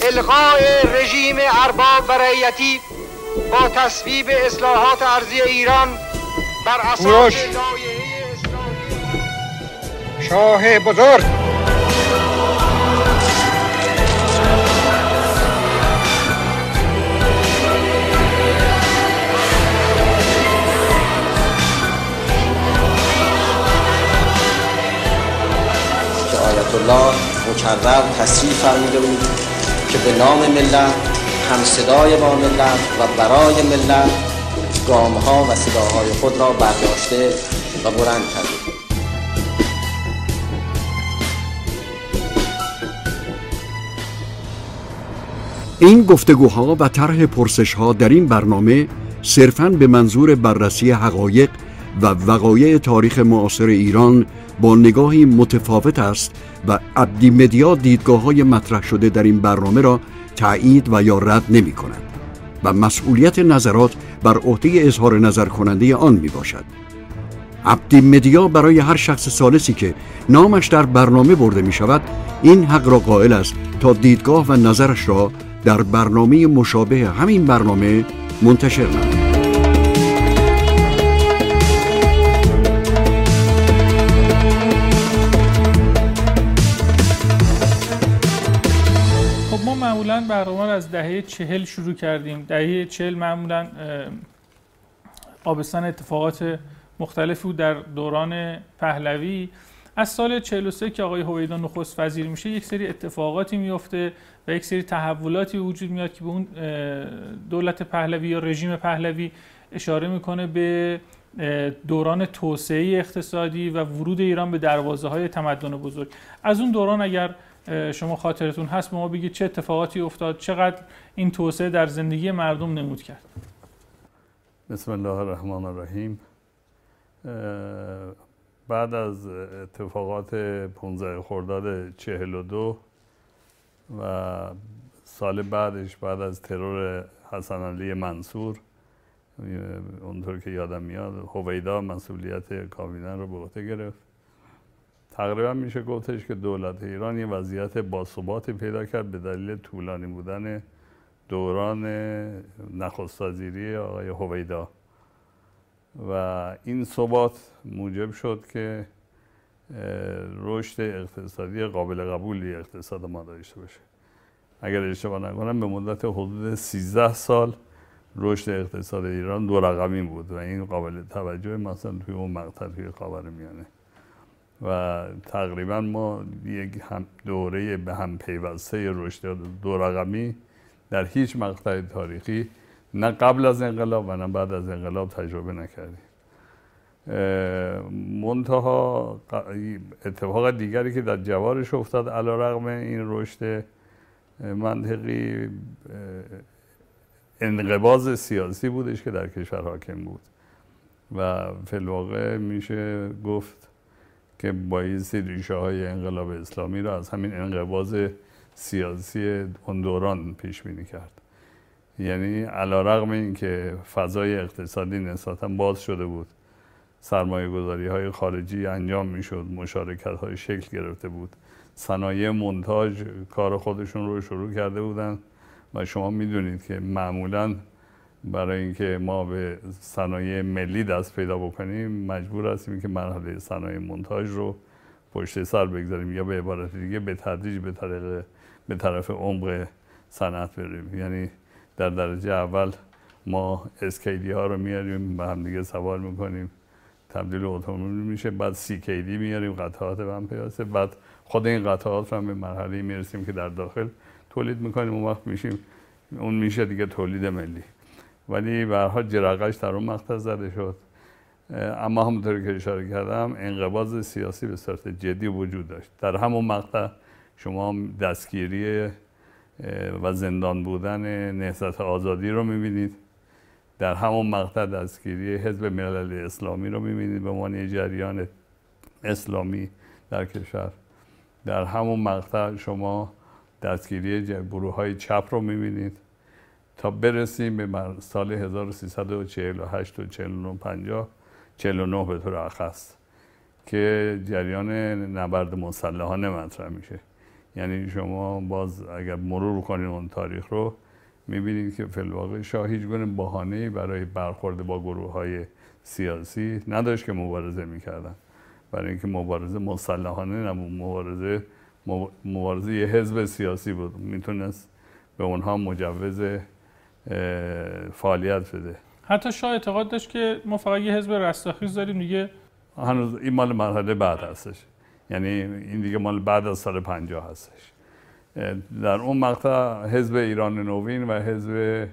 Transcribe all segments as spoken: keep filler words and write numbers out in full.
الغاء رژیم ارباب و رعیتی با تصویب اصلاحات ارضی ایران بر اساس لایحه اسلامی شاه بزرگ. آیت الله مکرر تصریح فرموده بود که به نام ملت هم صدای با ملت و برای ملت گام‌ها و صداهای خود را برداشته و بلند کرده. این گفتگوها و طرح پرسش‌ها در این برنامه صرفاً به منظور بررسی حقایق و وقایع تاریخ معاصر ایران با نگاهی متفاوت است و عبدی مدیا دیدگاه‌های مطرح شده در این برنامه را تایید و یا رد نمی‌کند و مسئولیت نظرات بر عهده اظهار نظر کننده آن میباشد. عبدی مدیا برای هر شخص ثالثی که نامش در برنامه برده می شود این حق را قائل است تا دیدگاه و نظرش را در برنامه مشابه همین برنامه منتشر نماید. معمولاً برنامه رو از دهه چهل شروع کردیم. دهه چهل معمولاً آبستن اتفاقات مختلفی بود در دوران پهلوی. از سال چهل و سه که آقای هویدا نخست وزیر میشه یک سری اتفاقاتی میفته و یک سری تحولاتی وجود میاد که به اون دولت پهلوی یا رژیم پهلوی اشاره میکنه به دوران توسعه اقتصادی و ورود ایران به دروازه‌های تمدن بزرگ. از اون دوران اگر شما خاطرتون هست به ما بگید چه اتفاقاتی افتاد، چقدر این توسعه در زندگی مردم نمود کرد؟ بسم الله الرحمن الرحیم. بعد از اتفاقات پانزده خرداد چهل و دو و سال بعدش بعد از ترور حسن علی منصور، اونطور که یادم میاد هویدا مسئولیت کابینه رو به عهده گرفت. تقریبا میشه گفتش که دولت ایران یه وضعیت باثباتی پیدا کرد به دلیل طولانی بودن دوران نخست وزیری آقای هویدا و این ثبات موجب شد که رشد اقتصادی قابل قبولی اقتصاد ما داشته باشه. اگر اشتباه نکنم به مدت حدود سیزده سال رشد اقتصاد ایران دو رقمی بود و این قابل توجه مثلا توی اون مقطع توی خاورمیانه و تقریبا ما یک هم دوره به هم پیوسته رشد دو رقمی در هیچ مقطع تاریخی نه قبل از انقلاب و نه بعد از انقلاب تجربه نکردیم. منتها اتفاق دیگری که در جوارش افتاد علیرغم این رشد منطقی انقباض سیاسی بودش که در کشور حاکم بود و فی الواقع میشه گفت که بایستی ریشه های انقلاب اسلامی را از همین انقباض سیاسی اون دوران پیش بینی کرد. یعنی علیرغم این که فضای اقتصادی نسبتاً باز شده بود، سرمایه گذاری های خارجی انجام می شد، مشارکت های شکل گرفته بود، صنایع مونتاژ کار خودشون رو شروع کرده بودن و شما می دونید که معمولاً برای اینکه ما به صنایع ملی دست پیدا بکنیم مجبور هستیم که مرحله صنایع مونتاژ رو پشت سر بگذاریم یا به عبارت دیگه به تدریج به طریق به طرف عمق صنعت بریم. یعنی در درجه اول ما اسکیدی ها رو میاریم به هم دیگه سوار میکنیم، تبدیل اتومبیل میشه، بعد سی کیدی میاریم قطعات به هم پیوسته، بعد خود این قطعات رو هم به مرحله میرسیم که در داخل تولید میکنیم، اون وقت میشیم اون میشه دیگه تولید ملی. ولی به هر حال جرقه‌اش در اون مقطع زده شد. اما همونطوری که اشاره کردم انقباض سیاسی به صورت جدی وجود داشت. در همون مقطع شما دستگیری و زندان بودن نهضت آزادی رو می‌بینید. در همون مقطع دستگیری حزب ملل اسلامی رو می‌بینید به عنوان جریان اسلامی در کشور. در همون مقطع شما دستگیری گروه‌های چپ رو می‌بینید تا برسیم به سال هزار و سیصد و چهل و هشت و چهل و نه پنجاه چهل و نه به طور اخص که جریان نبرد مسلحانه مطرح میشه. یعنی شما باز اگر مرور کنید اون تاریخ رو میبینید که فی الواقع شاه هیچ گونه بهانه‌ای برای برخورد با گروه‌های سیاسی نداشت که مبارزه میکردن، برای اینکه مبارزه مسلحانه نبود، مبارزه مبارزه یه حزب سیاسی بود، میتونست به اونها مجوز فعالیت بده. حتی شاه اعتقاد داشت که ما فقط یه حزب رستاخیز داریم دیگه. هنوز این مال مرحله بعد هستش، یعنی این دیگه مال بعد از سال پنجاه هستش. در اون مقطع حزب ایران نوین و حزب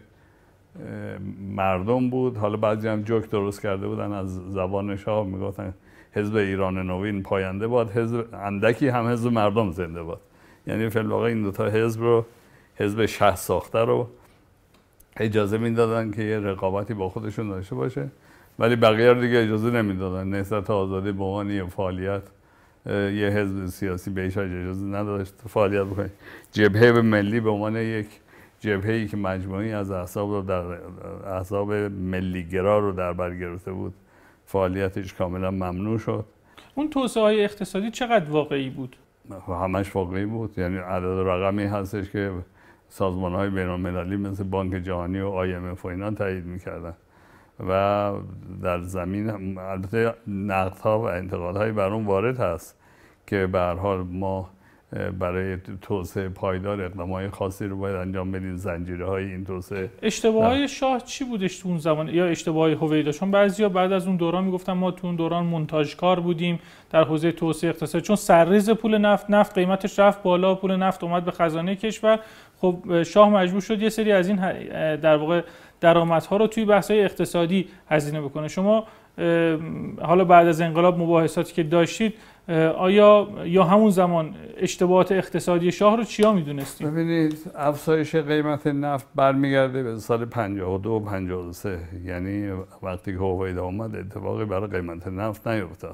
مردم بود. حالا بعضی هم جوک درست کرده بودن از زبان شاه، میگفتن حزب ایران نوین پاینده باد، حزب اندکی هم حزب مردم زنده باد. یعنی فی الواقع این دو تا حزب رو، حزب شه ساخته رو اجازه میدادن که یه رقابتی با خودشون داشته باشه، ولی بقیه رو دیگه اجازه نمیدادن. نهضت آزادی به عنوان یه فعالیت، یه حزب سیاسی بهش اجازه نداشت فعالیت بکنه. جبهه ملی به عنوان یک جبهه‌ای که مجموعی از احزاب رو در احزاب ملی‌گرا رو در بر گرفته بود، فعالیتش کاملا ممنوع شد. اون توسعه‌های اقتصادی چقدر واقعی بود؟ همش واقعی بود. یعنی عدد رقمی هستش که سازمان‌های بین‌المللی مثل بانک جهانی و آی ام اف و اینا تایید می‌کردن و در زمین البته نقدها و انتقادهای بر اون وارد هست که به هر حال ما برای توسعه پایدار اقدامات خاصی رو باید انجام بدیم، زنجیره‌های این توسعه. اشتباههای شاه چی بودش تو اون زمان یا اشتباههای هویدا؟ چون بعضیا بعد از اون دوران میگفتن ما تو اون دوران مونتاژکار بودیم در حوزه توسعه اقتصادی، چون سرریز پول نفت نفت قیمتش رفت بالا، پول نفت اومد به خزانه کشور. خب شاه مجبور شد یه سری از این در واقع درآمدها رو توی بحث‌های اقتصادی هزینه بکنه. شما حالا بعد از انقلاب مباحثاتی که داشتید، آیا یا همون زمان اشتباهات اقتصادی شاه رو چیا میدونستید؟ ببینید افزایش قیمت نفت برمیگرده به سال پنجاه و دو و پنجاه و سه، یعنی وقتی که هویدا اومد اتفاقی برای قیمت نفت نیفتاد،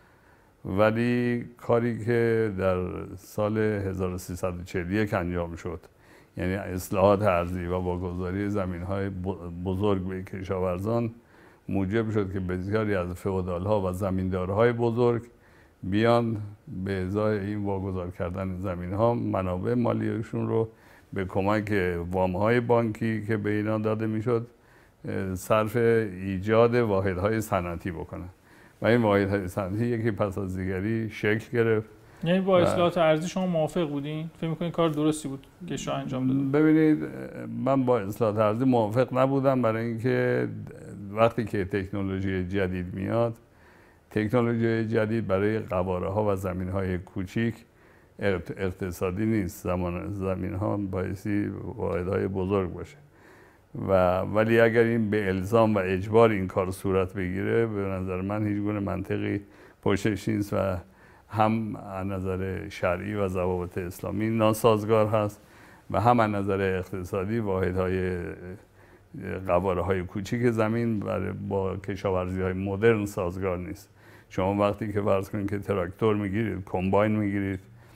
ولی کاری که در سال هزار و سیصد و چهل و یک انجام شد، یعنی اصلاحات ارضی و واگذاری زمین‌های بزرگ به کشاورزان، موجب شد که بسیاری از فئودال‌ها و زمیندارهای بزرگ بیان به ازای این واگذار کردن زمین‌ها منابع مالیشون رو به کمک وام‌های بانکی که به اینا داده میشد صرف ایجاد واحدهای صنعتی بکنن و این واحدهای صنعتی یکی پس از دیگری شکل گرفت. یعنی با اصلاحات ارضی شما موافق بودین؟ فکر می‌کنید کار درستی بود که شاه انجام داد؟ ببینید من با اصلاحات ارضی موافق نبودم، برای اینکه وقتی که تکنولوژی جدید میاد، تکنولوژی جدید برای قواره‌ها و زمین‌های کوچیک اقتصادی نیست. زمان زمین‌ها بایستی واحدهای بزرگ باشه و ولی اگر این به الزام و اجبار این کار صورت بگیره، به نظر من هیچ گونه منطقی پشتش نیست و هم از نظر شرعی و ضوابط اسلامی ناسازگار هست و هم از نظر اقتصادی واحدهای قواره‌های کوچیک زمین برای با کشاورزی‌های مدرن سازگار نیست. شما وقتی که فرض کنید که تراکتور میگیرید، کمباین میگیرید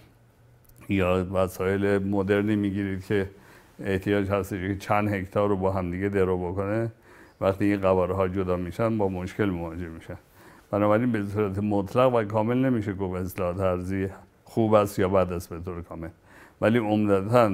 یا وسایل مدرنی میگیرید که احتیاج هست که چند هکتار رو با هم دیگه درو بکنه، وقتی این قواره‌ها جدا میشن با مشکل مواجه میشن. بنابراین به صورت مطلق و کامل نمیشه گفت اصلاحات ارضی خوب است یا بد است به طور کامل، ولی عمدتاً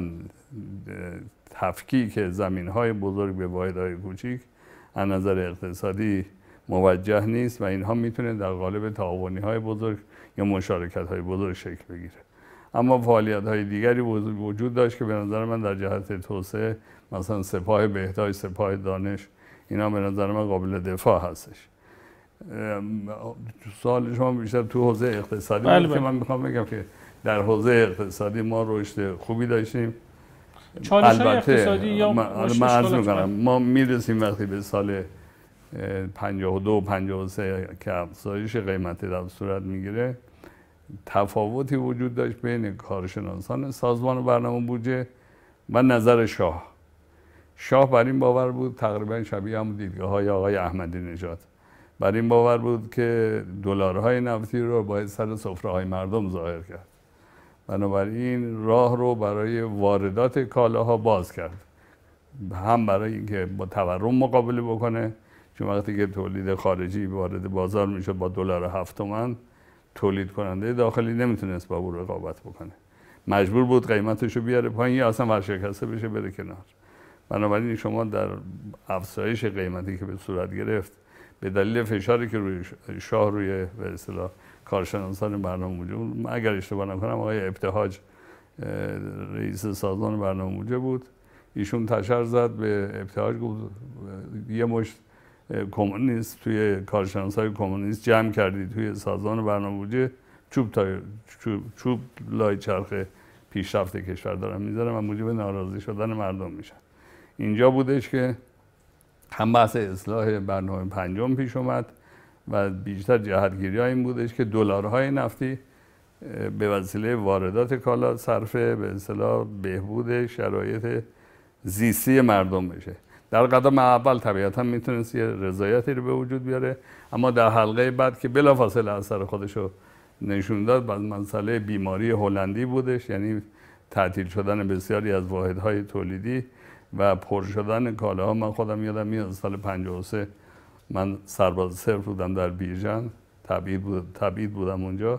تفکیک زمین‌های بزرگ به واحدهای کوچیک از نظر اقتصادی موجه نیست و اینها میتونه در قالب تعاونی‌های بزرگ یا مشارکت‌های بزرگ شکل بگیره. اما فعالیت‌های دیگری وجود داشت که به نظر من در جهت توسعه، مثلا سپاه بهداشت، سپاه دانش، اینا به نظر من قابل دفاع هستش. سوال شما بیشتر تو حوزه اقتصادی بله بود که من میخوام بگم که در حوزه اقتصادی ما رشد خوبی داشتیم. چالش‌های اقتصادی یا من عرض میکنم ما میرسیم وقتی به سال پنجاه و دو و پنجاه و سه که افزایش قیمت در صورت میگیره، تفاوتی وجود داشت بین کارشناسان سازمان برنامه بودجه و نظر شاه. شاه بر این باور بود، تقریبا شبیه هم دیدگاه‌های آقای احمدی نژاد، بر این باور بود که دلارهای نفتی رو باید سر سفره‌های مردم ظاهر کرد. بنابراین راه رو برای واردات کالاها باز کرد، هم برای اینکه با تورم مقابله بکنه، چون وقتی که تولید خارجی وارد بازار میشد با دلار هفت تومن، تولید کننده داخلی نمیتونست با او رقابت بکنه. مجبور بود قیمتش رو بیاره پایین یا اصلا ورشکسته بشه بره کنار. بنابراین شما در افزایش قیمتی که به صورت گرفت به دلیل فشاری که روی شاه روی به اصطلاح کارشناسان برنامه بودجه بود، اگر اشتباه نکنم آقای ابتهاج رئیس سازمان برنامه بودجه بود، ایشون تشر زد به ابتهاج، گفت یه مشت کمونیست توی کارشناسای کمونیست جمع کردی توی سازمان برنامه بودجه، چوب تا چوب, چوب لای چرخ پیشرفت کشور دارن میذارن و موجب ناراضی شدن مردم میشن. اینجا بودش که هم بحث اصلاح برنامه پنجم پیش اومد و بیشتر جهتگیری ها این بودش که دلارهای نفتی به وسیله واردات کالا صرف به اصطلاح بهبود شرایط زیستی مردم بشه. در قدم اول طبیعتا میتونست یه رضایتی رو به وجود بیاره، اما در حلقه بعد که بلافاصله اثر خودش رو نشون داد، بعد مسئله بیماری هلندی بودش، یعنی تعطیل شدن بسیاری از واحدهای تولیدی و پر شدن کالاها. من خودم یادم میاد سال پنجاه و سه من سرباز صرف بودم در بیرجن، تبعید بود، تبعید بودم اونجا.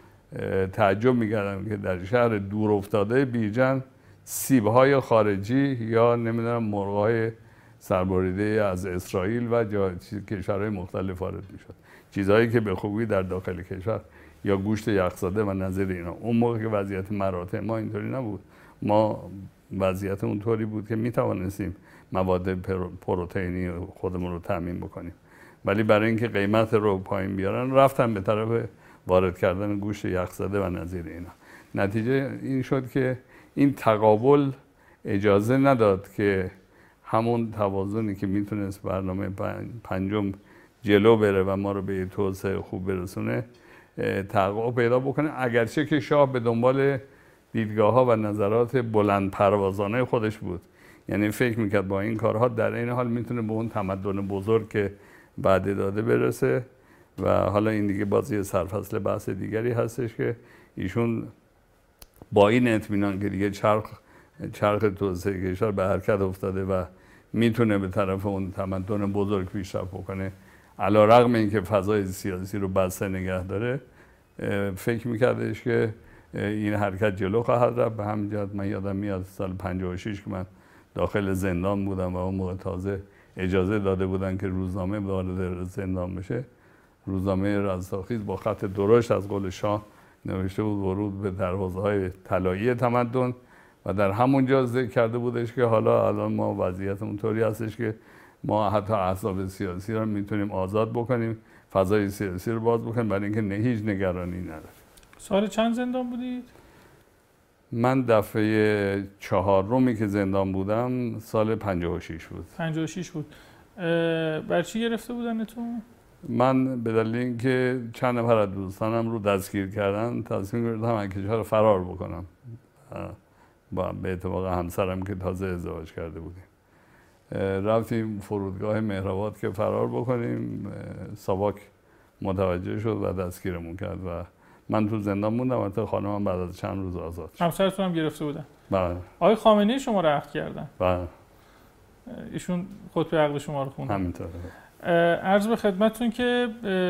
تعجب میکردم که در شهر دور افتاده بیرجن سیبهای خارجی یا نمیدونم مرغهای سربریده از اسرائیل و جا کشورهای مختلف وارد میشد، چیزهایی که به خوبی در داخل کشور یا گوشت یخزاده و نظیر اینا. اون موقع که وضعیت مراتع ما اینطوری نبود، ما وضعیت اونطوری بود که میتوانستیم مواد پروتئینی خودمون رو تامین بکنیم، ولی برای اینکه قیمت رو پایین بیارن رفتن به طرف وارد کردن گوشت یخزاده و نظیر اینا. نتیجه این شد که این تقابل اجازه نداد که همون توازنی که میتونست برنامه پنجم جلو بره و ما رو به توسعه خوب برسونه تقابل پیدا بکنه، اگرچه که شاه به دنبال دیدگاه ها و نظرات بلند پروازانه خودش بود. یعنی فکر میکرد با این کارها در این حال میتونه به اون تمدن بزرگ که بعد داده برسه و حالا این دیگه باز یه سرفصل بحث دیگری هستش که ایشون با این اطمینان که دیگه چرخ چرخ توسعه کشور به حرکت افتاده و میتونه به طرف اون تمدن بزرگ پیشرفت بکنه، علیرغم اینکه فضای سیاسی رو بسته نگه داره، فکر میکردش که این حرکت جلو خواهد رفت. به همین جهت من یادم میاد سال پنجاه و شش که من داخل زندان بودم و اون موقع تازه اجازه داده بودن که روزنامه وارد زندان بشه، روزنامه رستاخیز با خط درشت از قول شاه نوشته بود ورود به دروازه‌های طلایی تمدن و در همونجا ذکر کرده بودش که حالا الان ما وضعیتمون طوری هستش که ما حتی احزاب سیاسی رو میتونیم آزاد بکنیم، فضای سیاسی رو باز بکنیم، برای اینکه نه هیچ نگرانی نداره. سال چند زندان بودید؟ من دفعه چهارمی که زندان بودم سال پنجاه و شش بود. پنجاه و شش بود. بر چی گرفته بودنتون؟ من به دلیل اینکه چند نفر از دوستانم رو دستگیر کردن تصمیم گرفتم از کشور فرار بکنم. با به اتفاق همسرم که تازه ازدواج کرده بودیم رفتیم فرودگاه مهرآباد که فرار بکنیم. ساواک متوجه شد و دستگیرمون کرد و من تو زندان موندم. البته خانمم بعد از چند روز آزاد شد. همسرتون هم گرفته بودن؟ بله. آقای خامنه‌ای شما رو عقد کردن؟ بله. ایشون خطبه عقد شما رو خوندن؟ همینطوره. عرض به خدمتتون که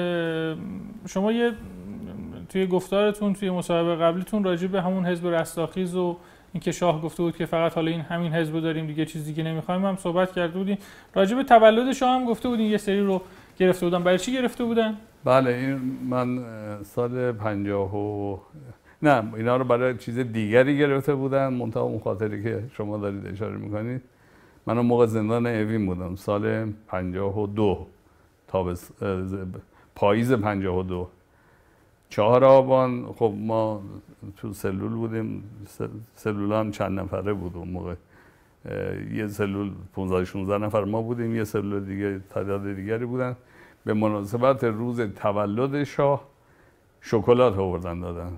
شما یه توی گفتارتون توی مصاحبه قبلیتون راجع به همون حزب رستاخیز و اینکه شاه گفته بود که فقط حالا این همین حزب داریم دیگه چیز دیگه نمیخوایم هم صحبت کرده بودیم. راجع به تولد شاه هم گفته بودین یه سری رو گرفته بودن. برای چی گرفته بودن؟ بله این من سال پنجاه و نه اینا رو برای چیز دیگری گرفته بودن، منتها اون خاطری که شما دارید اشاره میکنید. من اون موقع زندان اوین بودم سال پنجاه و دو تابس پاییز پنجاه و دو چهار آبان. خب ما تو سلول بودیم، سلول هم چند نفره بود اون موقع. یه سلول پانزده شانزده نفر ما بودیم، یه سلول دیگه تعداد دیگری بودن. به مناسبت روز تولد شاه شکلات آوردن دادن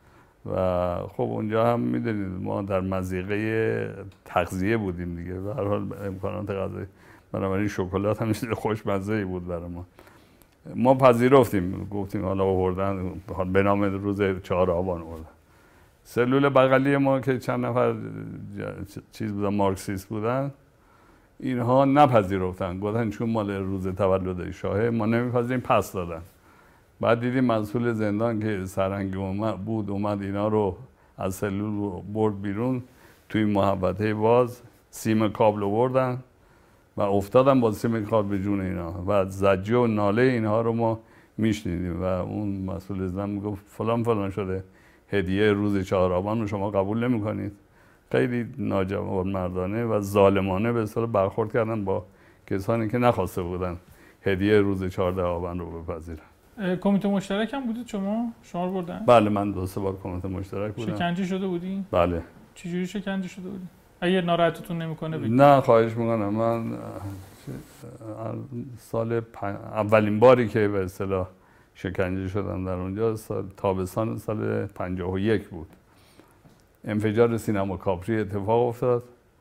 و خب اونجا هم میدونید ما در مضیقه تغذیه بودیم دیگه، به هر حال امکانات غذایی، بنابراین شکلات هم چیز خوشمزه‌ای بود برای ما. ما پذیرفتیم، گفتیم حالا آوردن به نام روز چهار آبان آوردن. سلول بغلی ما که چند نفر چیز بودن مارکسیست بودن، اینها نپذیرفتن، گفتن چون مال روز تولد شاه ما نمیپذیریم، پس دادن. بعد دیدیم مسئول زندان که سرهنگ اومد بود اومد اینا رو از سلول برد بیرون، توی محوطه باز سیم کابل آوردن و افتادن با سیم کابل به جون اینا و زجه و ناله اینها رو ما میشنیدیم و اون مسئول اسلام میگفت فلان فلان شده، هدیه روز چهار آبان رو شما قبول نمی‌کنید. خیلی ناجوانمردانه و ظالمانه به اصطلاح برخورد کردن با کسانی که نخواسته بودن هدیه روز چهارده آبان رو بپذیرن. کمیته مشترک هم بودید شما؟ شما رو بردن؟ بله من دو سه بار کمیته مشترک بودم. شکنجه شده بودی؟ بله. چجوری شکنجه شده بودی؟ اگه ناراحتتون نمیکنه بگید. نه خواهش میکنم. من سال پن... اولین باری که به اصطلاح شکنجه شدم در اونجا سال... تابستان سال پنجاه و یک بود. انفجار سینما کاپری اتفاق افتاد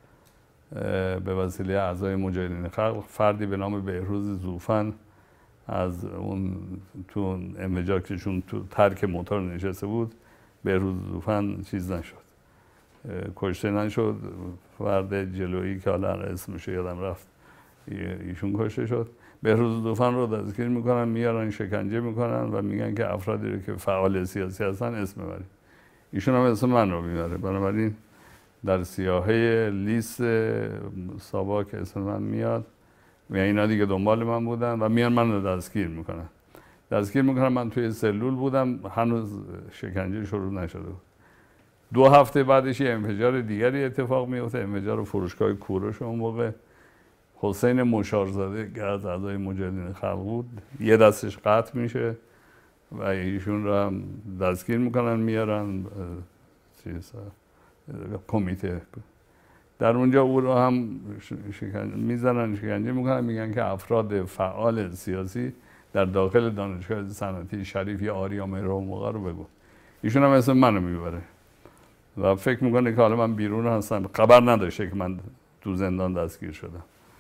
به وسیله اعضای مجاهدین خلق. فردی به نام بهروز زوفن از اون تو انفجار که چون تو ترک موتور نشسته بود، بهروز زوفن چیز نشد، کشته نشد. فرد جلویی که حالا اسمش یادم رفت ایشون کشته شد. بهروز زوفن رو دستگیر میکنن، میارن شکنجه میکنن و میگن که افرادی رو که فعال سیاسی هستن اسم ببرید. ایشون هم اسم من رو میبره، بنابراین در سیاهه لیست ساواک اسم من میاد و اینا دیگه دنبال من بودن و میان من رو دستگیر میکنن. دستگیر میکنن، من توی سلول بودم، هنوز شکنجه شروع نشده بود. دو هفته بعدش یه انفجار دیگری اتفاق میفته، انفجار فروشگاه کوروش. اون موقع حسین مشارزاده که از اعضای مجاهدین خلق بود یه دستش قطع میشه و ایشون رو هم دستگیر میکنن، میارن چیز کمیته. در اونجا او رو هم شکنجه میزنن، شکنجه میکنن، میگن که افراد فعال سیاسی در داخل دانشگاه صنعتی شریفی آریا مهرو موقع رو بگو. ایشون هم اسم منو میبره و فکر میکنه که حالا من بیرون هستم، خبر نداشته که من تو زندان دستگیر شدم.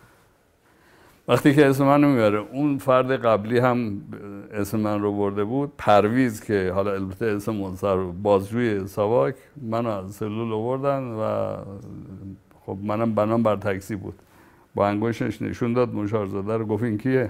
وقتی که اسم منو میبره، اون فرد قبلی هم اسم من رو برده بود، پرویز، که حالا البته اسم منصر بازجوی ساواک، منو از سلول آوردن و خب منم بنام بر تاکسی بود، با انگشتش نشون داد مشارزاده رو، گفت این کیه؟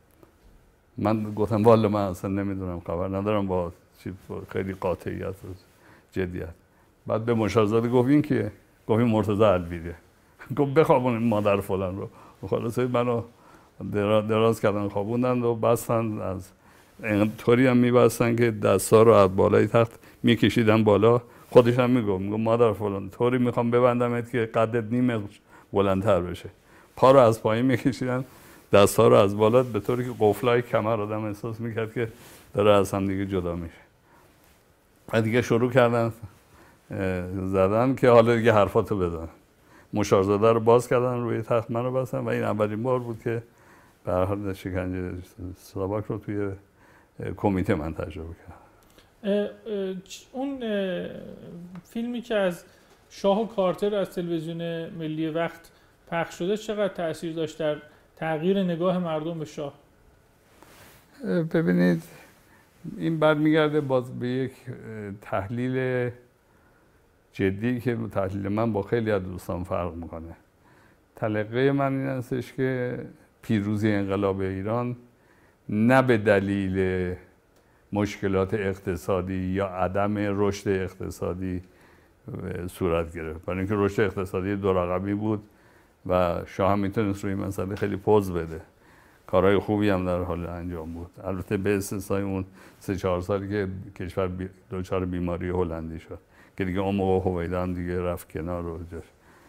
من گفتم والا من اصلا نمیدونم، خبر ندارم، با خیلی قاطعیت و جدیت. بعد به مشارزاده گفت این کیه؟ گفت این مرتضی الویریه. گفت بخوابون مادر فلان رو. خلاصه منو دراز کردن، خوابوندن و بستن، از طوری هم میبستن که دستا رو از بالای تخت میکشیدن بالا. خودش هم میگم میگم مادر فلان طوری میخوام ببندمت که قدت نیم بلندتر بشه. پا رو از پایین میکشیدن، دستا رو از بالا، به طوری که قفلای کمر آدم احساس میکرد که داره از هم دیگه جدا میشه. و دیگه شروع کردن زدن که حالا دیگه حرفاتو بزن. مشارزاده رو باز کردن، روی تخت من رو بستن و این اولین بار بود که به هر حال شکنجه ساواک رو توی کمیته من تجربه کردم. اون فیلمی که از شاه و کارتر از تلویزیون ملی وقت پخش شده چقدر تأثیر داشت در تغییر نگاه مردم به شاه؟ ببینید این برمیگرده باز به یک تحلیل جدی که تحلیل من با خیلی از دوستان فرق میکنه. تلقی من این هستش که پیروزی انقلاب ایران نه به دلیل مشکلات اقتصادی یا عدم رشد اقتصادی صورت گرفت، برای اینکه رشد اقتصادی دو رقمی بود و شاه هم میتونست روی مسئله خیلی پوز بده. کارهای خوبی هم در حال انجام بود، البته به استثنای اون سه چهار سالی که کشور دچار بیماری هلندی شد که دیگه اون موقع هویدا هم دیگه رفت کنار رو جاش.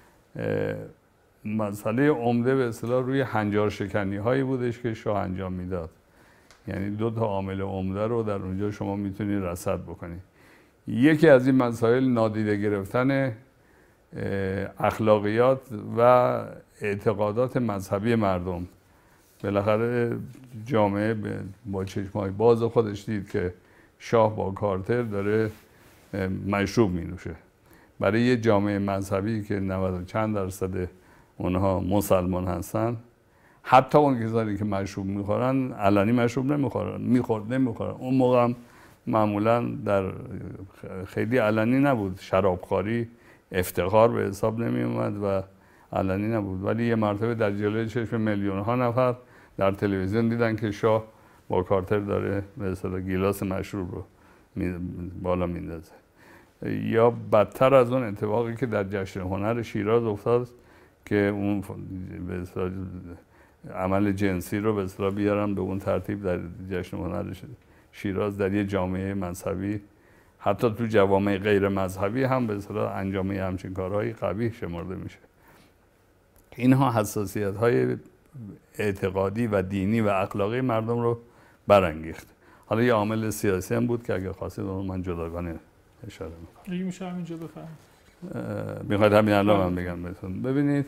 مسئله عمده به اصطلاح روی هنجار شکنی هایی بودش که شاه انجام میداد. یعنی دو تا عامل عمده رو در اونجا شما میتونید رصد بکنید. یکی از این مسائل نادیده گرفتن اخلاقیات و اعتقادات مذهبی مردم. بالاخره جامعه با چشمای باز خودش دید که شاه با کارتر داره مشروب می نوشه. برای یه جامعه مذهبی که نود چند درصد اونها مسلمان هستن، حتی اون کسانی که مشروب میخورن علنی مشروب نمیخورن، میخورد نمیخورن. اون موقع هم معمولا در خیلی علنی نبود، شرابخواری افتخار به حساب نمی اومد و علنی نبود، ولی یه مرتبه در جلوی چشم میلیون ها نفر در تلویزیون دیدن که شاه با کارتر داره به اصطلاح گیلاس مشروب رو بالا میندازه. یا بدتر از اون اتفاقی که در جشن هنر شیراز افتاد که اون به اصطلاح عمل جنسی رو به اصطلاح بیارن به اون ترتیب در جشن هنر شیراز در یه جامعه مذهبی، حتی تو جوامع غیر مذهبی هم به اصطلاح انجام همچین کارهای قبیح شمرده میشه. اینها حساسیت‌های اعتقادی و دینی و اخلاقی مردم رو برانگیخت. حالا یه عامل سیاسی هم بود که اگه خواستید اون من جداگانه اشاره میکنم. اگه میشه همینجا بفرمایید. میخواید همین الان من بگم بهتون. ببینید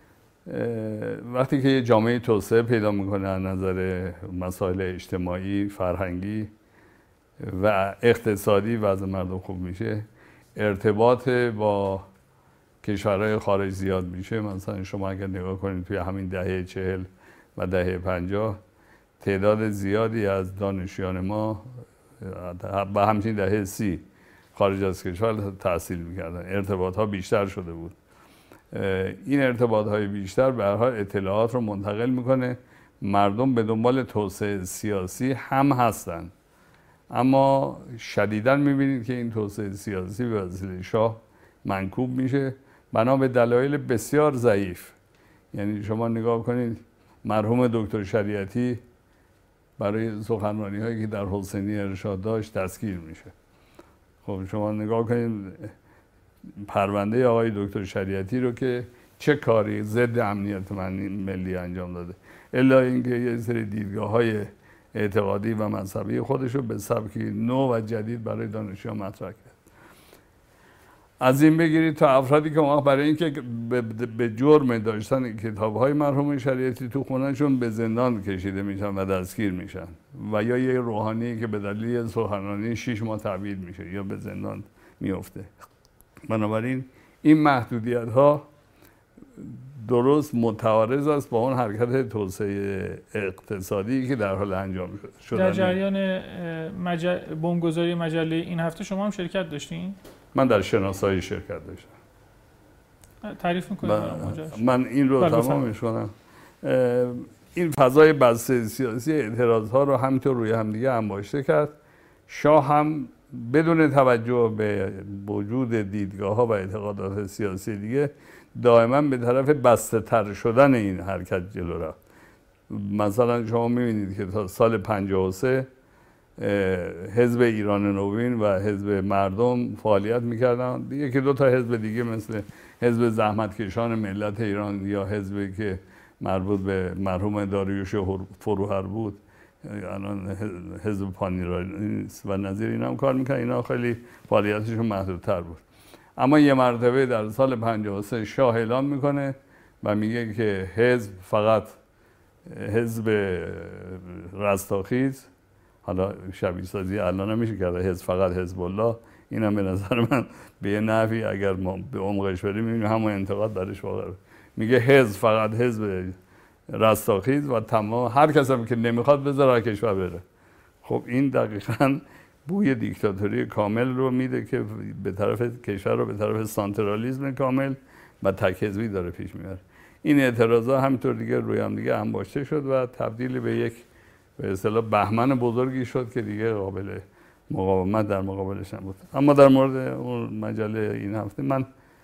وقتی که یه جامعه توسعه پیدا میکنه از نظر مسائل اجتماعی، فرهنگی و اقتصادی وضع مردم خوب میشه، ارتباط با کشورهای خارج زیاد میشه. مثلا شما اگر نگاه کنید توی همین دهه چهل و دهه پنجاه تعداد زیادی از دانشجویان ما به همچنین دهه سی خارج از کشور تحصیل میکردن، ارتباط ها بیشتر شده بود. این ارتباط های بیشتر به هر حال اطلاعات رو منتقل میکنه. مردم به دنبال توسعه سیاسی هم هستن، اما شدیداً میبینید که این توسعه سیاسی به وسیله شاه منکوب میشه بنا به دلایل بسیار ضعیف. یعنی شما نگاه کنید مرحوم دکتر شریعتی برای سخنرانی هایی که در حسینی ارشاد داشت دستگیر میشه. خب شما نگاه کنید پرونده آقای دکتر شریعتی رو که چه کاری ضد امنیت ملی انجام داده، الا اینکه یه سری دیدگاه های اعتقادی و مذهبی خودش رو به سبکی نو و جدید برای دانشجویان مطرح کرد. از این بگیرید تا افرادی که ما برای اینکه به جرم داشتن کتاب‌های مرحوم شریعتی تو خونه‌شون به زندان کشیده میشن و دستگیر میشن، و یا یه روحانی که به دلیل سخنرانی شش ماه تعبید میشه یا به زندان میفته. بنابراین این محدودیت‌ها درست متعارض است با اون حرکت توسعه اقتصادی که در حال انجام شده. در جریان مجل... بنگذاری مجله این هفته شما هم شرکت داشتین؟ من در شناسایی شرکت داشتم. تعریف میکنید؟ من این رو تمامش کنم. این فضای بسته سیاسی اعتراض ها رو همینطور روی همدیگه انباشته کرد. شاه هم بدون توجه به وجود دیدگاه ها و اعتقادات سیاسی دیگه دائما به طرف بسته تر شدن این حرکت جلو رفت. مثلا شما میبینید که تا سال پنجاه و سه حزب ایران نوین و حزب مردم فعالیت میکردن. یکی دو تا حزب دیگه مثل حزب زحمتکشان ملت ایران یا حزبی که مربوط به مرحوم داریوش فروهر بود، الان حزب پانیرانی و نظیر اینا هم کار میکنن. اینا خیلی فعالیتشون محدودتر بود. اما یه مرتبه در سال پنجاه و سه شاه اعلام میکنه و میگه که حزب فقط حزب رستاخیز، حالا شبیه سازی الان نمیشه کرده، حزب فقط حزب الله، اینم به نظر من به یه نحوی اگر ما به عمقش بریم میبینیم همون انتقاد درش واقع. میگه حزب فقط حزب رستاخیز و تمام هر کس هم که نمیخواد بذاره کشور بره. خب این دقیقاً بوی دیکتاتوری کامل رو میده که به طرف کشور رو به طرف سانترالیسم کامل و تک حزبی داره پیش میبره. این اعتراضا همینطور دیگه روی هم دیگه انباشته شد و تبدیل به یک به اصطلاح بهمن بزرگی شد که دیگه قابل مقاومت در مقابلش نبود. اما در مورد اون مجله این هفته من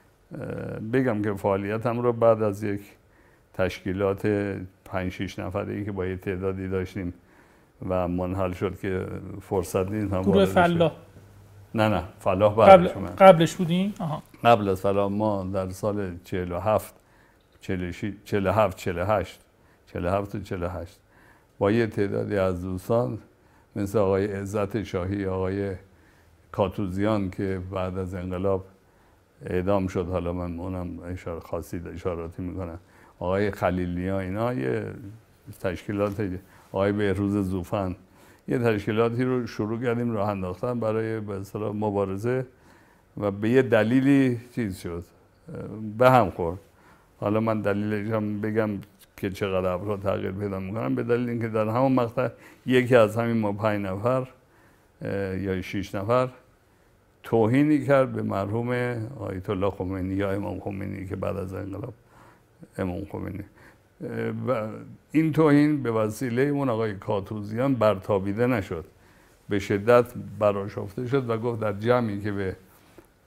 بگم که فعالیتم رو بعد از یک تشکیلات پنج شش نفره‌ای که با یه تعدادی داشتیم و منحل شد که فرصت نیست. گروه فلاح؟ نه نه فلاح قبل قبلش بودین؟ آها. قبل از فلاح ما در سال چهل و هفت چهل و هفت چهل و هشت چهل و هفت و چهل و هشت با یه تعدادی از دوستان مثل آقای عزت شاهی، آقای کاتوزیان که بعد از انقلاب اعدام شد، حالا من اونم اشاره خاصی اشاراتی میکنم، آقای خلیلنیا، اینا یه تشکیلات، آقای بهروز زوفن، یه تشکیلاتی رو شروع کردیم راه انداختن برای به اصطلاح مبارزه و به یه دلیلی چیز شد، به هم خورد. حالا من دلیلش هم بگم که چقدر افراد تغییر پیدا میکنن. به دلیل اینکه در همون مقطع یکی از همین ما پنج نفر یا شش نفر توهینی کرد به مرحوم آیت الله خمینی یا امام خمینی که بعد از انقلاب امام خمینی، و این توهین به وسیله اون آقای کاتوزیان برتابیده نشد، به شدت برآشفته شد و گفت در جمعی که به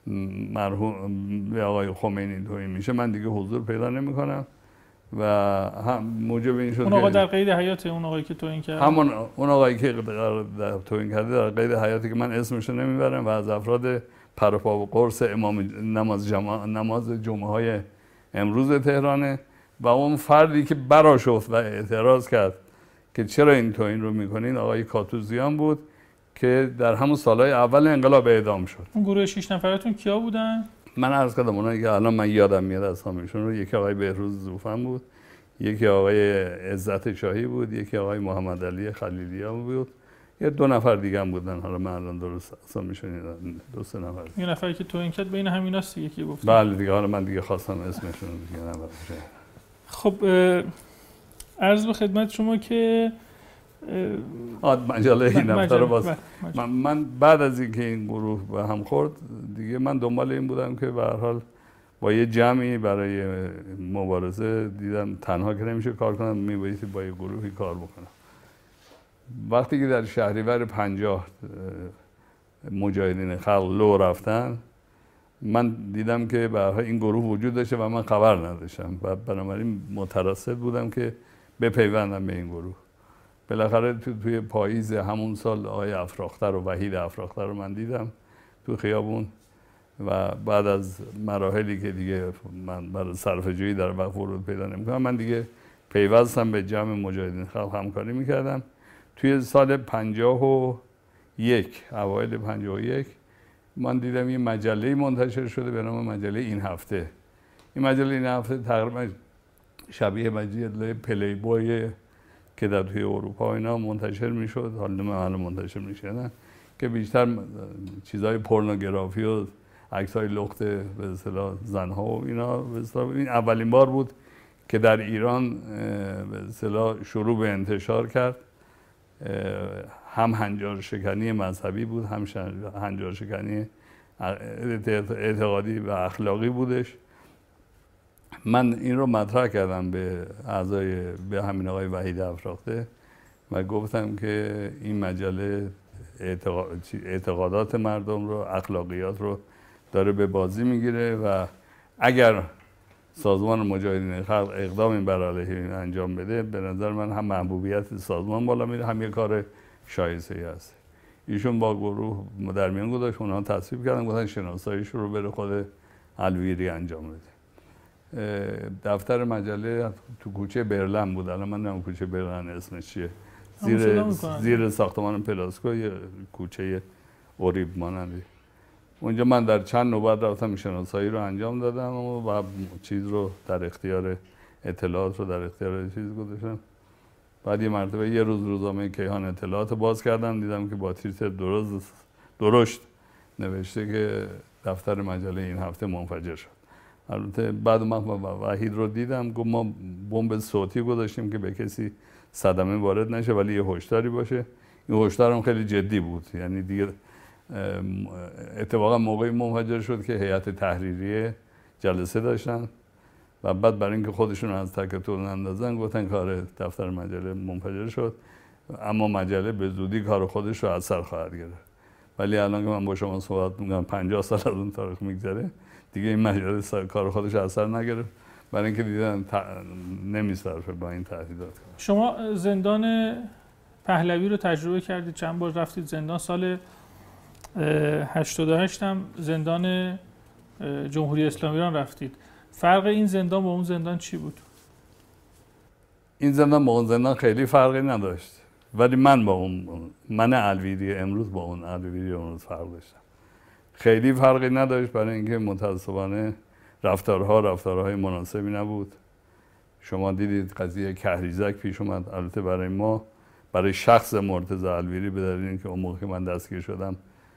مرحوم به آقای خمینی توهین میشه من دیگه حضور پیدا نمیکنم و هم موجب این شد اون آقا در قید حیات اون آقایی که توهین کرد همون اون آقایی که در توهین کرده در قید حیاتی که من اسمش رو نمیبرم و از افراد پروپا و قرص امام نماز جمعه نماز جمعه های امروز تهرانه و اون فردی که برآشفت و اعتراض کرد که چرا این توهین رو میکنین آقای کاتوزیان بود که در همون سالهای اول انقلاب اعدام شد. اون گروه شش نفرتون کیا بودن؟ من عرض کردم اونایی که الان من یادم میاد اسامیشون رو، یکی آقای بهروز زوفن بود، یکی آقای عزت شاهی بود، یکی آقای محمد علی خلیلیا بود، یه دو نفر دیگه هم بودن، حالا من الان درست اسامیشون یادم دو سه نفر. یه نفری که توهین کرد بین همیناست یکی گفت. بله دیگه، حالا من دیگه خواستم اسمشون رو دیگه نبرم. خب عرض به خدمت شما که آد مجله این هفته رو باز من, من بعد از اینکه این گروه به هم خورد دیگه من دنبال این بودم که به هر حال با یه جمعی برای مبارزه دیدم تنها که نمیشه کار کنم، میبایستی با یه گروهی کار بکنم. وقتی که در شهریور پنجاه مجاهدین خلق لو رفتن من دیدم که به هر حال این گروه وجود داشته و من خبر نداشتم و بنابراین مترصد بودم که بپیوندم به این گروه. بالاخره تو توی پاییز همون سال آقای افراختر و وحید افراختر رو من دیدم تو خیابون و بعد از مراحلی که دیگه من برای صرفه‌جویی در وقت ورود پیدا نمی‌کنم من دیگه پیوستم به جمع مجاهدین خلق همکاری می‌کردم. توی سال پنجاه و یک اوایل پنجاه و یک من دیدم یه مجله منتشر شده به نام مجله این هفته. این مجله این هفته تقریبا شبیه مجله پلی بوی که در توی اروپا اینا منتشر میشد، حالا من منتشر میشدن که بیشتر چیزای پورنوگرافی و عکسای لخت به اصطلاح زنها و اینا به اصطلاح این اولین بار بود که در ایران به اصطلاح شروع به انتشار کرد. هم هنجار شکنی مذهبی بود، هم هنجار شکنی اعتقادی و اخلاقی بودش. من این رو مطرح کردم به اعضای به همین آقای وحید افراخته و گفتم که این مجله اعتقادات مردم رو، اخلاقیات رو داره به بازی میگیره و اگر سازمان مجاهدین خلق اقدامی بر علیه این انجام بده به نظر من هم محبوبیت سازمان بالا میره هم یه کار شایسته‌ای هست. ایشون با گروه در میان گذاشت، اونها تصویب کردن گفتن شناساییش رو بره خود الویری انجام بده. دفتر مجله تو کوچه برلن بود، الان من نمیدونم کوچه برلن اسمش چیه، زیر زیر ساختمان پلاسکو یه کوچه اوریب مانندی. اونجا من در چند نوبت رفتم شناسایی رو انجام دادم و چیز رو در اختیار اطلاعات رو در اختیار چیز گذاشتم. بعد یه مرتبه یه روز روزنامه کیهان اطلاعات باز کردم دیدم که با تیتر درست درشت نوشته که دفتر مجله این هفته منفجر شد. البته بعد من وحید رو دیدم گفت ما بمب صوتی گذاشتیم که به کسی صدمه وارد نشه ولی یه هشداری باشه. این هشدار هم خیلی جدی بود، یعنی دیگه اتفاقا موقعی منفجر شد که هیئت تحریریه جلسه داشتن و بعد برای اینکه خودشون از تکتون اندازن گفتن کار دفتر مجله منفجر شد، اما مجله به زودی کار خودش رو از سر خواهد گرفت. ولی الان که من با شما صحبت می‌کنم پنجاه سال از اون تاریخ میگذره دیگه این مجله کار خودش از سر نگرفت برای اینکه دیدن ت... نمیصرفه با این تهدیدات. شما زندان پهلوی رو تجربه کردید، چند بار رفتید زندان. سال هشتاد و هشت هم زندان جمهوری اسلامی ایران رفتید. فرق این زندان با اون زندان چی بود؟ این زندان با اون زندان خیلی فرقی نداشت، ولی من با اون من الویری امروز با اون الویری امروز فرق داشتم. خیلی فرقی نداشت برای اینکه متاسفانه رفتارها رفتارهای مناسبی نبود. شما دیدید قضیه کهریزک پیش اومد، البته برای ما برای شخص مرتضی الویری به دلیل اینکه اون موقع من دستگیر شدم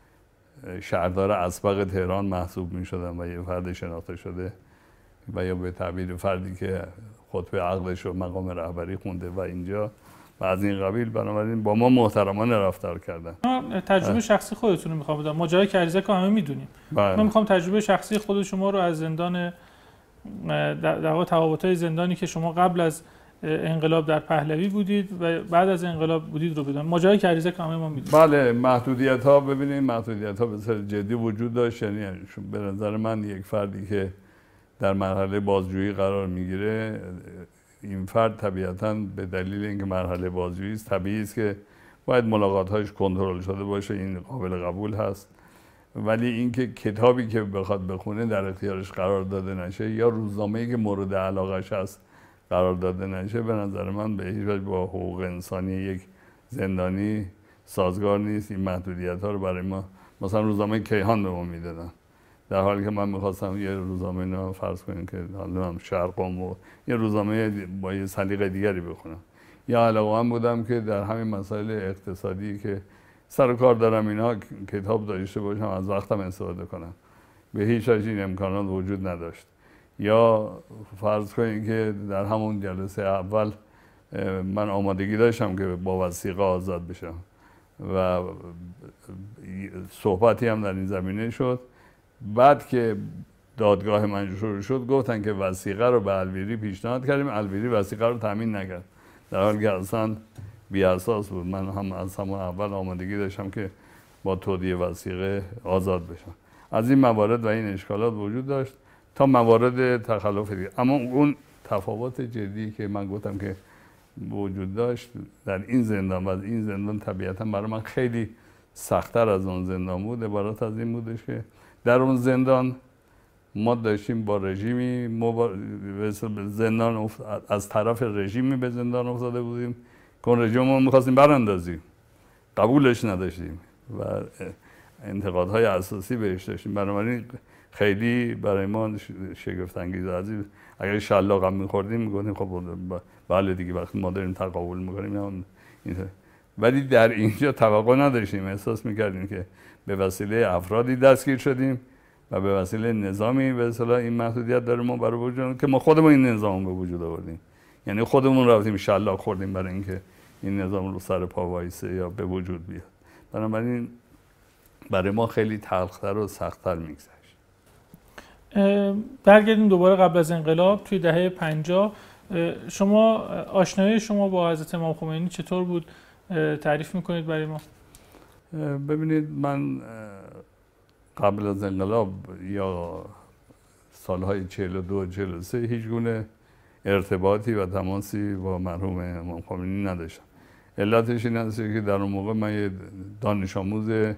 شهردار اسبق تهران محسوب می شدم و یه فرد شناخته شده و یا به تعبیر فردی که خطبه عقدش رو مقام رهبری خونده و اینجا و از این قبیل، بنابراین با ما محترمانه رفتار کردن. تجربه اه. شخصی خودتون رو میخوام بدم. ماجرای کهریزک رو همه میدونیم. من میخوام تجربه شخصی خود شما رو از زندان در واقع تفاوت‌های زندانی که شما قبل از انقلاب در پهلوی بودید و بعد از انقلاب بودید رو بدون ماجرای کریزک همه ما میدونیم. بله، محدودیت ها ببینید محدودیت ها به صورت جدی وجود داشت. یعنی به نظر من یک فردی که در مرحله بازجویی قرار میگیره، این فرد طبیعتاً به دلیل اینکه مرحله بازجویی است طبیعی است که باید ملاقات‌هاش کنترل شده باشه، این قابل قبول هست. ولی اینکه کتابی که بخواد بخونه در اختیارش قرار داده نشه یا روزنامه‌ای که مورد علاقه‌اش هست قرار داده نشه، به نظر من به هیچ وجه با حقوق انسانی یک زندانی سازگار نیست. این محدودیت‌ها رو برای ما مثلا روزنامه کیهان به ما میدادن، در حالی که من می‌خواستم یه روزنامه رو فرض کنیم که حالا شرقم و یه روزنامه با یه سلیقه دیگری بخونم. یا علاقه‌مند بودم که در همین مسائل اقتصادی که سر و کار دارم اینا کتاب داشته باشم، از وقتم استفاده کنم. به هیچ وجه این امکانات وجود نداشت. یا فرض کنید که در همون جلسه اول من آمادگی داشتم که با وثیقه آزاد بشم و صحبتی هم در این زمینه شد. بعد که دادگاه من شروع شد گفتن که وثیقه رو به الویری پیشنهاد کردیم، الویری وثیقه رو تامین نکرد، در حالی که اصلا بی اساس بود. من هم از همون اول آمادگی داشتم که با تودیع وثیقه آزاد بشم. از این موارد و این اشکالات وجود داشت تا موارد تخلف دیگه. اما اون تفاوت جدی که من گفتم که وجود داشت در این زندان و از این زندان طبیعتا برای من خیلی سخت‌تر از اون زندان بود، عبارت از این بودش که در اون زندان ما داشتیم با رژیمی مبار... زندان از طرف رژیمی به زندان افتاده بودیم که اون رژیم ما می‌خواستیم براندازیم، قبولش نداشتیم و انتقادهای اساسی بهش داشتیم. بنابراین خیلی برای ما شگفت انگیز عزیز. اگر شلاق هم می‌خوردیم می‌گفتیم خب بله دیگه وقتی ما داریم تقابل می‌کنیم. ولی در اینجا توقع نداشتیم، احساس می‌کردیم که به وسیله افرادی دستگیر شدیم و به وسیله نظامی به اصطلاح این محدودیت داره ما برای وجود که ما خودمون این نظام به وجود آوردیم. یعنی خودمون رفتیم شلاق خوردیم برای اینکه این نظام رو سر پا وایسه یا به وجود بیاد. بنابراین برای ما خیلی تلخ‌تر و سخت‌تر می‌گذشت. برگردیم دوباره قبل از انقلاب توی دهه پنجاه، شما آشنایی شما با حضرت امام خمینی چطور بود؟ تعریف می‌کنید برای ما؟ ببینید من قبل از انقلاب یا سالهای چهل و دو چهل و سه هیچ گونه ارتباطی و تماسی با مرحوم امام خمینی نداشتم. علتش این است که در اون موقع من یه دانش آموز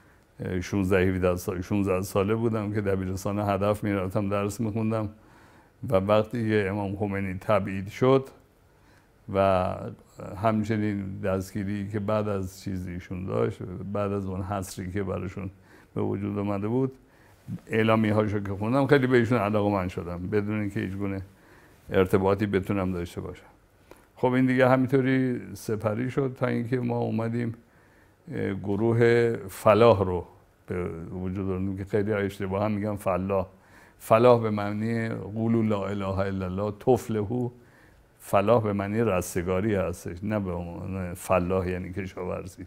شانزده ساله بودم که دبیرستان هدف میرفتم درس میخوندم و وقتی که امام خمینی تبعید شد و همچنین دستگیری که بعد از چیزی ایشون داشت، بعد از اون حصری که براشون به وجود آمده بود، اعلامی هاشو که خوندم خیلی به ایشون علاقه‌مند شدم بدون اینکه هیچ گونه ارتباطی بتونم داشته باشم. خب این دیگه همینطوری سپری شد تا اینکه ما اومدیم گروه فلاح رو به وجود آوردیم که خیلی اشتباها میگن فلاح. فلاح به معنی قولوا لا اله الا الله تفلحوا. فلاح به معنی رستگاری هستش، نه به معنی فلاح یعنی کشاورزی.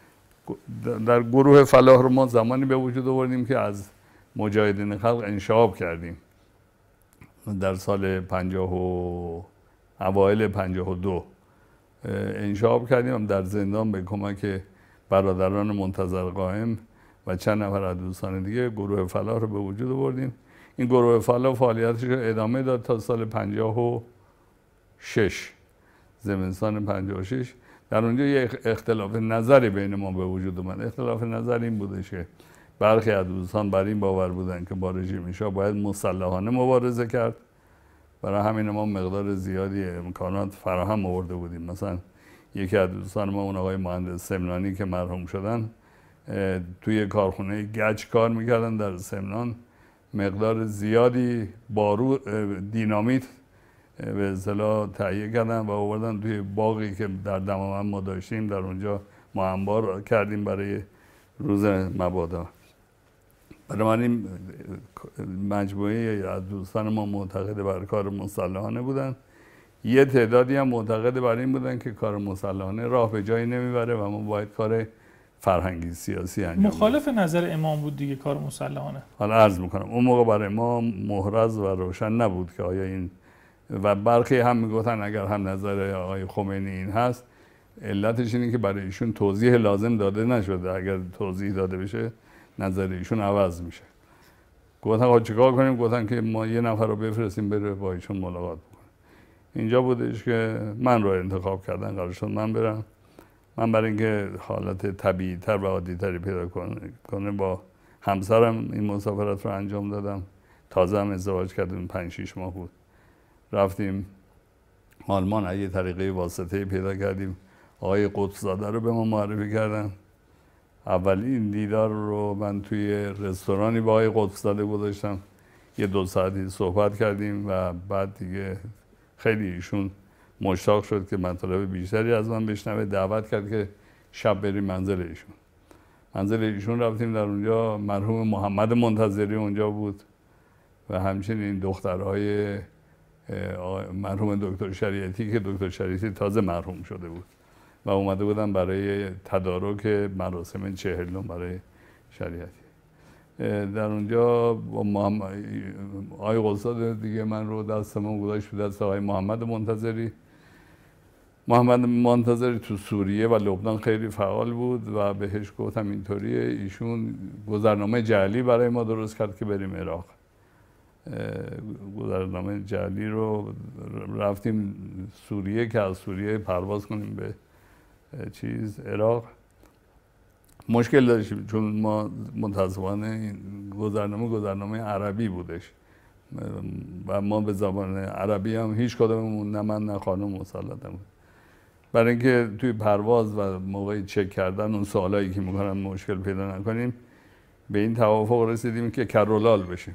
در گروه فلاح رو ما زمانی به وجود آوردیم که از مجاهدین خلق انشعاب کردیم در سال پنجاه و اوایل پنجاه و دو انشعاب کردیم در زندان به کمک برادران منتظر قائم و چند نفر از دوستان دیگه گروه فلاح رو به وجود آوردیم. این گروه فلاح فعالیتش رو ادامه داد تا سال پنجاه و شش، زمستان پنجاه و شش. در اونجا یک اختلاف نظری بین ما به وجود اومد. اختلاف نظر این بودش که برخی از دوستان بر این باور بودن که با رژیم شاه باید مسلحانه مبارزه کرد. برای همین ما مقدار زیادی امکانات فراهم آورده بودیم. مثلا یکی از دوستان ما اون آقای مهندس سمنانی که مرحوم شدن توی کارخونه گچ کار میکردن در سمنان، مقدار زیادی بارو دینامیت به اصطلاح تهیه کردن و آوردن توی باغی که در دماوند ما داشتیم، در اونجا ما انبار کردیم برای روز مبادا. بنابراین مجموعه از دوستان ما معتقد بر کار مسلحانه بودن. یه تعدادی هم معتقد بر این بودن که کار مسلحانه راه به جایی نمیبره و ما باید کار فرهنگی سیاسی انجام بدیم. مخالف نظر امام بود دیگه کار مسلحانه. حالا عرض میکنم اون موقع برای ما محرز و روشن نبود که آیا این و برخی هم میگفتن اگر هم نظر آقای خمینی این هست، علتش اینه که برای ایشون توضیح لازم داده نشده، اگر توضیح داده بشه نظر ایشون عوض میشه. گفتن آقا چیکار کنیم؟ گفتن که ما یه نفر رو بفرستیم بره با ایشون ملاقات بکنه. اینجا بودش که من رو انتخاب کردن، قرار شد من برم. من برای اینکه حالت طبیعی تر و عادی تری پیدا کنه با همسرم این مسافرت رو انجام دادم. تازه هم ازدواج کردیم، پنج شیش ماه بود. رفتیم آلمان، یه طریقه واسطه پیدا کردیم. آقای قطب‌زاده رو به ما معرفی کردن. اولین دیدار رو من توی رستورانی با آقای قطب‌زاده گذاشتم، یه دو ساعتی صحبت کردیم و بعد دیگه خیلی ایشون مشتاق شد که مطالب بیشتری از من بشنوه. دعوت کرد که شب بریم منزل ایشون. منزل ایشون رفتیم، در اونجا مرحوم محمد منتظری اونجا بود و همچنین دخترهای مرحوم دکتر شریعتی که دکتر شریعتی تازه مرحوم شده بود و اومده بودن برای تدارک مراسم چهلم برای شریعتی. در اونجا با محمد آقای قطب‌زاده دیگه من رو دستمون گذاشت به دست آقای محمد منتظری. محمد منتظری تو سوریه و لبنان خیلی فعال بود و بهش گفتم اینطوریه، ایشون گذرنامه جعلی برای ما درست کرد که بریم عراق. گذرنامه جعلی رو رفتیم سوریه که از سوریه پرواز کنیم به چیز عراق. مشکل داشتیم چون ما متاسفانه گذرنامه گذرنامه عربی بودش و ما به زبان عربی هم هیچ کدوممون، نه من نه خانم مسلطم بود. برای اینکه توی پرواز و موقع چک کردن اون سوالایی که میکنن مشکل پیدا نکنیم، به این توافق رسیدیم که کرولال بشیم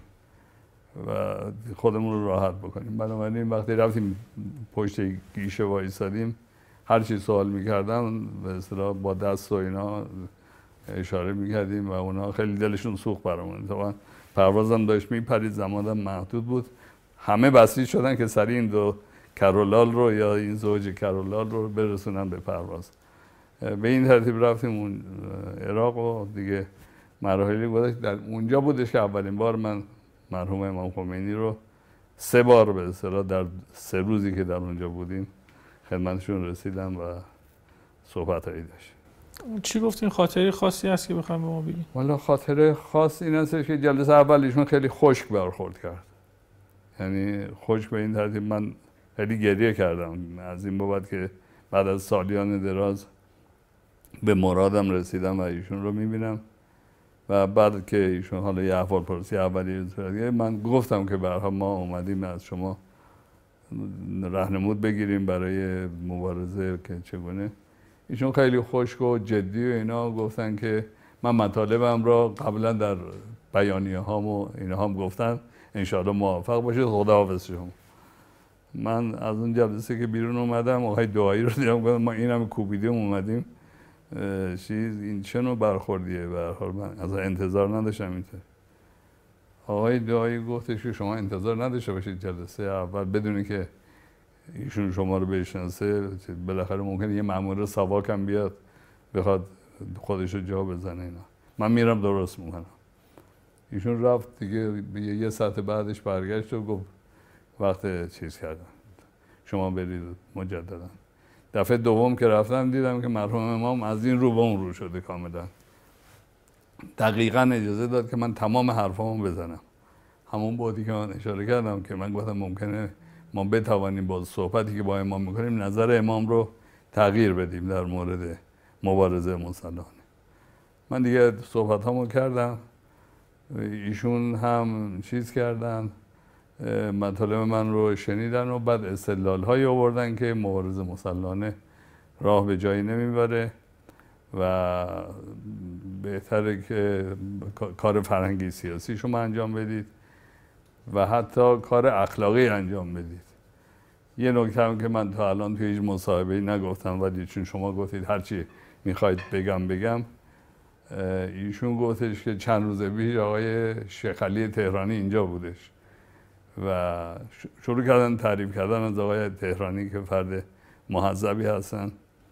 و خودمون رو راحت بکنیم. بنابراین وقتی رفتیم پشت گیشه وایسادیم، هر چی سوال میکردن به اصطلاح با دست و اینا اشاره میکردیم و اونا خیلی دلشون سوخت برامون. طبعا پروازم داشت میپرید، زمانم محدود بود. همه بسیج شدن که سریع این دو کرولال رو یا این زوج کرولال رو برسونن به پرواز. به این ترتیب رفتیم اون عراق و دیگه مراحلی گذشت. در اونجا بودش که اولین بار من مرحوم امام خمینی رو سه بار به اصطلاح در سه روزی که در اونجا بودیم خدمتشون رسیدم و صحبتایی داشت. چی گفتین؟ خاطره خاصی هست که بخوام به ما بگین؟ والا خاطره خاص این است که جلسه اول ایشون خیلی خشک برخورد کرد. یعنی خشک به این ترتیب من خیلی گریه کردم از این بابت که بعد از سالیان دراز به مرادم رسیدم و ایشون رو میبینم و بعد که ایشون حالا یه احوال پرسی اولی من گفتم که برها ما اومدیم از شما راهنمود بگیریم برای مبارزه که چگونه. ایشون خیلی خشک و جدی و اینا گفتن که من مطالبم را قبلا در بیانیه هام و اینا هم گفتن، انشاءالله موفق باشید، خداحافظ شما. من از اون جلسه که بیرون اومدم آقای دعایی رو دیدم، گفتم ما این هم کوبیدیم اومدیم چیز این چه نوع برخوردیه؟ به هر حال من از انتظار نداشتم اینطور. آقای دعایی گفتش که شما انتظار نداشته باشید جلسه اول بدونی که ایشون شما رو بشناسه، بالاخره ممکنه یه مأمور ساواک هم بیاد بخواد خودش رو جا بزنه اینا. من میرم درست میکنم. ایشون رفت دیگه یه ساعت بعدش برگشت و گفت وقت چیز کردن شما برید مجددا. دفعه دوم که رفتم دیدم که مرحوم امام از این رو به اون رو شده کاملا. دقیقاً اجازه داد که من تمام حرفامو بزنم. همون بودی که من اشاره کردم که من گفتم ممکنه ما بتوانیم با صحبتی که با امام میکنیم نظر امام رو تغییر بدیم در مورد مبارزه مسلحانه. من دیگه صحبت همو کردم، ایشون هم چیز کردن، مطالب من رو شنیدن و بعد استدلال هایی آوردن که مبارزه مسلحانه راه به جایی نمیبره و بهتره که کار فرهنگی سیاسی شما انجام بدید و حتی کار اخلاقی انجام بدید. یه نکته هم که من تا الان توی هیچ مصاحبه‌ای نگفتم ولی چون شما گفتید هرچی میخواید بگم بگم، ایشون گفتش که چند روز پیش آقای شیخ علی تهرانی اینجا بودش و شروع کردن تعریف کردن از آقای تهرانی که فرد مهذبی هستن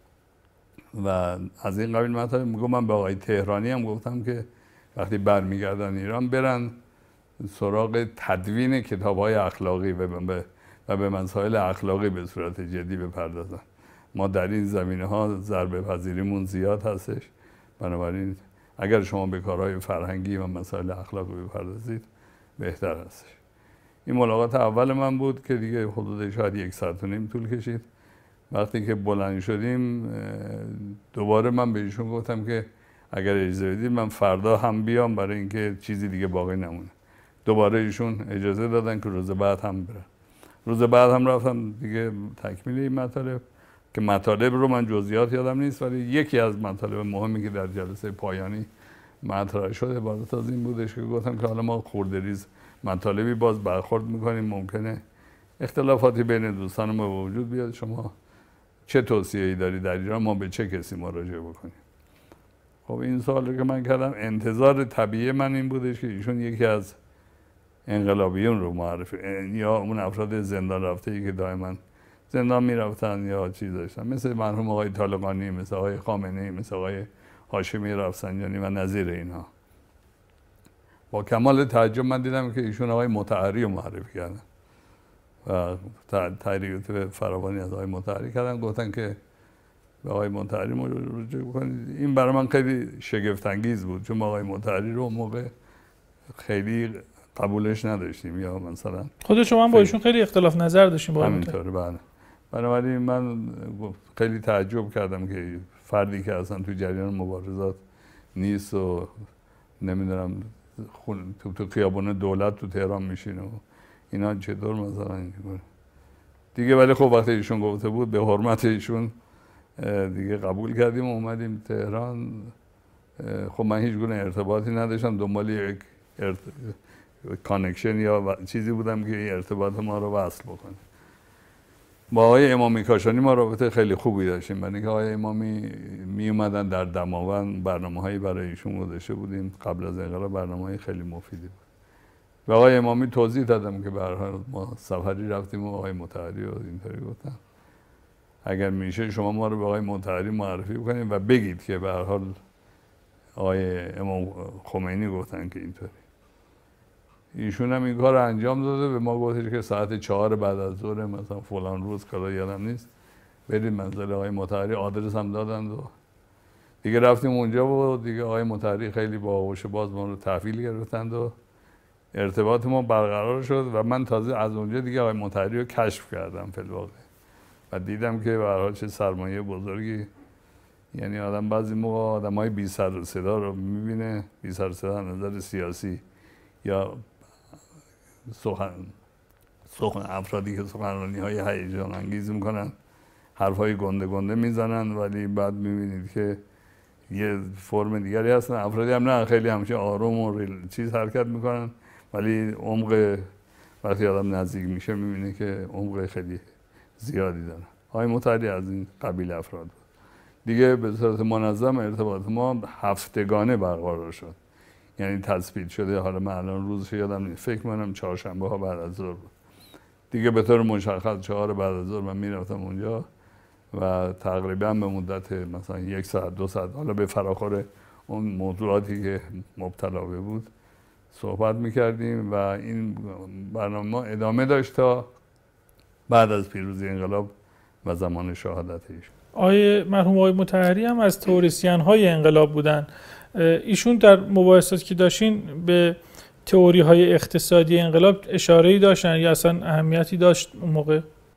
و از این قبیل مطالب. میگم من به آقای تهرانی هم گفتم که وقتی برمیگردن ایران برن سراغ تدوین کتاب‌های اخلاقی و به و به مسائل اخلاقی به صورت جدی بپردازن. ما در این زمینه ها ضربه پذیریمون زیاد هستش، بنابراین اگر شما به کارهای فرهنگی و مسائل اخلاقی بپردازید بهتر هستش. این ملاقات اول من بود که دیگه حدود شاید یک ساعت و نیم طول کشید. وقتی که بلند شدیم دوباره من به ایشون گفتم که اگر اجازه بدید من فردا هم بیام برای اینکه چیزی دیگه باقی نمونه. دوباره ایشون اجازه دادن که روز بعد هم برم. روز بعد هم رفتم دیگه تکمیل این مطالب که مطالب رو من جزئیات یادم نیست، ولی یکی از مطالب مهمی که در جلسه پایانی مطرح شد عبارت از این بودش که گفتم که حالا ما خرده‌ریز مطالبی باز برخورد میکنیم، ممکنه اختلافاتی بین دوستان ما به وجود بیاد، شما چه توصیه‌ای داری در ایران ما به چه کسی مراجعه بکنیم؟ خب این سوالی که من کردم انتظار طبیعی من این بودش که ایشون یکی از انقلابیون رو معرفی، یا اون افراد زندان رفته‌ای که دائما زندان میرفتن یا چیز داشتن، مثل مرحوم آقای طالقانی، مثل آقای خامنه‌ای، مثل آقای هاشمی رفسنجانی و نظیر اینها. با کمال تعجب من دیدم که ایشون آقای مطهری رو معرفی کردن و تحریک فراوانی از آقای مطهری کردن، گفتن که به آقای مطهری مراجعه بکنید. این برای من خیلی شگفت انگیز بود، چون آقای مطهری رو موقع خیلی قبولش نداشتیم، یا مثلا خود شما هم با ایشون خیلی اختلاف نظر داشتیم با همینطوره. بله. بنابراین من خیلی تعجب کردم که فردی که اصلا تو جریان مبارزات نیست و نمیدونم تو تو خیابان دولت تو تهران میشینه و اینا چطور مثلا دیگه. ولی خب وقتی ایشون گفته بود به حرمت ایشون دیگه قبول کردیم و اومدیم تهران. خب من هیچ گونه ارتباطی نداشتم، دنبال یک ارت... کانکشن یا چیزی بودم که این ارتباط ما رو وصل بکنه. با آقای امامی کاشانی ما رابطه خیلی خوبی داشتیم، برای اینکه آقای امامی می اومدن در دماوند برنامه‌هایی برای ایشون گذاشته بودیم قبل از انقلاب، برنامه‌های خیلی مفیدی بود. به آقای امامی توضیح دادم که به هر حال ما سفری رفتیم و آقای مطهری و اینطوری گفتن اگر میشه شما ما رو به آقای مطهری معرفی بکنید و بگید که به هر حال آقای امام خمینی گفتن که اینطوری. ایشون هم این کار رو انجام داده، به ما گفتش که ساعت چهار بعد از ظهر مثلا فلان روز کلا یادم نیست برید منزل آقای مطهری، آدرس هم دادند و دیگه رفتیم اونجا و دیگه آقای مطهری خیلی با آغوش باز ما رو تحویل گرفتند و ارتباط ما برقرار شد و من تازه از اونجا دیگه آقای مطهری رو کشف کردم فی الواقع و دیدم که به هر حال چه سرمایه بزرگی، یعنی آدم بعضی موقع آدمای بی سر و صدا رو میبینه، بی سر و صدا از نظر سیاسی یا سخن سخن افرادی که سخنرانی های هیجان انگیز میکنن، حرف های گنده گنده میزنن، ولی بعد میبینید که یه فرم دیگری هستن، افرادی هم نه خیلی همچین آروم و ریل چیز حرکت میکنن، ولی عمق وقتی آدم نزدیک میشه میبینه که عمق خیلی زیادی دارن. آقای مطهری از این قبیل افراد بود. دیگه به صورت منظم ارتباط ما هفتگانه برقرار شد، یعنی تثبیت شده. حالا من الان روزش یادم نیست، فکر کنم چهارشنبه ها بعد از ظهر بود دیگه، به طور مشخص چهار بعد از ظهر من میرفتم اونجا و تقریبا به مدت مثلا یک ساعت دو ساعت حالا به فراخور اون موضوعاتی که مبتلا بود صحبت میکردیم و این برنامه ما ادامه داشت تا بعد از پیروزی انقلاب و زمان شهادت ایشون. آقای مرحوم آقای مطهری هم از تئوریسین های انقلاب بودن. ایشون در مباحثاتی که داشتین به تئوری های اقتصادی انقلاب اشاره‌ای داشتن یا اصلا اهمیتی داشت اون موقع؟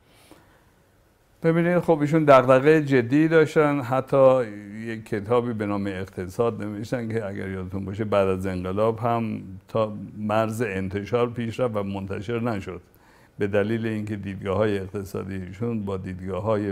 ببینید خب ایشون دغدغه جدی داشتن، حتی یک کتابی به نام اقتصاد نوشتن که اگر یادتون باشه بعد از انقلاب هم تا مرز انتشار پیش رفت و منتشر نشد به دلیل اینکه دیدگاه‌های اقتصادی ایشون با دیدگاه‌های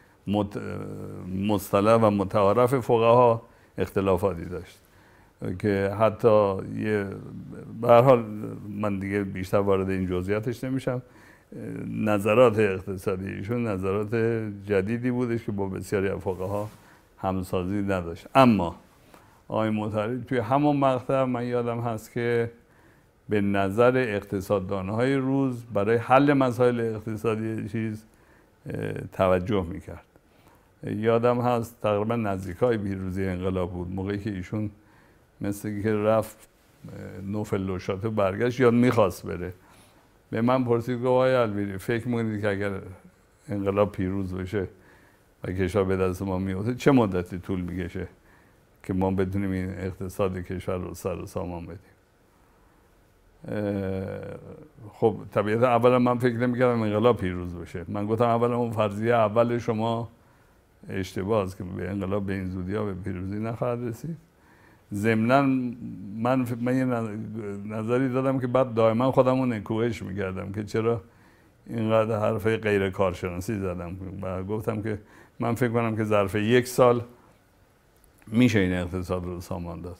مصطلح و متعارف فقها اختلافاتی داشت که حتی یه به هر حال من دیگه بیشتر وارد این جزئیاتش نمیشم. نظرات اقتصادی ایشون نظرات جدیدی بودش که با بسیاری از فقها همسازی نداشت. اما آقای مطهری توی همون مقطع من یادم هست که به نظر اقتصاددان‌های روز برای حل مسائل اقتصادی چیز توجه میکرد. یادم هست تقریبا نزدیکای پیروزی انقلاب بود، موقعی که ایشون مثل که رفت نوفل لوشاتو برگشت یا میخواست بره به من پرسید گفت آقای البیری فکر می‌کنید که اگر انقلاب پیروز بشه و کشور به دست ما میفته چه مدتی طول میکشه که ما بتونیم این اقتصاد کشور رو سر و سامان بدیم؟ خب طبیعتا اولا من فکر نمی‌کردم انقلاب پیروز بشه. من گفتم اولا اون فرضیه اول شما اشتباه است که به انقلاب به این زودی‌ها به پیروزی نخواهد رسید. ضمناً من من یه نظری دادم که بعد دائما خودم رو نکوهش می‌کردم که چرا اینقدر حرف غیر کارشناسی زدم و گفتم که من فکر کنم که ظرف یک سال میشه این اقتصاد رو سامان داد.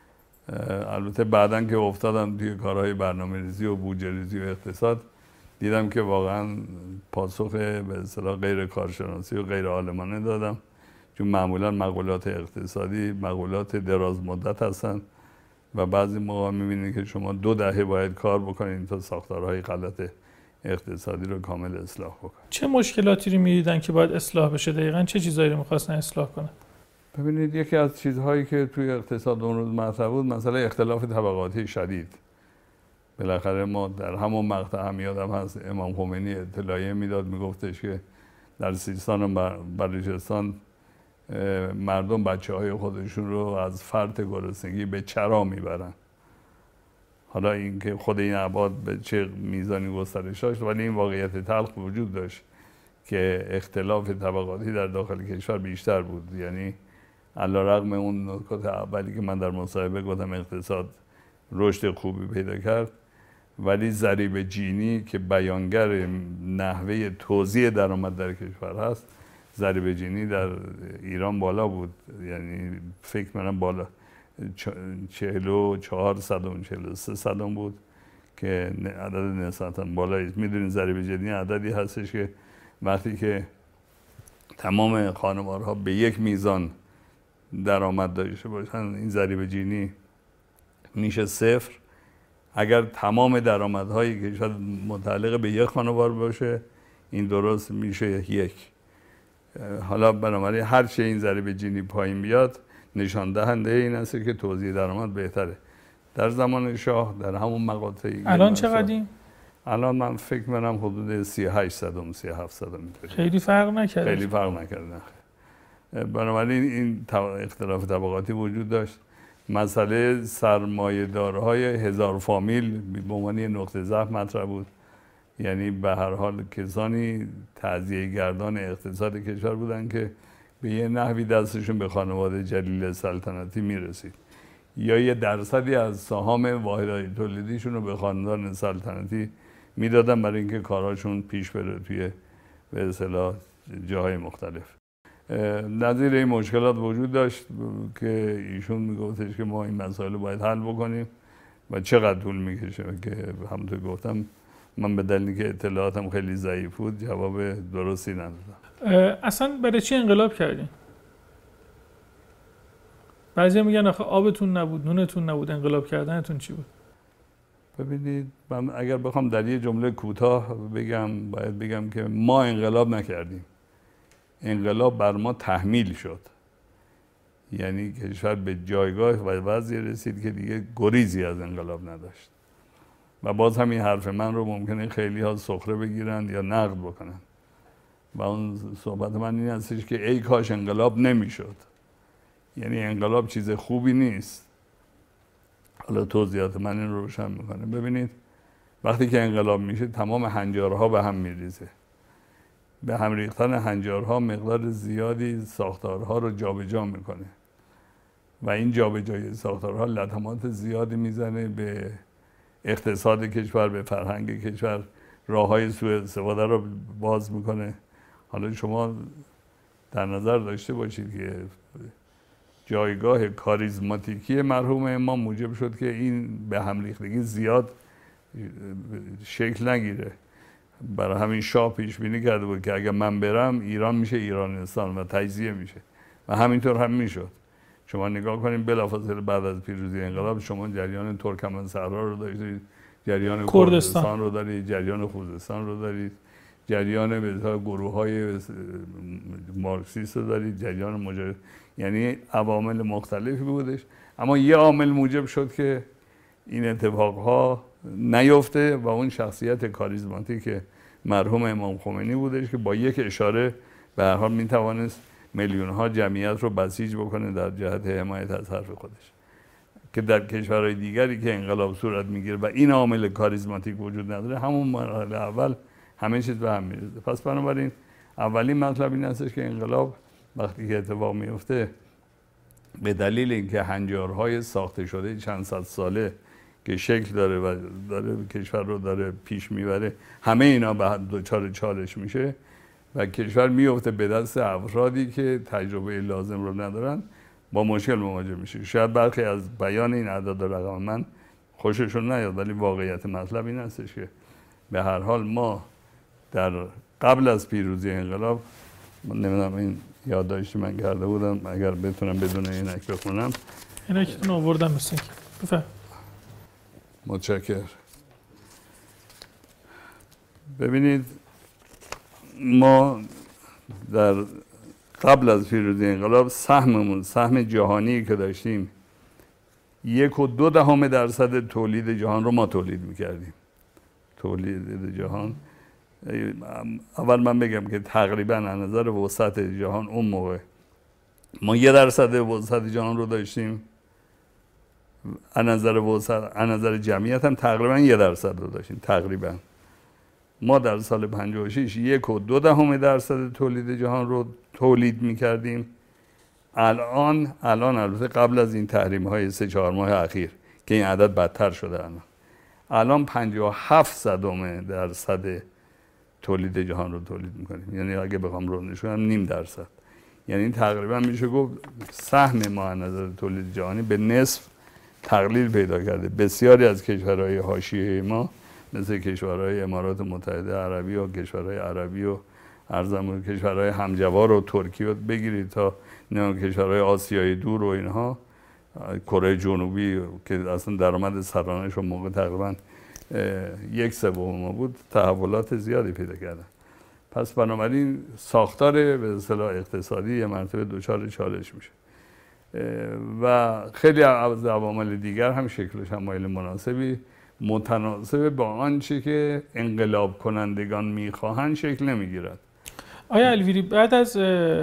البته بعداً که افتادم توی کارهای برنامه‌ریزی و بودجه‌ریزی و اقتصاد دیدم که واقعاً پاسخ به اصطلاح غیر کارشناسی و غیر عالمانه دادم، چون معمولاً مقولات اقتصادی مقولات دراز مدت هستن و بعضی موقع می‌بینید که شما دو دهه باید کار بکنید تا ساختارهای غلط اقتصادی رو کامل اصلاح بکنید. چه مشکلاتی رو می‌دیدن که باید اصلاح بشه؟ دقیقاً چه چیزایی رو می‌خواستن اصلاح کنن؟ ببینید یکی از چیزهایی که توی اقتصاد اون روز مطرح بود مسئله اختلاف طبقاتی شدید. بالاخره ما در همون مقطع هم یادم هست امام خمینی اطلاعیه میداد میگفتش که در سیستان و بلوچستان مردم بچه های خودشون رو از فرط گرسنگی به چرا میبرن. حالا اینکه خود این ابعاد به چه میزانی گسترش داشت ولی این واقعیت تلخ وجود داشت که اختلاف طبقاتی در داخل کشور بیشتر بود. یعنی علیرغم اون نکات اولی که من در مصاحبه گفتم اقتصاد رشد خوبی پیدا کرد، ولی ضریب جینی که بیانگر نحوه توزیع درآمد در کشور هست، ضریب جینی در ایران بالا بود. یعنی فکر کنم بالا چهل و چهار صدم چهل و سه صدم بود که عدد نسبتاً بالایی است. میدونید ضریب جینی عددی هستش که وقتی که تمام خانوارها به یک میزان درآمد داشته باشن این ضریب جینی میشه صفر. اگر تمام درآمدهای کشور متعلق به یک خانوار باشه این درست میشه یک. حالا بنابراین هر چه این ضریب جینی پایین بیاد نشان دهنده این است که توزیع درآمد بهتره. در زمان شاه در همون مقاطعی الان چقدریم؟ الان من فکر می‌کنم حدود سی و هشت صدم سی و هفت صدم. خیلی فرق نکرده. خیلی فرق نکرده. بنابراین این اختلاف طبقاتی وجود داشت. مسئله سرمایه‌دارهای هزار فامیل به عنوان نقطه ضعف مطرح بود. یعنی به هر حال کسانی تعزیه گردان اقتصاد کشور بودن که به یه نحوی دستشون به خانواده جلیل سلطنتی میرسید یا یه درصدی از سهام واحدهای تولیدیشون رو به خاندان سلطنتی میدادن برای اینکه کارهاشون پیش بره توی به اصطلاح جاهای مختلف. نظیر این مشکلات وجود داشت که ایشون میگفتش که ما این مسائل رو باید حل بکنیم و چقدر طول میکشه که همونطور گفتم من به دلیلی که اطلاعاتم خیلی ضعیف بود جواب درستی ندادم. اصلا برای چی انقلاب کردین؟ بعضی میگن آخه آبتون نبود، نونتون نبود، انقلاب کردنتون چی بود؟ ببینید من اگر بخوام در یه جمله کوتاه بگم باید بگم که ما انقلاب نکردیم. انقلاب بر ما تحمیل شد. یعنی کشور به جایگاه و وضعی رسید که دیگه گریزی از انقلاب نداشت. و باز همین حرف من رو ممکنه خیلی ها سخره بگیرن یا نقد بکنن. و اون صحبت من این هستش که ای کاش انقلاب نمیشد. یعنی انقلاب چیز خوبی نیست. حالا توضیحات من این رو روشن میکنه. ببینید وقتی که انقلاب میشه تمام هنجارها به هم میریزه. به هم ریختن هنجارها مقدار زیادی ساختارها رو جابجا میکنه و این جابجایی ساختارها لطمات زیادی میزنه به اقتصاد کشور، به فرهنگ کشور، راههای سوء استفاده رو باز میکنه. حالا شما در نظر داشته باشید که جایگاه کاریزماتیکی مرحوم امام موجب شد که این به هم ریختگی زیاد شکل نگیره. برای همین شاه پیش بینی کرده بود که اگر من برم ایران میشه ایرانستان و تجزیه میشه و همینطور هم میشد. شما نگاه کنید بلافاصله بعد از پیروزی انقلاب شما جریان ترکمن صحرا رو دارید، جریان کردستان رو دارید، جریان خوزستان رو دارید، جریان به گروه‌های مارکسیست رو دارید، جریان مجاهد، یعنی عوامل مختلفی بودش. اما یه عامل موجب شد که این اتفاقها نیفته و اون شخصیت کاریزماتیک که مرحوم امام خمینی بودش که با یک اشاره به هر حال میتوانست میلیون ها جمعیت رو بسیج بکنه در جهت حمایت از حرف خودش، که در کشورهای دیگری که انقلاب صورت میگیره و این عامل کاریزماتیک وجود نداره، همون مرحله اول همه چیز به هم میریزه. پس بنابراین اولین مطلب این هستش که انقلاب وقتی که اتفاق میفته به دلیل اینکه هنجارهای ساخته شده چند صد ساله که شکل داره و داره کشور رو داره پیش میبره، همه اینا به دچار چالش میشه و کشور میفته به دست افرادی که تجربه لازم رو ندارن، با مشکل مواجه میشه. شاید برخی از بیان این اعداد و رقم من خوششون نیاد، ولی واقعیت مطلب این هستش که به هر حال ما در قبل از پیروزی انقلاب، نمیدونم این یادداشتی من کرده بودم اگر بتونم بدون اینک بخونم، اینکتون آوردم مثل اینکه بفهم. متشکر. ببینید ما در قبل از پیروزی انقلاب سهممون، سهم جهانی که داشتیم، یک و دو دهم درصد تولید جهان رو ما تولید میکردیم. تولید جهان، اول من بگم که تقریبا از نظر وسعت جهان اون موقع ما یه درصد وسعت جهان رو داشتیم، از نظر وسعت، از نظر جمعیت هم تقریبا یه درصد رو داشتیم. تقریبا ما در سال پنجاه و شش یک و دو دهم درصد تولید جهان رو تولید میکردیم. الان الان البته قبل از این تحریم های سه چهار ماه اخیر که این عدد بدتر شده، الان الان پنجاه و هفت صدم درصد تولید جهان رو تولید میکنیم. یعنی اگه بخوام روندش کنم نیم درصد، یعنی تقریبا میشه گفت سهم ما از نظر تولید جهانی به نصف تقلیل پیدا کرده. بسیاری از کشورهای حاشیه ما مثل کشورهای امارات متحده عربی و کشورهای عربی و ارزم کشورهای همجوار و ترکیه و بگیرید تا کشورهای آسیای دور و اینها، کره جنوبی که اصلا درآمد سرانه‌اش اون موقع تقریبا یک سوم ما بود، تحولات زیادی پیدا کردن. پس بنابراین ساختار به اصطلاح اقتصادی یه مرتبه دچار چالش میشه و خیلی از عوامل دیگر هم شکل و شمایل مناسبی متناسب با آنچه که انقلاب کنندگان میخواهند شکل نمیگیرد. آیا الویری بعد از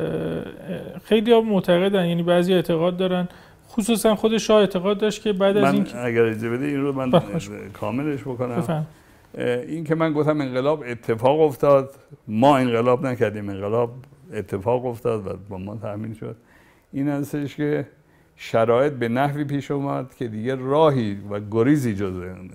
خیلی ها معتقدن، یعنی بعضی اعتقاد دارن، خصوصا خود شاه اعتقاد داشت که بعد از این من اگر اجازه بده این رو من بخش. کاملش بکنم. بفهم. این که من گفتم انقلاب اتفاق افتاد، ما انقلاب نکردیم، انقلاب اتفاق افتاد و با ما تأمین شد، این هستش که شرایط به نحوی پیش اومد که دیگه راهی و گریزی جز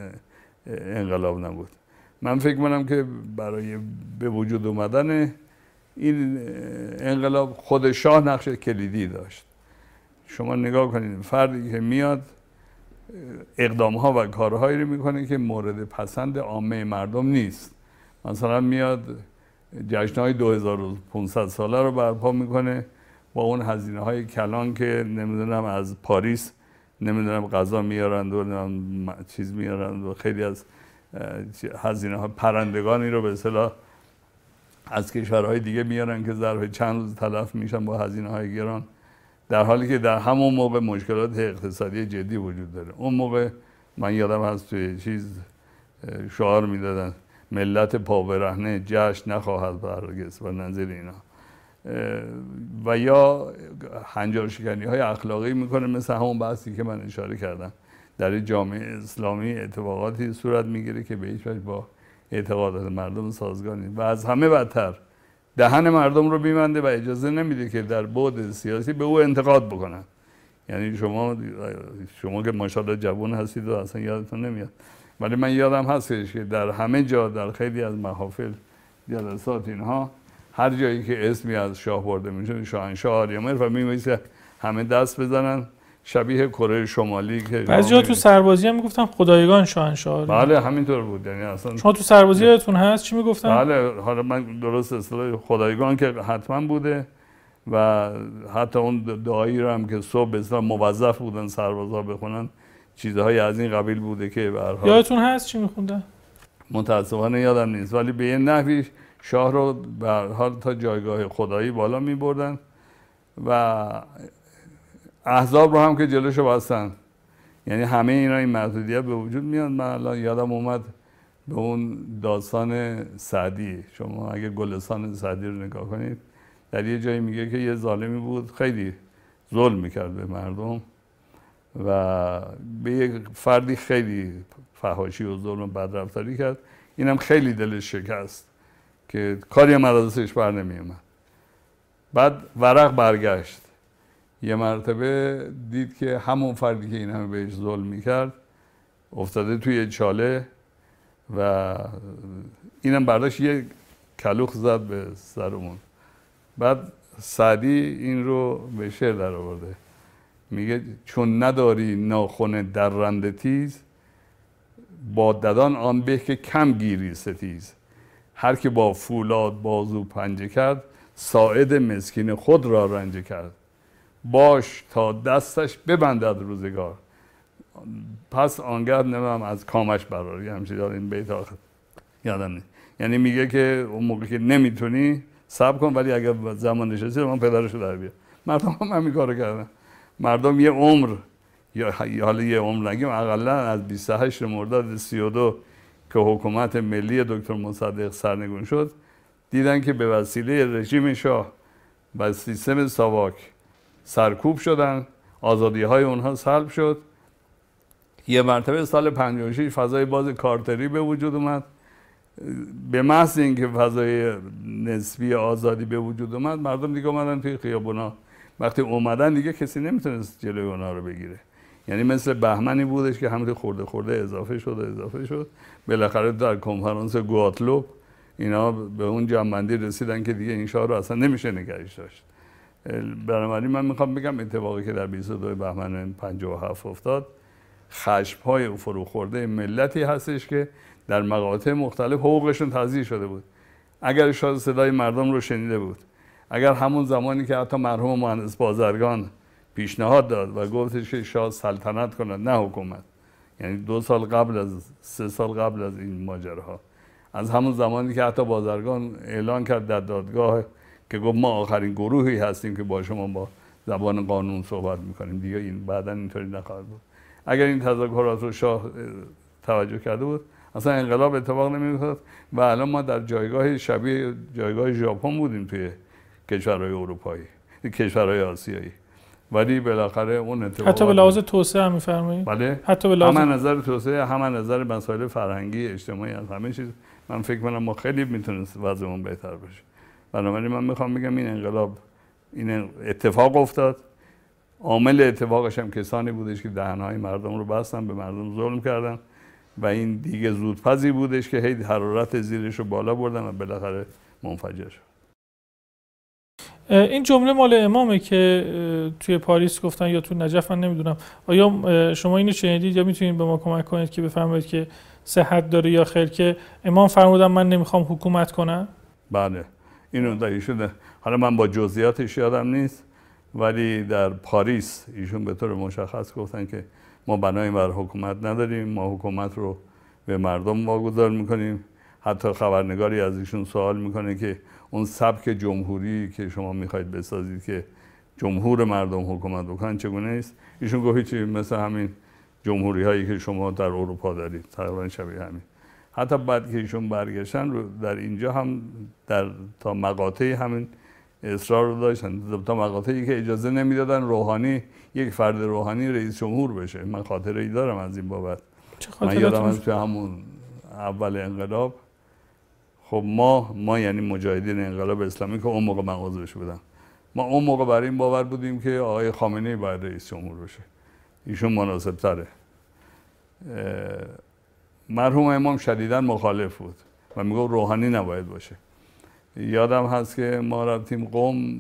انقلاب نبود. من فکر کنم که برای به وجود اومدن این انقلاب خود شاه نقش کلیدی داشت. شما نگاه کنید، فردی که میاد اقدامها و کارهایی رو میکنه که مورد پسند عامه مردم نیست. مثلا میاد جشنهای دو هزار و پانصد ساله رو برپا میکنه با اون هزینه های کلان که نمیدونم از پاریس نمیدونم غذا میارند و چیز میارند و خیلی از هزینه ها، پرندگانی رو به اصطلاح از کشورهای دیگه میارن که ظرف چند روز تلف میشن با هزینه های گران، در حالی که در همون موقع مشکلات اقتصادی جدی وجود داره. اون موقع من یادم هست توی چیز شعار میدادن ملت پا برهنه جشن نخواهد برگز و نظیر اینا، و یا هنجار شکنی های اخلاقی میکنه مثل همون بحثی که من اشاره کردم. در جامعه اسلامی اتفاقاتی صورت میگیره که به هیچ وجه با اعتقادات مردم سازگار نیست و از همه بدتر دهن مردم رو میبنده و اجازه نمیده که در بعد سیاسی به او انتقاد بکنن. یعنی شما شما که ماشاءالله جوان هستید و اصلا یادتون نمیاد، ولی من یادم هستش که در همه جا، در خیلی از محافل، جلسات اینها، هر جایی که اسمی از شاه برده میشه، شاهنشاه آریامهر، و میمیسه همه دست بزنن شبیه کره شمالی که بعضیا تو سربازی هم میگفتن خدایگان شاهنشاه. بله همینطور بود. یعنی اصلا شما تو سربازی یادتون هست چی میگفتن؟ بله، حالا من درست اصطلاح خدایگان که حتما بوده و حتی اون دعایی رو هم که صبح به اصطلاح موظف بودن سربازا بخونن، چیزهای از این قبیل بوده که به هر حال یادتون هست چی میخوندن؟ متاسفانه یادم نیست، ولی به یه نحوی شاه رو به هر حال تا جایگاه خدایی بالا میبردن و احزاب رو هم که جلوشو بستن، یعنی همه اینا این محدودیت به وجود میاد. من الان یادم اومد به اون داستان سعدی، شما اگه گلستان سعدی رو نگاه کنید، در یه جایی میگه که یه ظالمی بود خیلی ظلم میکرد به مردم و به یک فردی خیلی فحاشی و ظلم و بدرفتاری کرد، اینم خیلی دلش شکست که کاری هم از دستش بر نمیومد. بعد ورق برگشت، یه مرتبه دید که همون فردی که این همه بهش ظلم میکرد افتاده توی چاله و اینم برداشت یه کلوخ زد به سرمون. بعد سعدی این رو به شعر در آورده، میگه چون نداری ناخن درنده تیز، با ددان آن به که کم گیری ستیز. هر که با فولاد بازو پنجه کرد، ساعد مسکین خود را رنجه کرد. باش تا دستش ببندد روزگار، پس آنگه نمیم از کامش براری. همچنین این بیت آخر یادم نیست. یعنی میگه که اون موقع که نمیتونی صبر کن، ولی اگر زمان نشستی من پدرشو در بیار. مردم هم همین کارو کردن. مردم یه عمر یا حالا یه عمر نگیم، اقلا از بیست و هشت مرداد سی و دو که حکومت ملی دکتر مصدق سرنگون شد، دیدن که به وسیله رژیم شاه و سیستم ساواک سرکوب شدن، آزادی های اونها سلب شد. یه مرتبه سال پنجاه و شش فضای باز کارتری به وجود اومد. به محض اینکه فضای نسبی آزادی به وجود اومد، مردم دیگه اومدن توی خیابونا. وقتی اومدن دیگه کسی نمیتونست جلوی اونها رو بگیره. یعنی مثل بهمنی بودش که همین خورده خورده اضافه شد و اضافه شد. بالاخره در کنفرانس گواتلوپ اینا به اون جمع‌بندی رسیدن که دیگه این شاه رو اصلا نمیشه نگهش داشت. بنابراین من میخوام بگم اتفاقی که در بیست و دو بهمن پنجاه و هفت افتاد، خشم‌های فروخورده ملتی هستش که در مقاطع مختلف حقوقشون تضییع شده بود. اگر شاه صدای مردم رو شنیده بود، اگر همون زمانی که حتی مرحوم مهندس بازرگان پیشنهاد داد و گفتش که شاه سلطنت کند نه حکومت، یعنی دو سال قبل از سه سال قبل از این ماجراها، از همون زمانی که حتی بازرگان اعلان کرد در دادگاه که گفت ما آخرین گروهی هستیم که با شما با زبان قانون صحبت میکنیم، دیگه این بعداً اینطوری نخواهد بود. اگر این تظاهرات رو شاه توجه کرده بود، اصلا انقلاب اتفاق نمی‌افتاد و الان ما در جایگاه شبیه جایگاه ژاپن بودیم توی کشورهای اروپایی، کشورهای آسیایی. ولی بالاخره اون اتفاق حتی به لحاظ توسعه هم می‌فرمایید؟ بله، حتی به لحاظ هم نظر توسعه، هم نظر مسائل فرهنگی، اجتماعی، از همه چیز من فکر می‌کنم ما خیلی میتونست وضعمون بهتر بشه. بنابراین من میخوام بگم این انقلاب این اتفاق افتاد. عامل اتفاقش هم کسانی بودش که دهن‌های مردم رو بستن، به مردم ظلم کردن و این دیگه زودپزی بودش که هی حرارت زیرش رو بالا بردن و بالاخره منفجر شد. این جمله مال امامه که توی پاریس گفتن یا تو نجف، من نمیدونم. آیا شما اینو شنیدید یا میتونید به ما کمک کنید که بفهمید که صحت داره یا خیر که امام فرمودن من نمیخوام حکومت کنم؟ بله، اینو در ایشون، حالا من با جزئیاتش یادم نیست، ولی در پاریس ایشون به طور مشخص گفتن که ما بنای بر حکومت نداریم، ما حکومت رو به مردم واگذار میکنیم. حتی خبرنگاری از ایشون سوال میکنه که اون سبک جمهوری که شما میخواید بسازید که جمهور مردم حکومت بکنن چگونه است؟ ایشون گفت هیچی، مثل همین جمهوری هایی که شما در اروپا دارید، تقریبا شبیه همین. حتی بعد که ایشون برگشتن رو در اینجا هم در تا مقاطعی همین اصرار رو داشتن، تا مقاطعی که اجازه نمیدادن روحانی، یک فرد روحانی رئیس جمهور بشه. من خاطره ای دارم از این بابت. من یادم از توی همون اول انقلاب، خب ما ما یعنی مجاهدین انقلاب اسلامی که اون موقع من عضوش بودم، ما اون موقع برای این باور بودیم که آقای خامنه‌ای باید رئیس جمهور بشه، ایشون مناسب تره. مرحوم امام شدیداً مخالف بود و میگفت روحانی نباید باشه. یادم هست که ما رفتیم قم،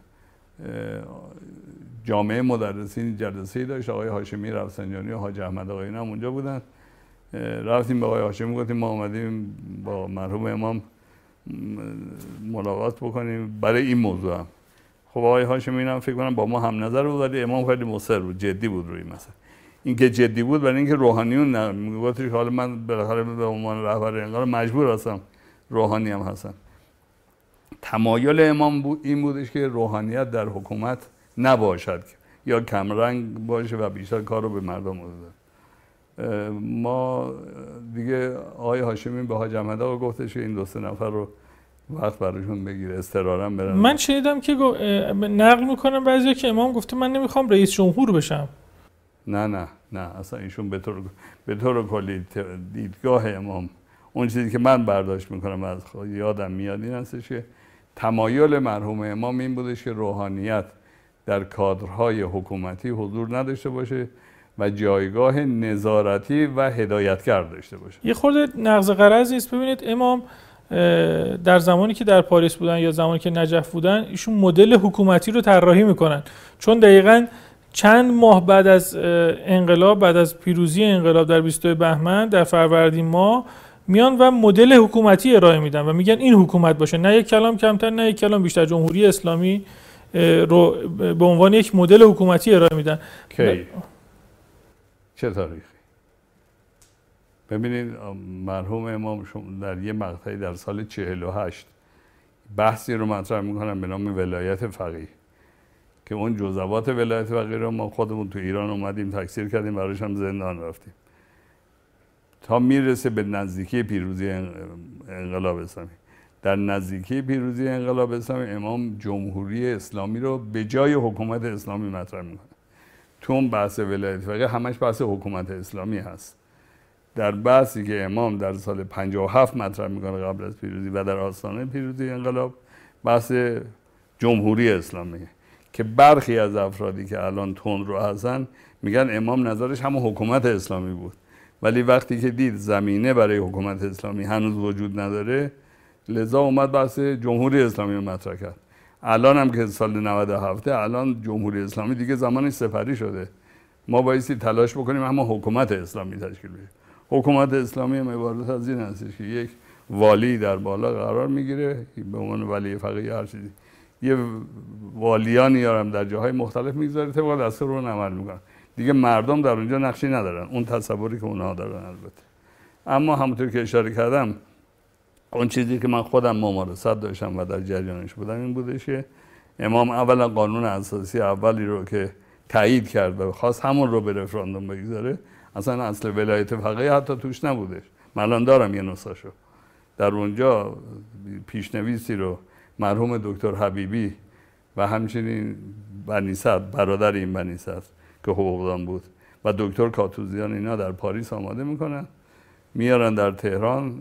جامعه مدرسین جلسه‌ای داشت، آقای هاشمی رفسنجانی و حاج احمد آقایون هم اونجا بودن. رفتیم به آقای هاشمی گفتیم ما اومدیم با مرحوم امام ملاقات بکنیم برای این موضوع هم. خب آقای هاشمی هم فکر کنم با ما هم نظر بود، ولی امام خیلی مصر بود، جدی بود روی مسئله. این که جدی بود برای اینکه روحانیون نه، میگفتش حالا من بالاخره به عنوان رهبر انقلاب مجبور هستم، روحانی هم هستم. تمایل امام بود این بودش که روحانیت در حکومت نباشد، یا کمرنگ باشه و بیشتر کار رو به مردم بده. ما دیگه آقای هاشمی به حاج احمد آقا گفتش که این دو سه نفر رو وقت براشون بگیره استراحا برن. من شنیدم که نقل میکنم بعضیا که امام گفته من نمیخوام رئیس جمهور بشم. نه نه نه اصلا ایشون به طور به طور کلی دیدگاه امام، اون چیزی که من برداشت میکنم از یادم میاد این هستش که تمایل مرحوم امام این بودش که روحانیت در کادرهای حکومتی حضور نداشته باشه و جایگاه نظارتی و هدایتگر داشته باشه. یه خورده نقض غرضی است. ببینید امام در زمانی که در پاریس بودن یا زمانی که نجف بودن ایشون مدل حکومتی رو طراحی میکنن، چون دقیقاً چند ماه بعد از انقلاب، بعد از پیروزی انقلاب در بیست و دو بهمن در فروردین ماه میان و مدل حکومتی ارائه میدن و میگن این حکومت باشه، نه یک کلام کمتر نه یک کلام بیشتر. جمهوری اسلامی رو به عنوان یک مدل حکومتی ارائه میدن. کی؟ چه تاریخی؟ ببینید مرحوم امام در یه مقطعی در سال چهل و هشت بحثی رو مطرح میکنن به نام ولایت فقیه که اون جزوات ولایت فقیه رو ما خودمون تو ایران اومدیم تکثیر کردیم، براش هم زندان رفتیم تا میرسه به نزدیکی پیروزی انقلاب اسلامی. در نزدیکی پیروزی انقلاب اسلامی امام جمهوری اسلامی رو به جای حکومت اسلامی مطرح میکنه. تو اون بحث ولایت فقیه همش بحث حکومت اسلامی هست. در بحثی که امام در سال پنجاه و هفت مطرح میکنه قبل از پیروزی و در آستانه پیروزی انقلاب بحث جمهوری اسلامیه که برخی از افرادی که الان تند رو هستن میگن امام نظرش همون حکومت اسلامی بود، ولی وقتی که دید زمینه برای حکومت اسلامی هنوز وجود نداره لذا اومد بحث جمهوری اسلامی رو مطرح کرد. الان هم که سال نود و هفت الان جمهوری اسلامی دیگه زمانش سپری شده، ما بایستی تلاش بکنیم اما حکومت اسلامی تشکیل بشه. حکومت اسلامی هم عبارت از این هستش که یک والی در بالا قرار میگیره به عنوان ولی فقیه هر چیزی، یه والیانی هم در جاهای مختلف میگذاره طبق دستور رو عمل میکنن، دیگه مردم در اونجا نقشی ندارن، اون تصوری که اونها دارن البته. اما همونطور که اشاره کردم اون چیزی که من خودم ممارست داشتم و در جریانش بودم این بودش که امام اولا قانون اساسی اولی رو که تایید کرد و خواست همون رو به رفراندوم بگذاره، اصلا اصل ولایت فقیه حتی توش نبودش. من الان دارم یه نسخه‌شو. در اونجا پیشنویسی رو مرحوم دکتر حبیبی و همچنین بنی صدر، برادر این بنی صدر که حقوقدان بود، و دکتر کاتوزیان اینا در پاریس آماده میکنن میارن در تهران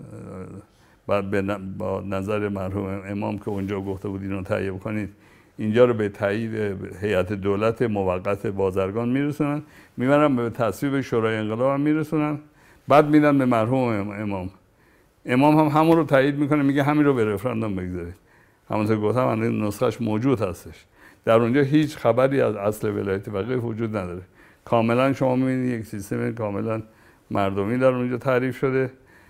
و با نظر مرحوم امام که اونجا گفته بود اینو تهیه کنید اینجا رو به تایید هیئت دولت موقت بازرگان میرسونن، میبرن به تصویب شورای انقلاب هم میرسونن، بعد میدن به مرحوم امام. امام هم همون رو تایید میکنه، میگه همین رو به رفراندوم بگذارید. همونطور گفتم این نسخهش موجود هستش. در اونجا هیچ خبری از اصل ولایت فقیه وجود نداره. کاملا شما میبینید یک سیستم کاملا مردمی در اونجا تعریف شده.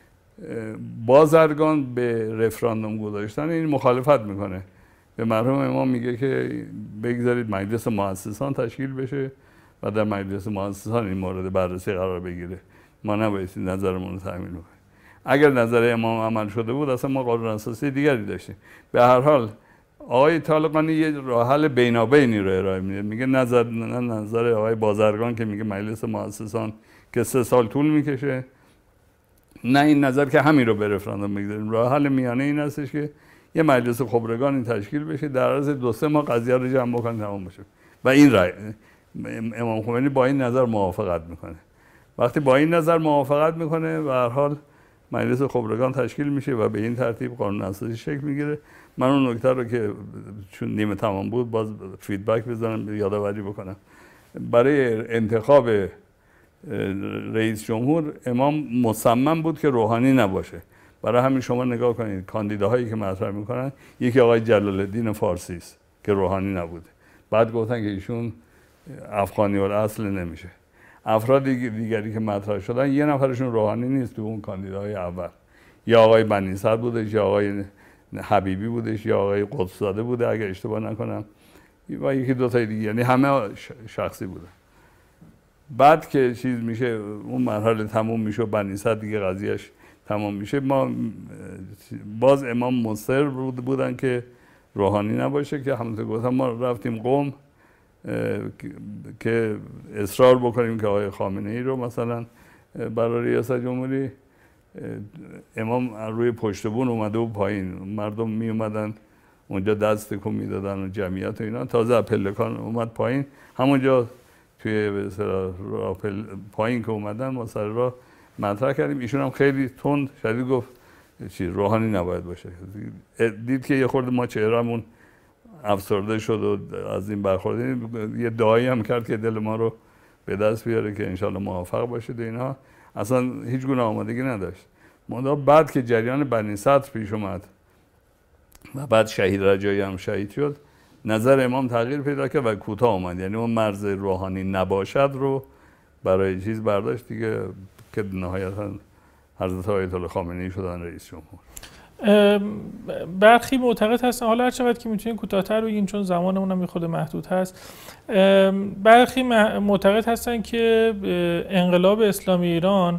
بازرگان به رفراندوم گذاشتن این مخالفت میکنه، به مرحوم امام میگه که بگذارید مجلس مؤسسان تشکیل بشه و در مجلس مؤسسان این مورد بررسی قرار بگیره، ما نباید نظرمون رو تحمیل کنیم. اگر نظر امام عمل شده بود اصلا ما قانون اساسی دیگری داشتیم. به هر حال آقای طالقانی یه راه حل بینابینی رو ارائه میده، میگه نظر نظر آقای بازرگان که میگه مجلس مؤسسان که سه سال طول میکشه، نه این نظر که همین رو به رفراندوم بگذاریم. راه حل میانه این هستش که یه مجلس خبرگانی تشکیل بشه، در عرض دو سه ماه قضیه رو جمع بکنه تمام بشه. و این رأی امام خمینی با این نظر موافقت میکنه. وقتی با این نظر موافقت میکنه به هر حال مجلس خبرگان تشکیل میشه و به این ترتیب قانون اساسی شکل میگیره. من اون نکته رو که چون نیمه تمام بود باز فیدبک بزنم یادآوری بکنم. برای انتخاب رئیس جمهور امام مصمم بود که روحانی نباشه. برای همین شما نگاه کنید کاندیداهایی که مطرح میکنن یکی آقای جلال الدین فارسی است که روحانی نبوده، بعد گفتن که ایشون افغانی الاصل نمیشه. افراد دیگری که مطرح شدن یه نفرشون روحانی نیست تو اون کاندیداهای اول، یا آقای بنی صدر بودش یا آقای حبیبی بودش یا آقای قدسزاده بوده اگه اشتباه نکنم و یکی دو تا دیگه، یعنی همه شخصی بودن. بعد که چیز میشه اون مرحله تموم میشه و بنی صدر دیگه قضیهش تمام میشه، ما باز امام مصر بودن که روحانی نباشه که همونطور گفتم ما رفتیم قم که اصرار بکنیم که آقای خامنه ای رو مثلا برای ریاست جمهوری، امام روی پشت بون اومده و پایین، مردم می اومدن اونجا دست تکون میدادن و جمعیت و اینا، تازه پلکان اومد پایین، همونجا توی به اصطلاح پایین که اومدن ما سر راه مطرح کردیم. ایشون هم خیلی تند شدید گفت چی روحانی نباید باشه. دید که یه خورده ما چهرهمون افسرده شد و از این برخورد یه دعایی هم کرد که دل ما رو به دست بیاره که انشالله موفق باشید و اینها. اصلا هیچ گونه آمادگی نداشت. منتها بعد که جریان بنی صدر پیش اومد و بعد شهید رجایی هم شهید شد، نظر امام تغییر پیدا کرد و کوتاه اومد. یعنی اون مرز روحانی نباشد رو برای چیز برداشت دیگه که نهایتا حضرت آیت الله خامنه‌ای شدن رئیس جمهور. برخی معتقد هستن، حالا هر چقدر که میتونین کوتاه‌تر بگین چون زمانمون هم خود محدود هست، برخی معتقد هستن که انقلاب اسلامی ایران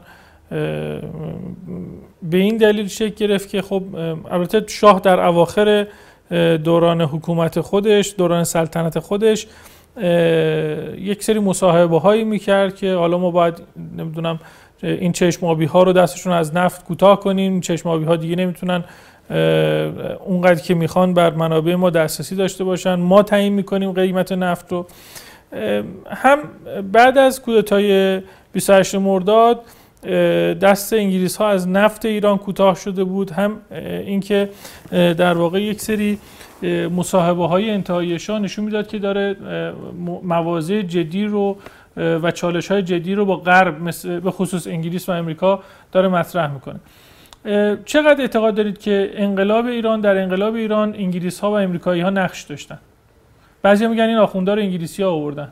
به این دلیل شکل گرفت که خب البته شاه در اواخر دوران حکومت خودش، دوران سلطنت خودش یک سری مصاحبه هایی میکرد که حالا ما باید نمیدونم این چشم آبی ها رو دستشون از نفت کوتاه کنیم، چشم آبی ها دیگه نمیتونن اونقدر که میخوان بر منابع ما دسترسی داشته باشن، ما تعیین میکنیم قیمت نفت رو. هم بعد از کودتای بیست و هشتم مرداد دست انگلیس ها از نفت ایران کوتاه شده بود، هم اینکه در واقع یک سری مصاحبه های انتهایی شاه نشون میداد که داره مواضع جدی رو و چالش های جدی رو با غرب مثل به خصوص انگلیس و امریکا داره مطرح میکنه. چقدر اعتقاد دارید که انقلاب ایران در انقلاب ایران انگلیس ها و امریکایی ها نقش داشتن؟ بعضی میگن این آخوندها رو انگلیسی ها آوردن.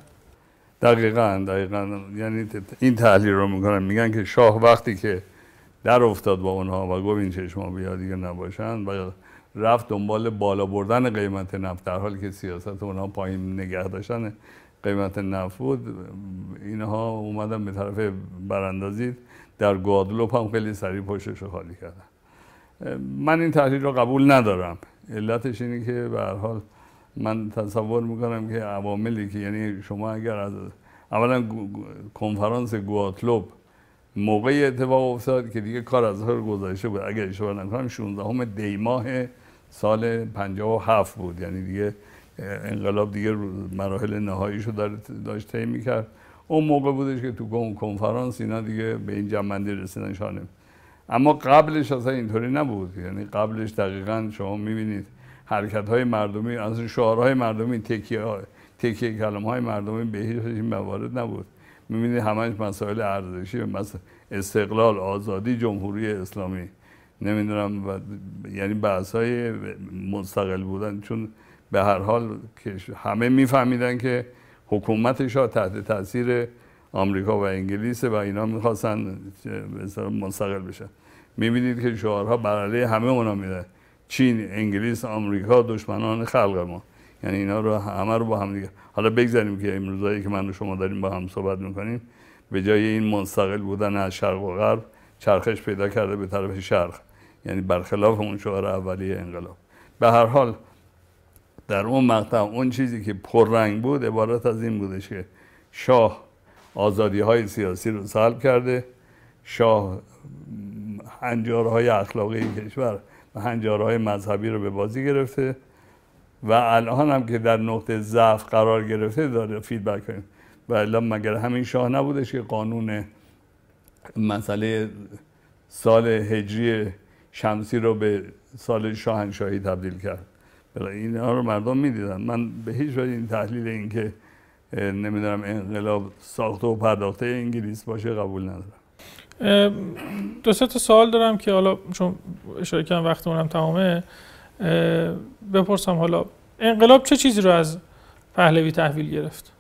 دقیقاً دقیقاً یعنی این تحلیل رو میکنن، میگن که شاه وقتی که در افتاد با اونها و گفت این چشم آبی ها دیگه نباشن و رفت دنبال بالا بردن قیمت نفت در حالی که سیاست اونها پایین نگه داشتن قیمت نفت بود، اینها اومدن به طرف براندازی در گوادلوپ هم خیلی سریع پشتش رو خالی کردن. من این تحلیل رو قبول ندارم. علتش اینه که به هر حال من تصور میکنم که عواملی که یعنی شما اگر از اولا کنفرانس گوادلوپ موقعی اتفاق افتاد که دیگه کار از هر گذشته بود، اگر اشتباه نکنم شانزدهم دی ماه سال پنجاه و هفت بود، یعنی دیگه انقلاب دیگه مراحل نهاییشو داشت طی میکرد. اون موقع بودش که تو کنفرانس اینا دیگه به این جمع‌بندی رسیدن شانم. اما قبلش اصلا اینطوری نبود. یعنی قبلش دقیقاً شما میبینید حرکت‌های مردمی، از شعارهای مردمی، تکیه تکیه کلمه‌های مردمی به هیچ این موارد نبود. میبینید همش مسائل ارزشی، مثلا استقلال، آزادی، جمهوری اسلامی، نمیدونم و یعنی بحث‌های مستقل بودن، چون به هر حال که همه میفهمیدن که حکومت شاه تحت تاثیر آمریکا و انگلیس و اینا میخواستن مستقل بشن. میبینید که شعارها بر علیه همه اونا میره، چین، انگلیس، آمریکا دشمنان خلق ما، یعنی اینا رو همه رو با هم دیگه. حالا بگذاریم که امروزایی که من و شما داریم با هم صحبت میکنیم به جای این مستقل بودن از شرق و غرب چرخش پیدا کرده به طرف شرق، یعنی برخلاف اون شعار اولیه انقلاب. به هر حال در اون مقطع اون چیزی که پررنگ بود عبارت از این بودش که شاه آزادی های سیاسی رو سلب کرده، شاه هنجارهای اخلاقی کشور و هنجارهای مذهبی رو به بازی گرفته و الان هم که در نقطه ضعف قرار گرفته داره فیدبک کنیم. و الان مگر همین شاه نبودش که قانون مسئله سال هجری شمسی رو به سال شاهنشاهی تبدیل کرد؟ اینها رو مردم میدیدن. من به هیچ وجه این تحلیل این که نمیدونم انقلاب ساخته و پرداخته انگلیس باشه قبول ندارم. دو سه تا سوال دارم که حالا چون اشاره کردم وقتمون هم تمامه بپرسم. حالا انقلاب چه چیزی رو از پهلوی تحویل گرفت؟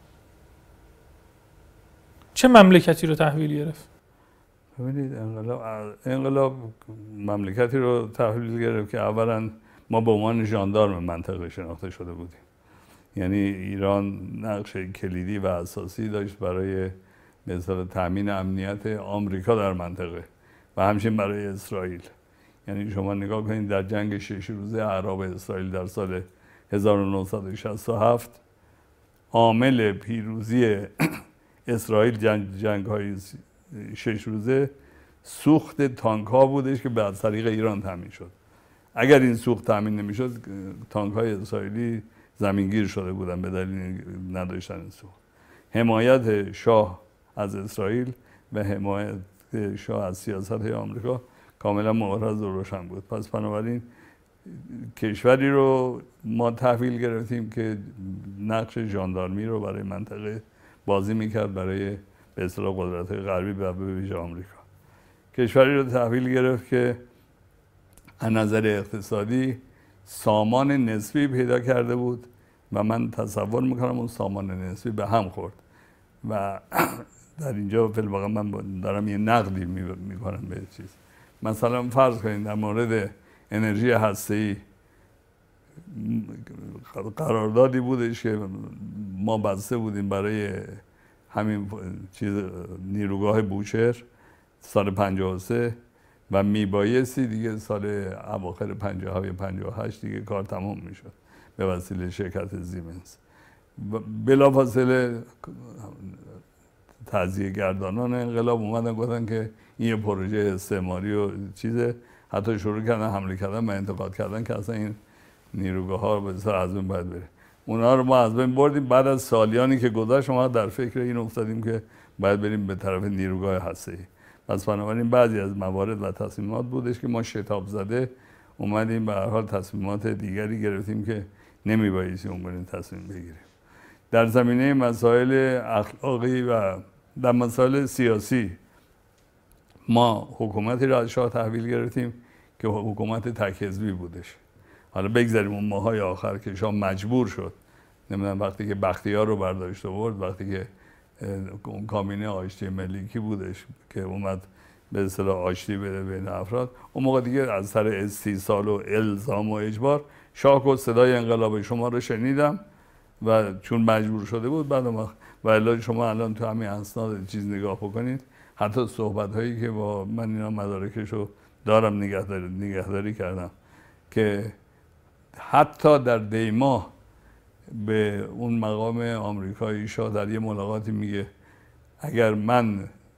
چه مملکتی رو تحویل گرفت؟ ببینید انقلاب انقلاب مملکتی رو تحویل گرفت که اولا ما به عنوان ژاندارم منطقه شناخته شده بودیم. یعنی ایران نقش کلیدی و اساسی داشت برای مثلا تامین امنیت آمریکا در منطقه و همچنین برای اسرائیل. یعنی شما نگاه کنید در جنگ شش روزه عرب اسرائیل در سال هزار و نهصد و شصت و هفت عامل پیروزی اسرائیل جنگ, جنگ های شش روزه سوخت تانک ها بودش که به از طریق ایران تامین شد. اگر این سوخت تامین نمیشد تانک های اسرائیلی زمینگیر شده بودن به دلیل نداشتن این سوخت. حمایت شاه از اسرائیل و حمایت شاه از سیاست آمریکا کاملا معرض و روشن بود. پس بنابراین کشوری رو ما تحویل گرفتیم که نقش ژاندارمی رو برای منطقه بازی میکرد برای به اصطلاح قدرت‌های غربی و به ویژه آمریکا. کشوری رو تحویل گرفت که از نظر اقتصادی سامان نسبی پیدا کرده بود و من تصور میکنم اون سامان نسبی به هم خورد و در اینجا فی‌الواقع من دارم یه نقدی میکنم به چیز. مثلا فرض کنید در مورد انرژی هسته‌ای قراردادی بودش که ما بسته بودیم برای همین چیز نیروگاه بوشهر سال پنجاه و سه و میبایستی دیگه سال اواخر پنجاه ها یا پنجاه و هشت دیگه کار تمام میشد به وسیله شرکت زیمنس. بلافاصله تجزیه گردانان انقلاب اومدن گفتن که این یه پروژه استعماری و چیزه، حتی شروع کردن حمله کردن و انتقاد کردن که اصلا این نیروگاه ها رو به از بین باید بره. اونا رو ما از بین بردیم. بعد از سالیانی که گذشت ما در فکر این افتادیم که باید بریم به طرف نیروگاه هسته‌ای. پس بنابراین بعضی از موارد و تصمیمات بودش که ما شتاب زده اومدیم به هر حال تصمیمات دیگری گرفتیم که نمیبایستی اون تصمیم بگیریم. در زمینه مسائل اخلاقی و در مسائل سیاسی ما حکومتی را از شاه تحویل گرفتیم که حکومت تک حزبی بودش. حالا بگذاریم اون ماهای آخر که شاه مجبور شد، نمیدونم وقتی که بختیار رو برداشت آورد، وقتی که اون کابینه آشتی ملی کی بودش که اومد به اصطلاح آشتی بده بین افراد، اون موقع دیگه از سر استیصال و الزام و اجبار شاه گفت صدای انقلاب شما رو شنیدم و چون مجبور شده بود بعد ما و الا شما الان تو همین اسناد چیز نگاه بکنید، حتی صحبت هایی که با من اینا مدارکشو دارم نگهداری نگهداری کردم که حتی در دیماه به اون مقام آمریکایی شاه در یه ملاقاتی میگه اگر من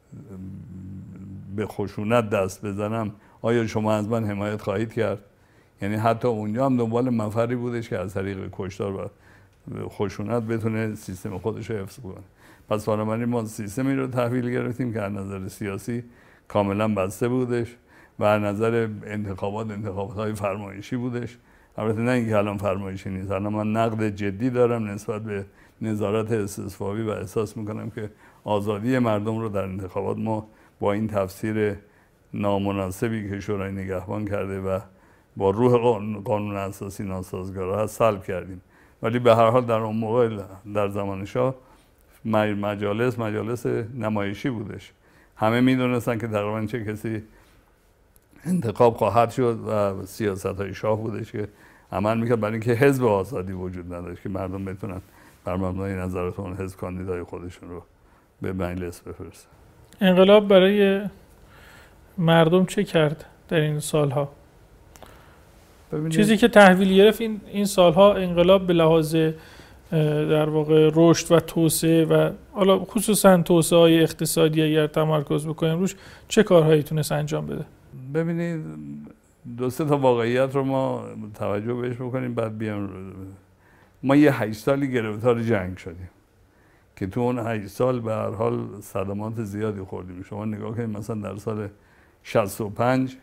به خشونت دست بزنم آیا شما از من حمایت خواهید کرد؟ یعنی حتی اونجا هم دنبال مفری بودش که از طریق کشتار و خشونت بتونه سیستم خودش رو حفظ کنه. پس بنابراین ما سیستمی رو تحویل گرفتیم که از نظر سیاسی کاملا بسته بودش و از نظر انتخابات انتخابات های فرمایشی بودش. البته نه اینکه الان فرمایشی نیست، الان من نقد جدی دارم نسبت به نظارت استثبابی و احساس میکنم که آزادی مردم رو در انتخابات ما با این تفسیر نامناسبی که شورای نگهبان کرده و با روح قانون اساسی ناسازگار هست سلب کردیم. ولی به هر حال در اون موقع در زمان شاه مجالس مجالس نمایشی بودش. همه میدونستن که تقریبا چه کسی انتخاب خواهد شد و سیاست های شاه بودش که عمل میکرد برای اینکه حزب آزادی وجود نداشت که مردم بتونن بر مبنای نظرات اون حزب کاندیدای خودشون رو به مجلس بفرستن. انقلاب برای مردم چه کرد در این سالها؟ ببینید. چیزی که تحویل گرفت این این سالها انقلاب به لحاظ در واقع رشد و توسعه و حالا خصوصا توسعه های اقتصادی اگر تمرکز بکنیم روش چه کارهایی تونست انجام بده؟ ببینید دو سه تا واقعیت رو ما توجه بهش بکنیم بعد بیام. ما یه هشت سالی گرفتار جنگ شدیم که تو اون هشت سال به هر حال صدمات زیادی خوردیم. شما نگاه کنید مثلا در سال شصت و پنج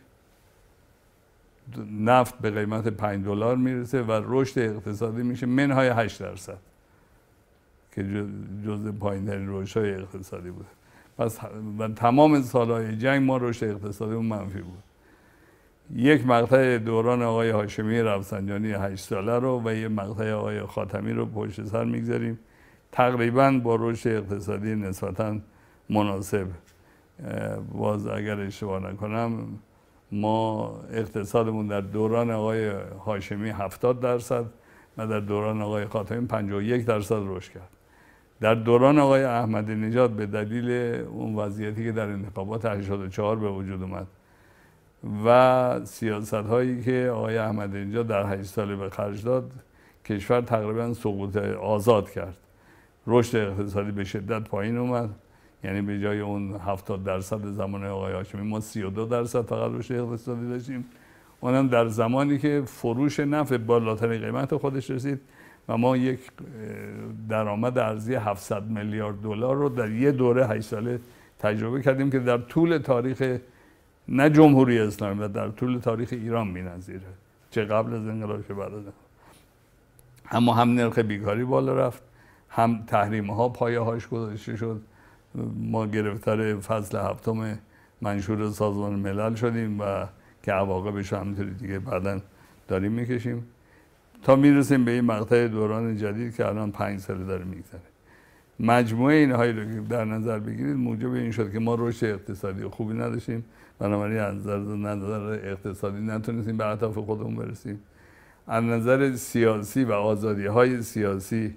نفت به قیمت پنج دلار میرسه و رشد اقتصادی میشه منهای هشت درصد که جزء پایین ترین رشدهای اقتصادی بود. پس و تمام سالهای جنگ ما رشد اقتصادی اون منفی بود. یک مقطع دوران آقای هاشمی رفسنجانی هشت ساله رو و یک مقطع آقای خاتمی رو پشت سر میگذاریم تقریبا با رشد اقتصادی نسبتاً مناسب. باز اگر اشتباه نکنم ما اقتصادمون در دوران آقای هاشمی هفتاد درصد و در دوران آقای خاتمی پنجاه و یک درصد رشد کرد. در دوران آقای احمدی نژاد به دلیل اون وضعیتی که در انتخابات هشتاد و چهار به وجود اومد و سیاست هایی که آقای احمدی نژاد در هشت ساله به خرج داد کشور تقریبا سقوط آزاد کرد رشد اقتصادی به شدت پایین اومد، یعنی به جای اون هفتاد درصد زمان آقای هاشمی ما سی و دو درصد فقط رشد اقتصادی داشتیم، اونم در زمانی که فروش نفت بالاترین قیمت خودش رسید و ما یک درآمد ارزی هفتصد میلیارد دلار رو در یه دوره هشت ساله تجربه کردیم که در طول تاریخ نه جمهوری اسلامی و در طول تاریخ ایران بی‌نظیره، چه قبل از انقلاب چه بعد از انقلاب. اما هم نرخ بیکاری بالا رفت، هم تحریم ها پایه هاش گذاشته شد، ما گرفتار فصل هفتم منشور سازمان ملل شدیم و که عواقبش همینطوری دیگه بعداً داریم میکشیم تا میرسیم به این مقطع دوران جدید که الان پنج ساله داره میگذره. مجموعه اینهایی رو که در نظر بگیرید موجب این شد که ما رشد اقتصادی خوبی نداشتیم، بنابراین از نظر اقتصادی نتونستیم به اهداف خودمون برسیم. از نظر سیاسی و آزادی های سیاسی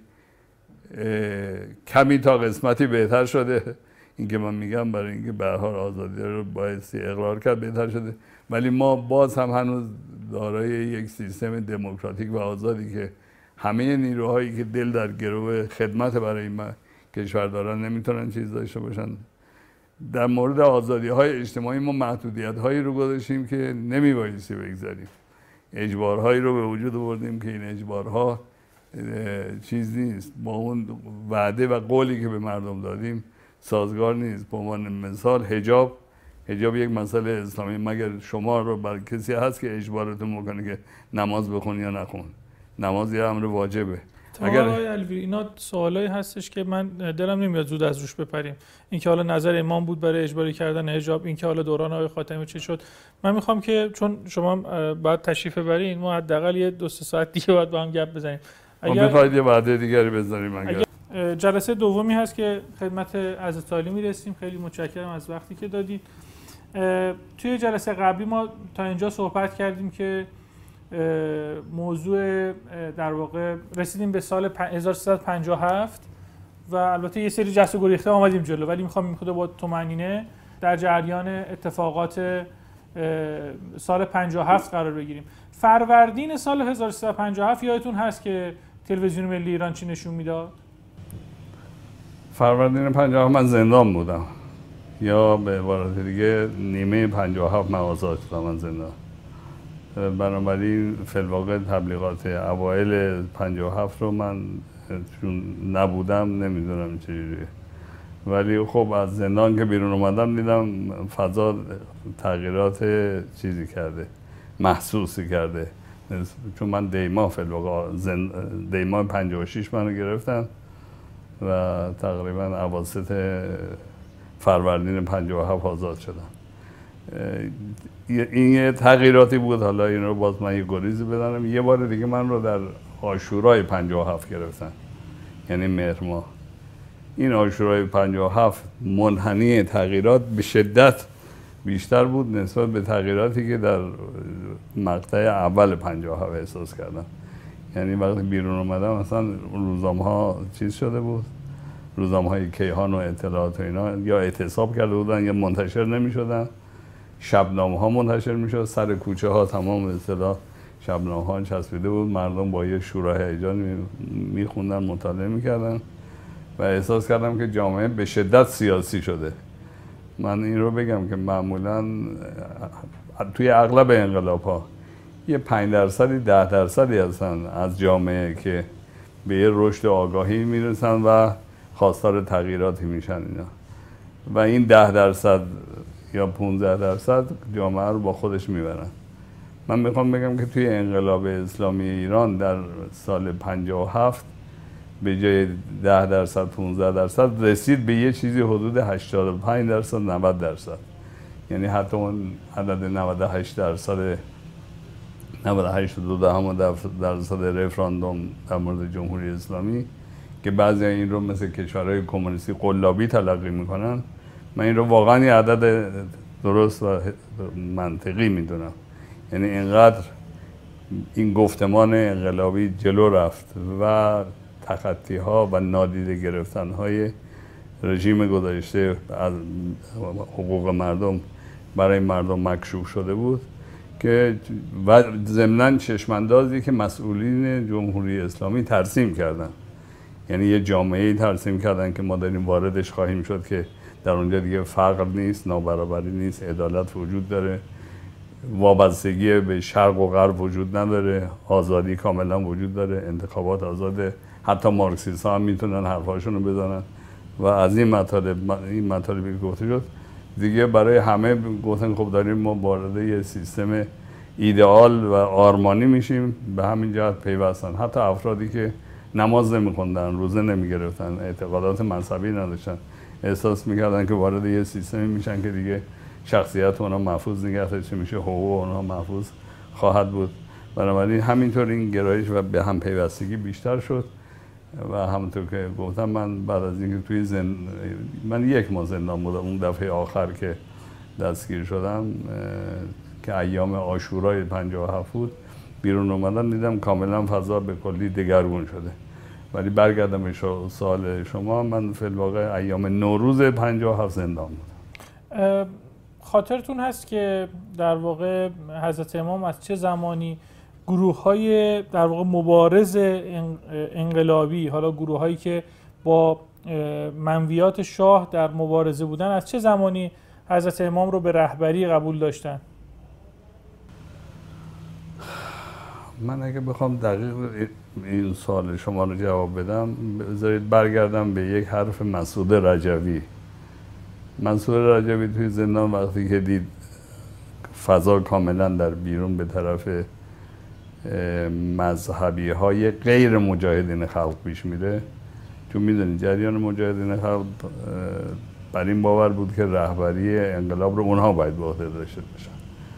کمی تا قسمتی بهتر شده، این که من میگم برای اینکه به هر حال آزادی رو بایستی اقرار کرد بهتر شده، ولی ما باز هم هنوز دارای یک سیستم دموکراتیک و آزادی که همه نیروهایی که دل در گرو خدمت برای این کشور دارن نمیتونن چیز داشته باشن. در مورد آزادی های اجتماعی ما محدودیت هایی رو گذاشتیم که نمیبایستی بگذاریم، اجبارهایی رو به وجود آوردیم که این اجبارها چیز نیست، با اون وعده و قولی که به مردم دادیم سازگار نیست. به عنوان مثال حجاب حجاب یک مسئله اسلامی، مگر شما رو بر کسی هست که اجبارتون میکنه که نماز بخون یا نخون؟ نماز یه امر واجبه. اگر آقای علوی اینا سوالایی هستش که من دلم نمیاد زود از روش بپریم، اینکه حالا نظر امام بود برای اجباری کردن حجاب، اینکه حالا دوران آقای خاتمی چه شد. من میخوام که چون شما بعد تشریف ببرین ما حداقل یه دو سه ساعت دیگه باید با هم گپ بزنیم. اگر بخواید یه وعده دیگری بزنیم. اگر جلسه دومی هست که خدمت عزت عالی میرسیم، خیلی متشکرم از وقتی که دادید. توی جلسه قبلی ما تا اینجا صحبت کردیم که موضوع در واقع رسیدیم به سال هزار و سیصد و پنجاه و هفت و البته یه سری جست و گریخته آمدیم جلو، ولی میخوام این خود با طمأنینه در جریان اتفاقات سال پنجاه و هفت قرار بگیریم. فروردین سال هزار و سیصد و پنجاه و هفت یادتون هست که تلویزیون ملی ایران چی نشون میداد؟ فروردین پنجاه و هفت من زندان بودم، یا به عبارت دیگه نیمه پنجاه و هفت من آزاد شدم من زندان. بنابراین فی الواقع تبلیغات اوایل پنجاه و هفت رو من چون نبودم نمیدونم چجوریه، ولی خب از زندان که بیرون اومدم دیدم فضا تغییرات چیزی کرده، محسوسی کرده، چون من دیما فی الواقع زن... دیما پنجاه و شش منو گرفتن و تقریبا اواسط فروردین پنجاه و هفت آزاد شدم. این یه تغییراتی بود. حالا این رو باز من یه گریزی بدنم، یه بار دیگه من رو در عاشورای پنجاه و هفت گرفتن، یعنی مهر ماه. این عاشورای پنجاه و هفت منحنی تغییرات به شدت بیشتر بود نسبت به تغییراتی که در مقطع اول پنجاه و هفت احساس کردم. یعنی وقتی بیرون اومدم مثلا روزنامه ها چیز شده بود، روزنامه های کیهان و اطلاعات و اینا یا اعتصاب کرده بودن یا منتشر نمی شدن، شبنامه ها منتشر می شد، سر کوچه ها تمام اصطلاح شبنامه ها چسبیده بود، مردم با یه شور هیجان می خوندن، مطالعه می کردن و احساس کردم که جامعه به شدت سیاسی شده. من این رو بگم که معمولا توی اغلب انقلاب ها یه پنج درصدی ده درصدی هستن از جامعه که به یه رشد آگاهی میرسن و خواستار تغییراتی میشن اینا، و این ده درصد یا پونزده درصد جامعه رو با خودش میبرن. من میخوام بگم که توی انقلاب اسلامی ایران در سال پنجاه و هفت به جای ده درصد پونزده درصد رسید به یه چیزی حدود هشتاد و پنج درصد نود درصد، یعنی حتی اون عدد نود و هشت درصد نود و هشت و دو دهم درصد رفراندوم در مورد جمهوری اسلامی که بعضی این رو مثل کشورهای کمونیستی قلابی تلقی میکنن، من این رو واقعا یه عدد درست و منطقی میدونم. یعنی اینقدر این گفتمان انقلابی جلو رفت و تخطی ها و نادیده گرفتن های رژیم گذشته از حقوق مردم برای مردم مکشوف شده بود که و ضمناً چشماندازی که مسئولین جمهوری اسلامی ترسیم کردن. یعنی یه جامعه‌ای ترسیم کردن که ما داریم واردش خواهیم شد که در اونجا دیگه فقر نیست، نابرابری نیست، عدالت وجود داره، وابستگی به شرق و غرب وجود نداره، آزادی کاملا وجود داره، انتخابات آزاده، حتی مارکسیست ها هم میتونن حرفاشون رو بزنن و از این مطالب این مطالبی که گفته شد دیگه برای همه گفتن خب داریم ما وارد یه سیستم ایدئال و آرمانی میشیم. به همین جهت پیوستن حتی افرادی که نماز نمیخوندن، روزه نمیگرفتن، اعتقادات مذهبی نداشتن، احساس میکردن که وارد یه سیستمی میشن که دیگه شخصیت اونها محفوظ نگه داشته میشه، حقوق اونها محفوظ خواهد بود. بنابراین همینطور این گرایش و به هم پیوستگی بیشتر شد و همونطور که گفتم من بعد از اینکه توی زن... من یک ماه زندان بودم اون دفعه آخر که دستگیر شدم که ایام عاشورای پنجاه و هفت بود، بیرون اومدم دیدم کاملا فضا به کلی دگرگون شده. ولی برگردم به سوال شما، من فی الواقع ایام نوروز پنجاه و هفت زندان بودم. خاطرتون هست که در واقع حضرت امام از چه زمانی گروه های در واقع مبارز انقلابی، حالا گروه هایی که با منویات شاه در مبارزه بودن، از چه زمانی حضرت امام رو به رهبری قبول داشتن؟ من اگه بخوام دقیق این سوال شما رو جواب بدم، بذارید برگردم به یک حرف مسعود رجوی. مسعود رجوی توی زندان وقتی که دید فضا کاملا در بیرون به طرف مذهبی های غیر مجاهدین خلق پیش میره، چون میدونید جریان مجاهدین خلق بر این باور بود که رهبری انقلاب رو اونها باید به عهده داشته باشن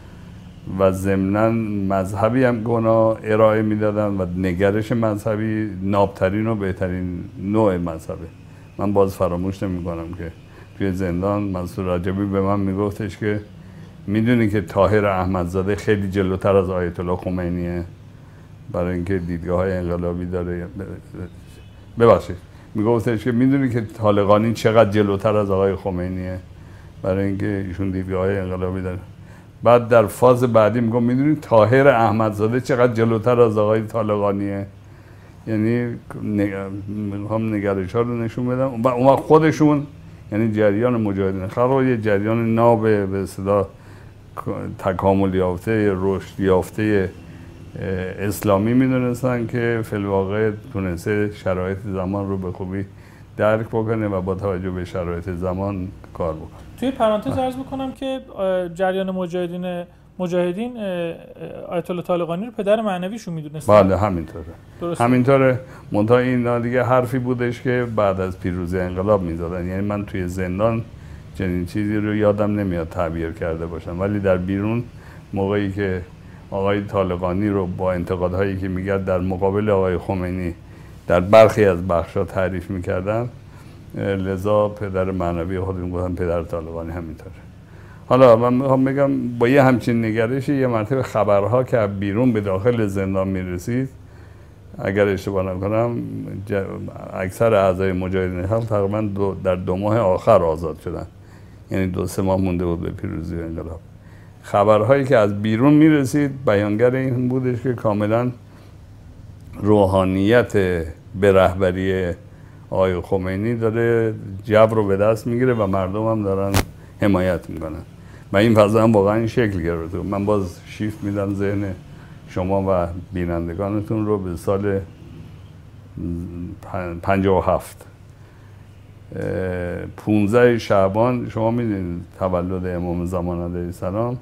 و ضمناً مذهبی هم که اونا ارائه میدادن و نگرش مذهبی نابترین و بهترین نوع مذهبه. من باز فراموش نمی کنم که توی زندان مسعود رجوی به من میگفتش که میدونی که طاهر احمدزاده خیلی جلوتر از آیت الله خمینیه برای اینکه دیدگاه های انقلابی داره. ببخشید میگفتش که میدونی که طالقانی چقدر جلوتر از آقای خمینیه برای اینکه ایشون دیدگاه های انقلابی داره. بعد در فاز بعدی میگم میدونی طاهر احمدزاده چقدر جلوتر از آقای طالقانیه. یعنی میخوام نگرش ها رو نشون بدم و اون خودشون یعنی جریان مجاهدین خلق رو یه جریان ناب به اصطلاح تکامل یافته، رشد یافته اسلامی میدونستن که فی الواقع تونسته شرایط زمان رو به خوبی درک بکنه و با توجه به شرایط زمان کار بکنه. توی پرانتز عرض بکنم که جریان مجاهدین مجاهدین آیت الله طالقانی رو پدر معنویشون میدونستن. بله همینطوره. درسته. همینطوره. منتها این دیگه حرفی بودش که بعد از پیروزی انقلاب میزدن. یعنی من توی زندان چنین چیزی رو یادم نمیاد تعبیر کرده باشم، ولی در بیرون موقعی که آقای طالقانی رو با انتقادهایی که میگرد در مقابل آقای خمینی در برخی از بخشا تعریف میکردن، لذا پدر معنوی خودم گفتم پدر طالقانی همینطوره. حالا من میخوام بگم با یه همچین نگرشی یه مرتبه خبرها که بیرون به داخل زندان میرسید، اگر اشتباه نکنم اکثر اعضای مجاهدین خلق تقریبا دو در دو ماه آخر آزاد شدن، یعنی دو سه ماه مونده بود به پیروزی انقلاب. خبرهایی که از بیرون میرسید بیانگر این بودش که کاملا روحانیت به رهبری آقای خمینی داره جو رو به دست میگیره و مردم هم دارن حمایت میکنن و این فضا هم واقعا شکل گرفته. من باز شیفت میدم ذهن شما و بینندگانتون رو به سال پنجاه و هفت پونزده شعبان. شما میدونید تولد امام زمان علیه السلام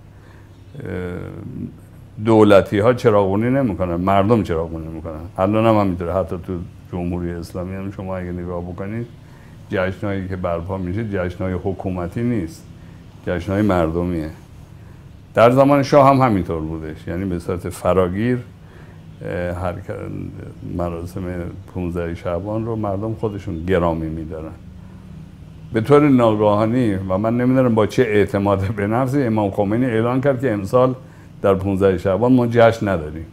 دولتی ها چراغونی نمیکنن، مردم چراغونی میکنن. الان هم همینطوره، حتی تو جمهوری اسلامی هم شما اگه نگاه بکنید جشنایی که برپا میشه جشنای حکومتی نیست، جشنای مردمیه. در زمان شاه هم همینطور بودش، یعنی به صورت فراگیر هر مراسم پانزده شعبان رو مردم خودشون گرامی میدارن. به طور ناگهانی و من نمیدونم با چه اعتماد به نفسی امام خمینی اعلان کرد که امسال در پانزده شعبان ما جشن نداریم.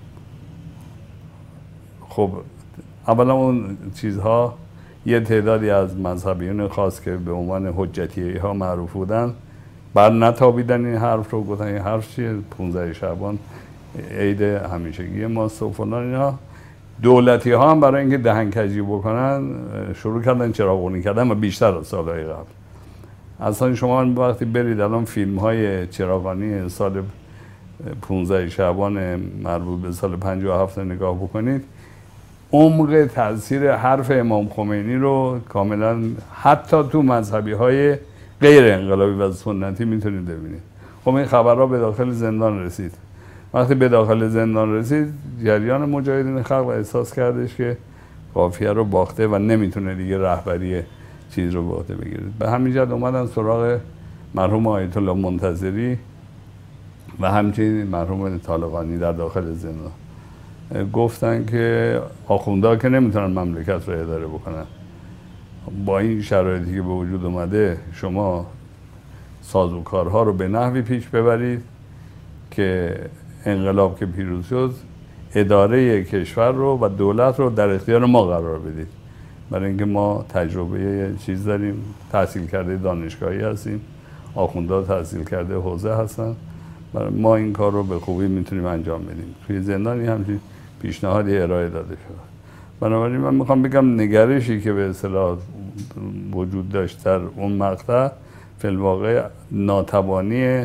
خب اولا اون چیزها یه تعدادی از مذهبیون خاص که به عنوان حجتیه ها معروف بودن بر نتابیدن این حرف رو، گفتن این حرف چیه؟ پانزده شعبان عید همیشگی ماست و فلان اینا. دولتی ها هم برای اینکه دهنکجی بکنن شروع کردن چراغونی کردن و بیشتر از سالهای قبل. اصلا شما وقتی برید الان فیلم های چراغانی سال پانزده شعبان مربوط به سال پنجاه و هفت نگاه بکنید، عمق تاثیر حرف امام خمینی رو کاملا حتی تو مذهبی های غیر انقلابی و سنتی میتونید ببینید. خب این خبرها به داخل زندان رسید. وقتی به داخل زندان رسید، جریان مجاهدین خلق احساس کردش که قافیه رو باخته و نمیتونه دیگه رهبری چیز رو به عهده بگیره. به همین جهت اومدن سراغ مرحوم آیت الله منتظری و همچنین مرحوم طالقانی در داخل زندان. گفتن که آخوندها که نمیتونن مملکت رو اداره بکنن، با این شرایطی که به وجود اومده شما سازوکارها رو به نحوی پیش ببرید که انقلاب که پیروز شد اداره کشور رو و دولت رو در اختیار ما قرار بدید، برای اینکه ما تجربه چیز داریم، تحصیل کرده دانشگاهی هستیم، آخوندها تحصیل کرده حوزه هستن، ما این کار رو به خوبی میتونیم انجام بدیم. توی زندانی همچین پیشنهادی ارائه داده شد. بنابراین من میخوام بگم نگرشی که به اصطلاح وجود داشت در اون مقطع فی الواقع ناتوانی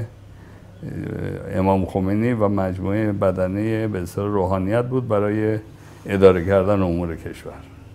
امام خمینی و مجموعه بدنه به اصطلاح روحانیت بود برای اداره کردن امور کشور.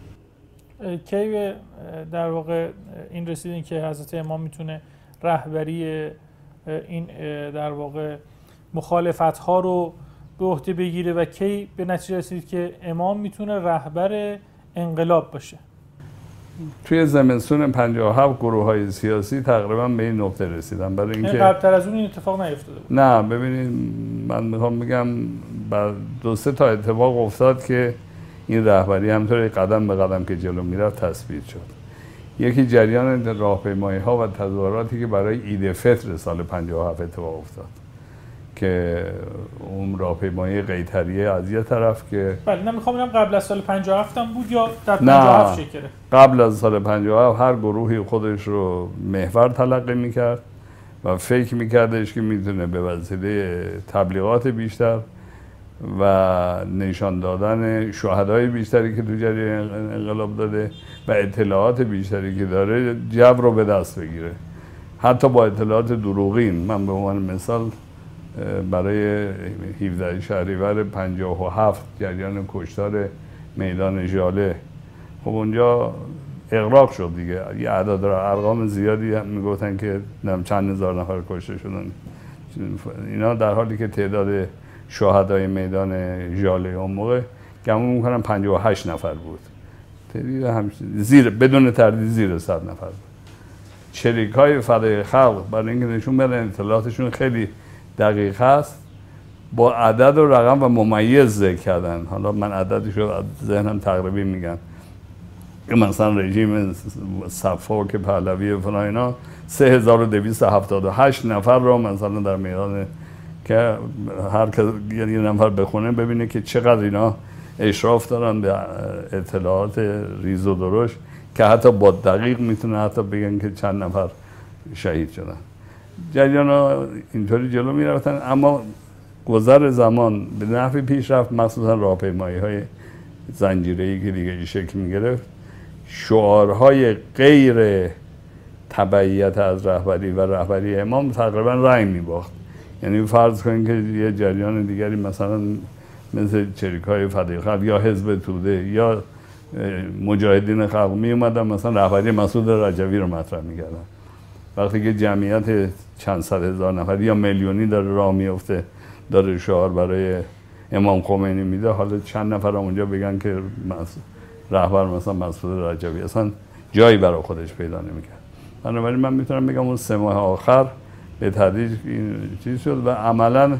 کی در واقع این رسیدین که حضرت امام میتونه رهبری این در واقع مخالفت ها رو به عهده بگیره و کی به نتیجه رسید که امام میتونه رهبر انقلاب باشه؟ توی زمستون پنجاه و هفت گروه های سیاسی تقریبا به این نقطه رسیدن. برای اینکه قبل‌تر از اون این اتفاق نیفتاده بود. نه ببینید، من میخوام بگم بعد دو سه تا اتفاق افتاد که این رهبری همطوری قدم به قدم که جلو میرفت تثبیت شد. یکی جریان راهپیمایی ها و تظاهراتی که برای عید فطر سال پنجاه و هفت اتفاق افتاد که اون راهپیمایی قیطریه از یه طرف که بله، نه میخوام بگم قبل از سال پنجاه و هفت هم بود یا در پنجاه و هفت شکل گرفت؟ قبل از سال پنجاه و هفت هر گروهی خودش رو محور تلقی میکرد و فکر میکردش که میتونه به وسیله تبلیغات بیشتر و نشان دادن شهدای بیشتری که تو جریان انقلاب داده و اطلاعات بیشتری که داره جو رو به دست بگیره، حتی با اطلاعات دروغین. من به عنوان مثال برای هفدهم شهریور پنجاه و هفت جریان کشتار میدان ژاله، خب اونجا اغراق شد دیگه، یه اعداد ارقام زیادی هم میگفتن که چند هزار نفر کشته شدن. اینا در حالی که تعداد شهدای میدان ژاله اون موقع گمون میکنم پنجاه و هشت نفر بود، زیر بدون تردید زیر صد نفر بود. شریکای فدای خلق برای اینکه نشون بدن اطلاعاتشون خیلی دقیق هست، با عدد و رقم و ممیز ذکر کردن. حالا من عددش رو از ذهنم تقریبی میگم که مثلا رژیم صفاک پهلوی و فلان اینا سه هزار و دویست و هفتاد و هشت نفر رو مثلا در میدان که هر کس یه نفر بخونه ببینه که چقدر اینا اشراف دارن به اطلاعات ریز و درشت که حتی با دقیق میتونه حتی بگن که چند نفر شهید شدن. جریان ها اینطوری جلو می رفتن، اما گذر زمان به نحوی پیش رفت، مخصوصا راهپیمایی های زنجیره‌ای که دیگه این شکل می گرفت، شعارهای غیر تبعیت از رهبری و رهبری امام تقریبا رنگ می باخت. یعنی فرض کنید که یه جریان دیگری مثلا مثل چریک‌های فدای خلق یا حزب توده یا مجاهدین خلق می اومدن مثلا رهبری مسعود رجوی رو مطرح می کردن. وقتی که جمعیت چند صد هزار نفر یا میلیونی داره راه میفته داره شعار برای امام خمینی میده، حالا چند نفر اونجا بگن که رهبر مثلا مسعود رجوی اصلا جایی برای خودش پیدا نمیکرد. بنابراین من میتونم بگم اون سه ماه آخر به تدریج این چیز شد و عملا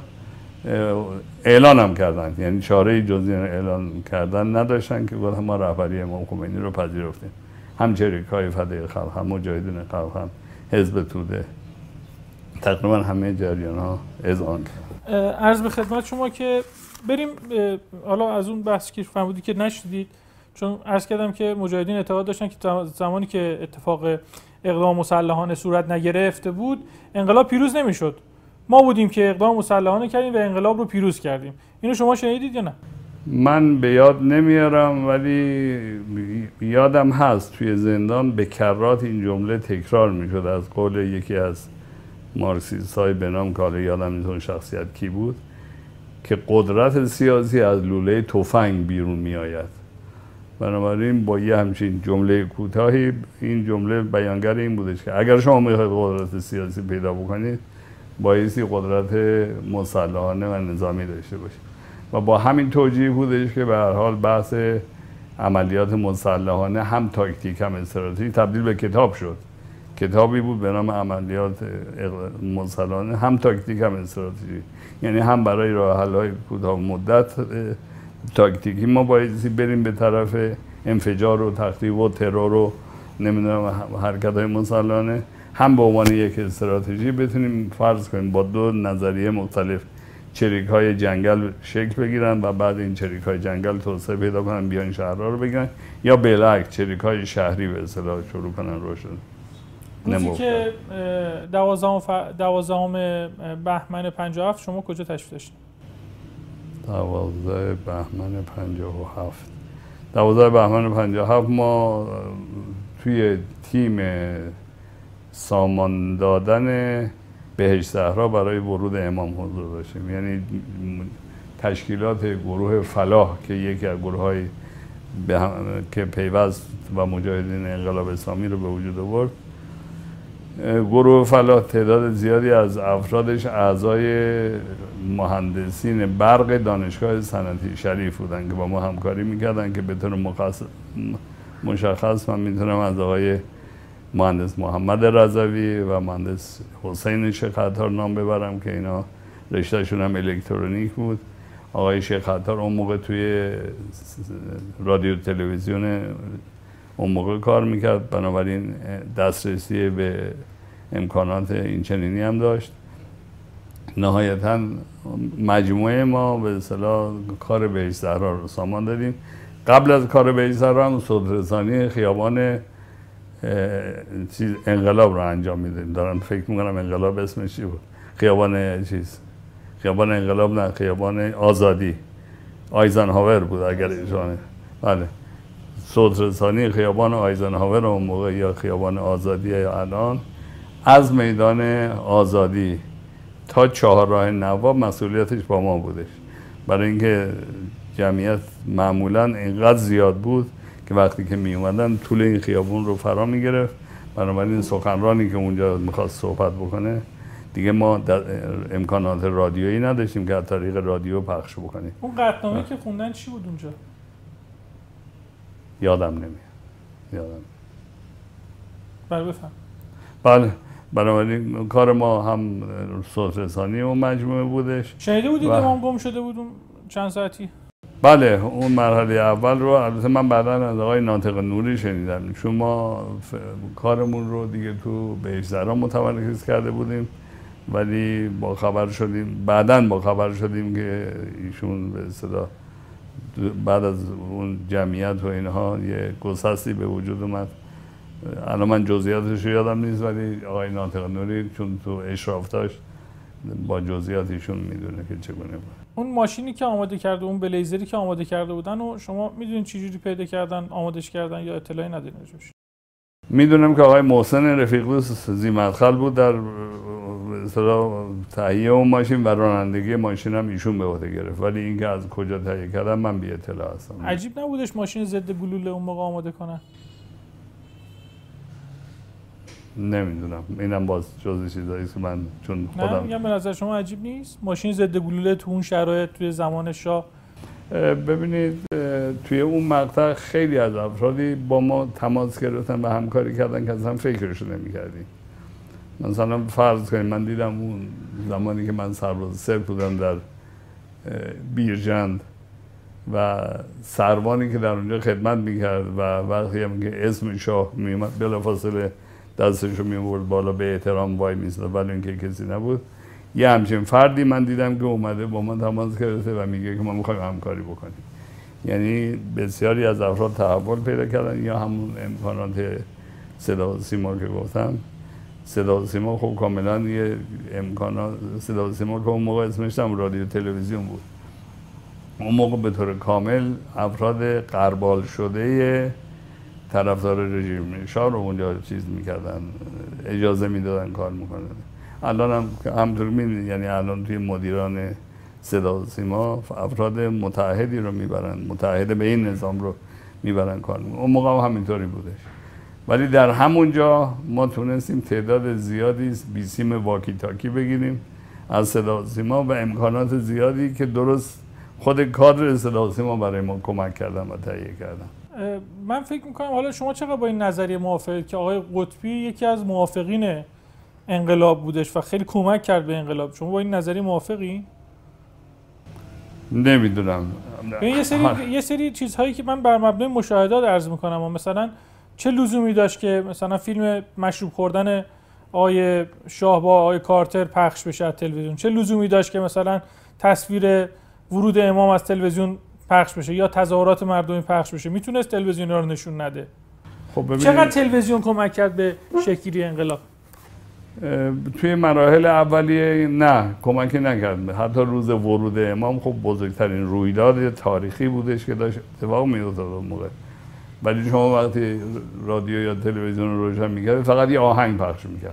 اعلان هم کردن، یعنی چاره جز اعلان کردن نداشتن که گفتن ما رهبری امام خمینی رو پذیرفتیم. هم چریک‌های فدای خلق، هم مجاهدین خلق، هم حزب توده، تقریبا همه جریان ها اذعان کرد. عرض به خدمت شما که بریم حالا از اون بحثی که فهمیدید که نشدید، چون عرض کردم که مجاهدین اعتقاد داشتن که زمانی که اتفاق اقدام مسلحانه صورت نگرفته بود انقلاب پیروز نمیشد. ما بودیم که اقدام مسلحانه کردیم و انقلاب رو پیروز کردیم. اینو شما شنیدید یا نه؟ من به یاد نمیارم، ولی یادم هست توی زندان به کرات این جمله تکرار میشد از قول یکی از مارکسیست های به نام، کار یادم نیست شخصیت کی بود، که قدرت سیاسی از لوله تفنگ بیرون می آید. بنابراین با یه همچین جمله کوتاهی این جمله بیانگر این بودش که اگر شما میخواید قدرت سیاسی پیدا بکنید بایستی قدرت مسلحانه و نظامی داشته باشید. و با همین توجیه بودش که به هر حال بحث عملیات مسلحانه هم تاکتیک هم استراتژی تبدیل به کتاب شد. کتابی بود به نام عملیات مسلحانه هم تاکتیک هم استراتژی، یعنی هم برای راه حل‌های کوتاه مدت تاکتیکی ما بایستی بریم به طرف انفجار و تخریب و ترور و نمیدونم حرکت‌های مسلحانه، هم به عنوان یک استراتژی بتونیم فرض کنیم با دو نظریه مختلف چریک‌های جنگل شکل بگیرن و بعد این چریک‌های جنگل توسعه پیدا کنن بیان شهرها رو بگیرن، یا بالعکس چریک‌های شهری به اصطلاح شروع کنن رشد. روزی که دوازدهم ف... دوازدهم بهمن پنجاه و هفت شما کجا تشریف داشتید؟ دوازده بهمن پنجاه و هفت دوازده بهمن پنجاه و هفت ما توی تیم سامان دادن بهشت صحرا برای ورود امام حضور داشتیم. یعنی تشکیلات گروه فلاح که یکی از گروه‌های هم... که پیوست و مجاهدین انقلاب اسلامی رو به وجود آورد، گروه فلاح تعداد زیادی از افرادش اعضای مهندسین برق دانشگاه صنعتی شریف بودن که با ما همکاری میکردن که به طور مخص... مشخص من میتونم از آقای مهندس محمد رضوی و مهندس حسین شیخ عطار نام ببرم که اینا رشتهشون هم الکترونیک بود. آقای شیخ عطار اون موقع توی رادیو تلویزیون اون موقع کار میکرد، بنابراین دسترسی به امکانات این چنینی هم داشت. نهایتاً مجموعه ما به اصطلاح کار بهشت صحرا رو سامان دادیم. قبل از کار بهشت صحرا هم صدرسانی خیابان چیز انقلاب رو انجام میدیم. دارم فکر میکنم انقلاب اسمش چی بود؟ خیابان چیز خیابان انقلاب نه، خیابان آزادی، آیزنهاور بود اگر ایشانه. بله، صدرسانی خیابان آیزنهاور اون موقع یا خیابان آزادی یا الان، از میدان آزادی تا چهارراه نواب مسئولیتش با ما بودش، برای اینکه جمعیت معمولا اینقدر زیاد بود که وقتی که می اومدن طول این خیابون رو فرا می گرفت. بنابراین سخنرانی که اونجا میخواست صحبت بکنه دیگه ما امکانات رادیویی نداشتیم که از طریق رادیو پخش بکنیم. اون قطعنامه‌ای که خوندن چی بود اونجا؟ یادم نمیاد. یادم. بله بفهم. بله، بنابراین کار ما هم صوت رسانی اون مجموعه بودش. شنیده بودید امام گم شده بود اون چند ساعتی؟ بله، اون مرحله اول رو البته من بعدا از آقای ناطق نوری شنیدم، چون ما کارمون رو دیگه تو بهشت صحرا متمرکز کرده بودیم، ولی با خبر شدیم بعداً با خبر شدیم که ایشون به اصطلاح بعد از اون جمعیت و اینها یه گسستی به وجود اومد. الان من جزئیاتش رو یادم نیست، ولی آقای ناطق نوری چون تو اشراف داشت با جزئیات ایشون میدونه که چگونه بود. اون ماشینی که آماده کرده، اون بلیزری که آماده کرده بودن و شما میدونید چه جوری پیدا کردن، آمادهش کردن یا اطلاعی ندارین ازش؟ میدونم که آقای محسن رفیقدوست ذی‌مدخل بود در اصطلاح تهیه اون ماشین و رانندگی ماشین هم ایشون به عهده گرفت، ولی اینکه از کجا تهیه کردن من بی اطلاع هستم. عجیب نبودش ماشین ضد گلوله اون موقع آماده کنن؟ نمیدونم، اینم باز جزئی چیزایی که من چون خودم نه میگم به نظر شما عجیب نیست ماشین ضد گلوله تو اون شرایط توی زمان شاه؟ ببینید توی اون مقطع خیلی از افرادی با ما تماس گرفتن و همکاری کردن که اصلا فکرشو نمی‌کردیم. مثلا فرض کنید من دیدم اون زمانی که من سرباز سر بودم در بیرجند و سروانی که در اونجا خدمت میکرد و وقتی هم که اسم شاه میومد بلافاصله دستشو میورد بالا به احترام وای میستاد، ولی اینکه کسی نبود. یه همچین فردی من دیدم که اومده با من تماس گرفته و میگه که ما میخوایم همکاری بکنیم. یعنی بسیاری از افراد تحول پیدا کردن، یا همون امکانات صدا و سیما که گفتم. صدا و سیما خب کاملا یه امکانات، صدا و سیما که اون موقع اسمش هم رادیو تلویزیون بود، اون موقع به طور کامل افراد غربال شده طرفدار رژیم شاه رو اونجا چیز میکردن، اجازه میدادن کار میکنن. الان هم همطور میدونید، یعنی الان توی مدیران صدا و سیما افراد متعهدی رو میبرن، متعهد به این نظام رو میبرن کار میکنن. اون موقع هم همینطوری بودش، ولی در همونجا ما تونستیم تعداد زیادی بیسیم واکی تاکی بگیریم از صدا و سیما و امکانات زیادی که درست خود کادر صدا و سیما برای ما کمک کردن و تهیه کردن. من فکر میکنم حالا شما چقدر با این نظریه موافقید که آقای قطبی یکی از موافقین انقلاب بودش و خیلی کمک کرد به انقلاب؟ شما با این نظریه موافقی؟ نمیدونم. یه سری یه سری چیزهایی که من بر مبنای مشاهدات عرض میکنم و مثلا چه لزومی داشت که مثلا فیلم مشروب خوردن آقای شاه با آقای کارتر پخش بشه از تلویزیون؟ چه لزومی داشت که مثلا تصویر ورود امام از تلویزیون پخش بشه یا تظاهرات مردمی پخش بشه؟ میتونست تلویزیون رو نشون نده. خب چقدر تلویزیون کمک کرد به شکلی انقلاب؟ توی مراحل اولیه نه کمکی نکرد. حتی روز ورود امام خب بزرگترین رویداد تاریخی بودش که داشت اتفاق میافتاد اون موقع. ولی شما وقتی رادیو یا تلویزیون رو روشن میکرد فقط یه آهنگ پخش میکرد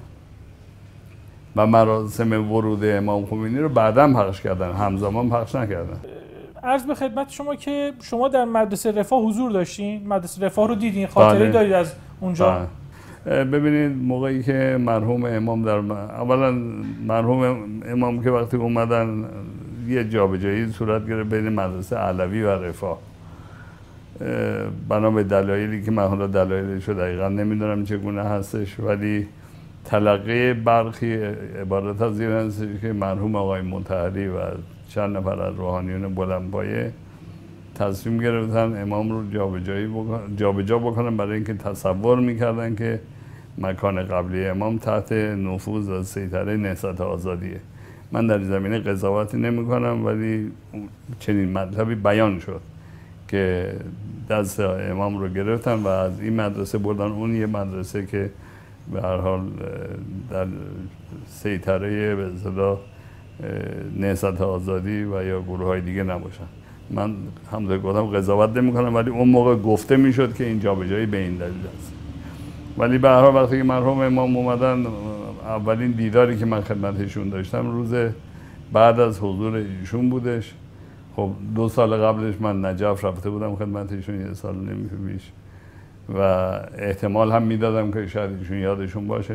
و مراسم ورود امام خمینی رو بعداً پخش کردن، همزمان پخش نکردن. عرض به خدمت شما که شما در مدرسه رفاه حضور داشتین، مدرسه رفاه رو دیدین، خاطره بله. دارید از اونجا؟ بله. ببینید موقعی که مرحوم امام در م... اولا مرحوم امام که وقتی اومدن یه جابجایی صورت گرفت بین مدرسه علوی و رفاه، بنا به دلایلی که من حالا دلایلش رو دقیقا نمیدونم چگونه هستش، ولی تلقی برخی عبارت از این هستش که مرحوم آقای مطهری و چند نفر از روحانیون بلندپایه تصمیم گرفتن امام رو جابجایی بکن... جابجا بکنن برای اینکه تصور میکردن که مکان قبلی امام تحت نفوذ و سیطره نهضت آزادیه. من در زمینه قضاوتی نمی کنم، ولی چنین مطلبی بیان شد که دست امام رو گرفتن و از این مدرسه بردن اون یه مدرسه که به هر حال در سیطره به اصطلاح نهضت آزادی و یا گروه های دیگه نباشن. من همونطور گفتم قضاوت نمی کنم، ولی اون موقع گفته میشد که این جابجایی به این دلیل است. ولی به هر حال وقتی که مرحوم امام اومدن، اولین دیداری که من خدمتشون داشتم روز بعد از حضور ایشون بودش. خب دو سال قبلش من نجف رفته بودم خدمتشون، یه سال نمی پیش، و احتمال هم میدادم که شاید ایشون یادشون باشه.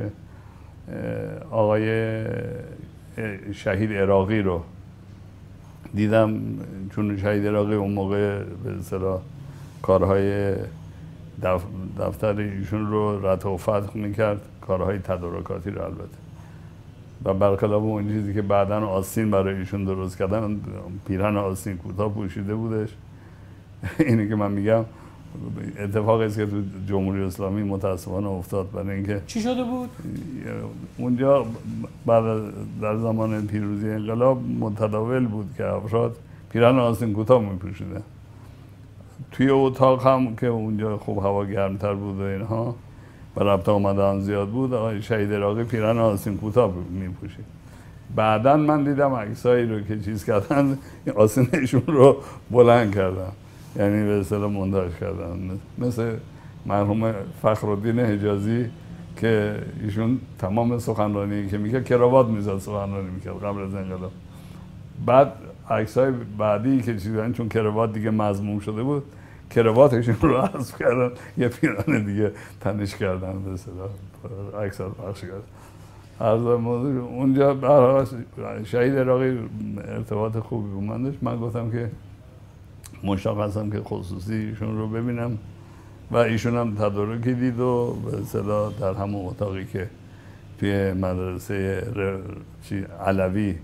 آقای شهید عراقی رو دیدم، چون شهید عراقی اون موقع به اصطلاح کارهای دفتر ایشون رو رتق و فتق میکرد، کارهای تدارکاتی رو البته، و برخلاف اون چیزی که بعداً آستین برای ایشون درست کردن، پیرهن آستین کوتاه پوشیده بودش. اینی که من میگم اتفاقی است که تو جمهوری اسلامی متاسفانه افتاد. برای اینکه چی شده بود؟ اونجا بعد در زمان پیروزی انقلاب متداول بود که افراد پیرهن آستین کوتاه میپوشیدن. توی اتاق هم که اونجا خوب هوا گرمتر بود و اینها و رفت آمدن زیاد بود، آقای شهید عراقی پیرهن آستین کوتاه میپوشید. بعداً من دیدم عکسایی رو که چیز کردن، آستینشون رو بلند کردن، یعنی به اصطلاح مونتاژ کردن، مثل مرحوم فخرالدین حجازی که ایشون تمام سخنرانی که میکرد کراوات میزد سخنرانی میکرد قبل از انقلاب. بعد عکسای بعدی که چیزن چون کراوات دیگه مضموم شده بود، کراواتشون رو حذف کردن، یه پیرهن دیگه تنش کردن، به اصطلاح عکس پخش کردن. عرض موضوع اونجا برای شهید عراقی ارتباط خوبی بود من داشت. من گفتم که مشتاق هستم که خصوصی ایشون رو ببینم و ایشون هم تدارکی دید و به اصطلاح در همون اتاقی که توی مدرسه علوی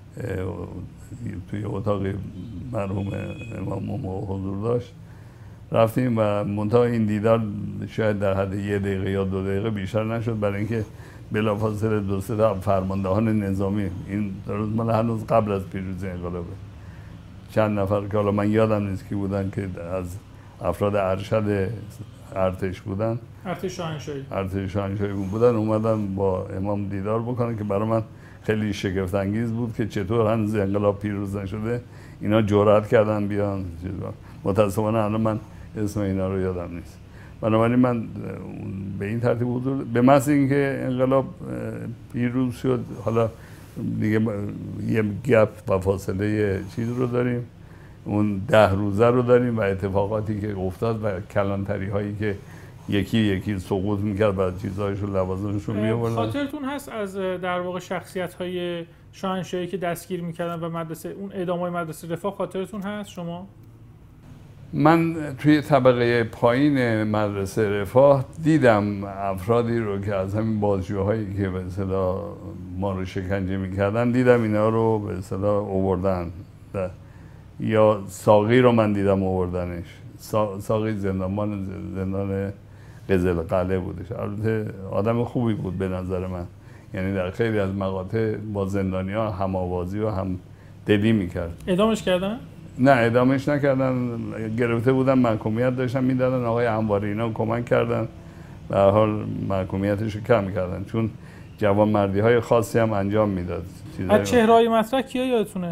توی اتاق مرحوم امام حضور داشت رفتیم و منتها این دیدار شاید در حد یه دقیقه یا دو دقیقه بیشتر نشد، برای اینکه بلافاصله دو سه تا فرماندهان نظامی، این درست مال هنوز قبل از پیروزی انقلابه، چند نفر که حالا من یادم نیست کی بودن که از افراد ارشد ارتش بودن، ارتش شاهنشاهی ارتش شاهنشاهی بودن، اومدن با امام دیدار بکنن که برای من خیلی شگفت انگیز بود که چطور هنوز انقلاب پیروز نشده اینا جرأت کردن بیان. متاسفانه الان من اسم اینا رو یادم نیست. بنابراین من به این ترتیب حضور به محض اینکه انقلاب پیروز شد، حالا دیگه یه گپ و فاصله چیز رو داریم، اون ده روزه رو داریم و اتفاقاتی که افتاد و کلانتری هایی که یکی یکی سقوط میکرد و چیزهایش رو لوازمش رو میآوردن. خاطرتون هست از در واقع شخصیت های شاهنشاهی که دستگیر میکردن و مدرسه اون اعدام های مدرسه رفاه خاطرتون هست شما؟ من توی طبقه پایین مدرسه رفاه دیدم افرادی رو که از همین بازجوهایی که به اصطلاح ما رو شکنجه میکردن دیدم اینا رو به اصطلاح آوردن. یا ساقی رو من دیدم آوردنش. ساقی زندانبان زندان قزل قلعه بودش. البته آدم خوبی بود به نظر من، یعنی در خیلی از مقاطع با زندانی‌ها هم آوازی و هم دلی میکرد. اعدامش کردن؟ نه اعدامش نکردن، گرفته بودن محکومیت داشتن میدادن. آقای انواری اینا کمک کردن، به هر حال محکومیتش رو کم کردن چون جوانمردی های خاصی هم انجام میداد. از چهره‌های مطرح کیا یادتونه؟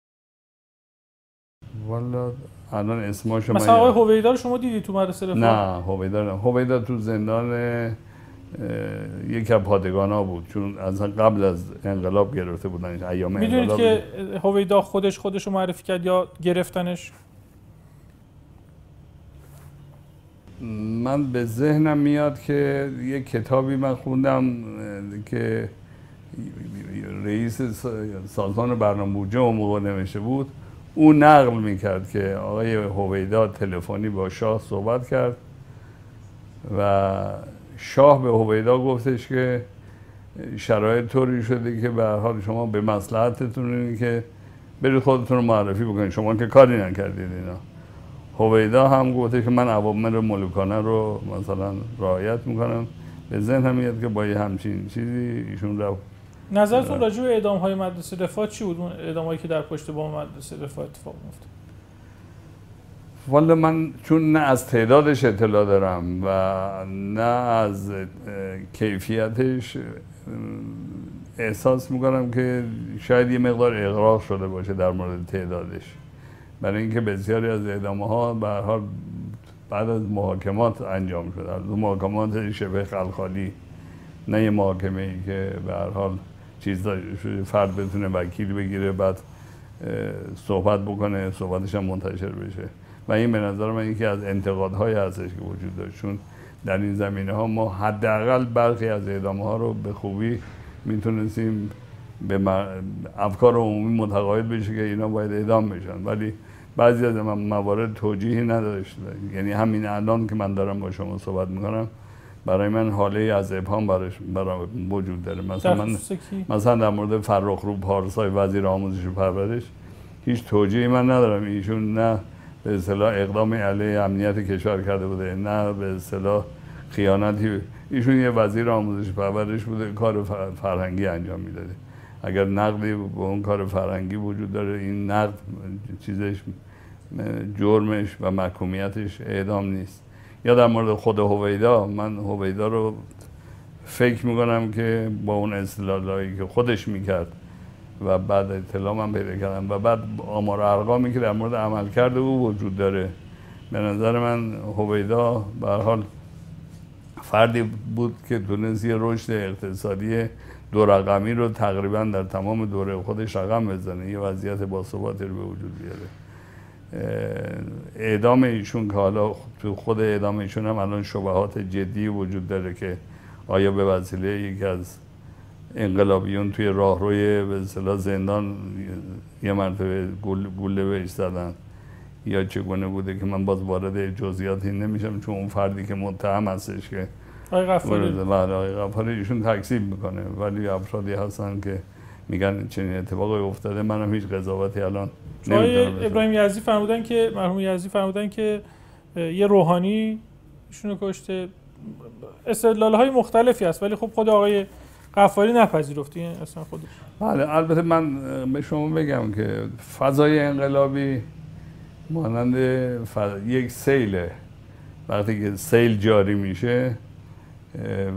والا الان اسماشو مثلا آقای هویدا رو شما دیدی تو مدرسه رفاه؟ نه هویدا نه. هویدا تو زندان یکی از پادگانا بود چون از قبل از انقلاب گرفته بودنش. ایام انقلاب میدونید که هویدا خودش خودش رو معرفی کرد یا گرفتنش؟ من به ذهنم میاد که یک کتابی من خوندم که رئیس سازمان برنامه بودجه اون موقع نوشته بود، اون نقل میکرد که آقای هویدا تلفنی با شاه صحبت کرد و شاه به هویدا گفتش که شرایط طوری شده که به هر حال شما به مصلحتتون اینه که برید خودتون رو معرفی بکنید، شما که کاری نکردید اینا. هویدا هم گفته که من اوامر ملوکانه رو مثلا رعایت میکنم. به ذهنم میاد که با یه همچین چیزی ایشون رفت. نظرتون راجع به اعدام های مدرسه رفاه چی بود؟ اون اعدام هایی که در پشت بام مدرسه رفاه اتفاق میفته؟ والا من چون نه از تعدادش اطلاع دارم و نه از کیفیتش احساس میکنم که شاید یه مقدار اغراق شده باشه در مورد تعدادش، برای اینکه بسیاری از اعدامه ها به هر حال بعد از محاکمات انجام شده، از محاکمات شبه خلخالی، نه یه محاکمه ای که به هر حال چیز فرد بتونه وکیل بگیره بعد صحبت بکنه، صحبتش هم منتشر بشه. و این به نظر من یکی از انتقادهای هستش که وجود داره، چون در این زمینه ها ما حداقل برخی از اعدامه ها رو به خوبی میتونستیم به افکار عمومی متقاعد بشه که اینا باید اعدام بشن، ولی بعضی از موارد توجیهی نداشت. یعنی همین الان که من دارم با شما صحبت میکنم برای من حاله از ابهام براش برای وجود داره. مثلا من مثلا در مورد فرخرو پارسای وزیر آموزش و پرورش هیچ توجیهی من ندارم. ایشون نه به اصطلاح اقدام علیه امنیت کشور کرده بوده، نه به اصطلاح خیانتی. ایشون یه وزیر آموزش و پرورش بوده، کار فرهنگی انجام میداده. اگر نقدی به اون کار فرهنگی وجود داره، این نقد چیزش جرمش و محکومیتش اعدام نیست. یا در مورد خود هویدا، من هویدا رو فکر میکنم که با اون استدلالایی که خودش میکرد و بعد اطلاع من پیدا کردم و بعد آمار و ارقامی که در مورد عملکرد او وجود داره، به نظر من هویدا به هر حال فردی بود که تونست یه رشد اقتصادی دو رقمی رو تقریبا در تمام دوره خودش رقم بزنه، یه وضعیت باثباتی رو به وجود بیاره. اعدام ایشون که حالا تو خود اعدام ایشون هم الان شبهات جدی وجود داره که آیا به وسیله یکی از انقلابیون توی راهروی به اصطلاح زندان یه مرتبه گوله بهش زدن یا چگونه بوده که من باز وارد جزئیاتی نمیشم، چون اون فردی که متهم هستش که آقای غفاری آقای غفاری ایشون تکذیب میکنه، ولی افرادی هستن که میگن چنین اتفاقی افتاده. منم هیچ قضاوتی الان نمیتونم. ابراهیم یزدی فرمودن که مرحوم یزدی فرمودن که یه روحانی ایشونو کشته. استدلال‌های مختلفی هست ولی خب خود آقای غفاری نپذیرفت این اصلا خودش. بله البته من به شما بگم که فضای انقلابی مانند فض... یک سیله. وقتی که سیل جاری میشه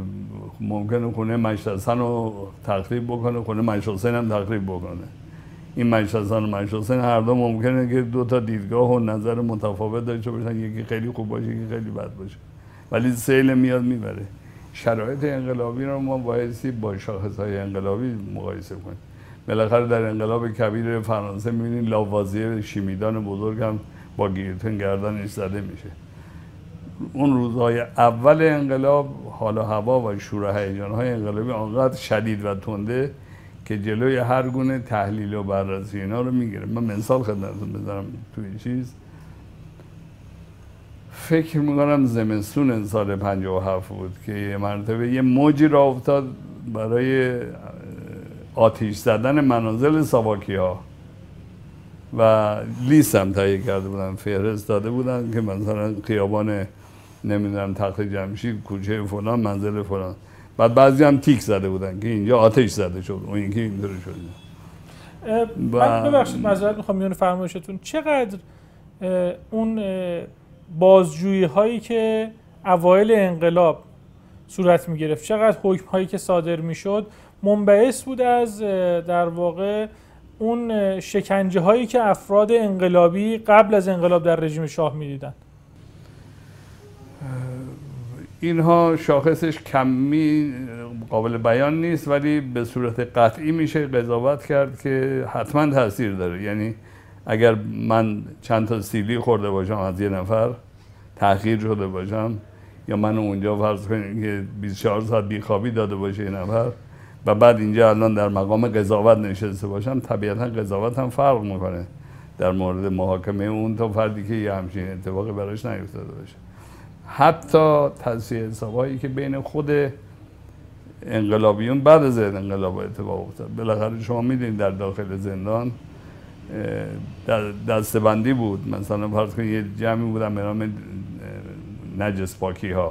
ممکنه خونه مجد حسن رو تخریب بکنه، خونه مجد حسین هم تخریب بکنه. این مجلس حسن و مجلس حسین هر دو ممکنه که دو تا دیدگاه و نظر متفاوت داشته باشن، یکی خیلی خوب باشه یکی خیلی بد باشه، ولی سیل میاد میبره. شرایط انقلابی رو ما بایستی با شاخص‌های انقلابی مقایسه کنیم. بالاخره در انقلاب کبیر فرانسه می‌بینید لاوازیه شیمیدان بزرگ هم با گیلوتین گردنش زده میشه. اون روزهای اول انقلاب حال و هوا و شور و هیجان‌های انقلابی آنقدر شدید و تنده که جلوی هر گونه تحلیل و بررسی اینا رو میگیره. من مثال خدمتتون بذارم توی چیز، فکر میکنم زمستون سال پنجاه و هفت بود که یه مرتبه یه موجی را افتاد برای آتش زدن منازل ساواکی ها و لیست هم تهیه کرده بودن، فهرست داده بودن که مثلا خیابان نمیدونم تخت جمشید، کوچه فلان، منزل فلان. بعد بعضی هم تیک زده بودن که اینجا آتش زده شد، اون اینکه اینطوری شد. من ببخشید معذرت میخوام میون فرمایشتون، چقدر اون بازجویی هایی که اوایل انقلاب صورت می گرفت، چقدر حکم هایی که صادر می شد منبعث بود از در واقع اون شکنجه هایی که افراد انقلابی قبل از انقلاب در رژیم شاه می دیدن؟ اینها شاخصش کمی قابل بیان نیست، ولی به صورت قطعی میشه قضاوت کرد که حتما تاثیر داره. یعنی اگر من چند تا سیلی خورده باشم از یه نفر، تأخیر شده باشم، یا من اونجا فرض کنیم که بیست و چهار ساعت بیخوابی داده باشه یه نفر و بعد اینجا الان در مقام قضاوت نشسته باشم، طبیعتا قضاوت هم فرق میکنه در مورد محاکمه اون تا فردی که یه همچین اتفاقی براش نیفتاده باشه. حتی تصفیه حسابایی که بین خود انقلابیون بعد از انقلاب اتفاق افتاد. بالاخره شما میدونید در داخل زندان دسته‌بندی بود، مثلا فرض کنید یه جمعی بودن به نام نجس پاکی ها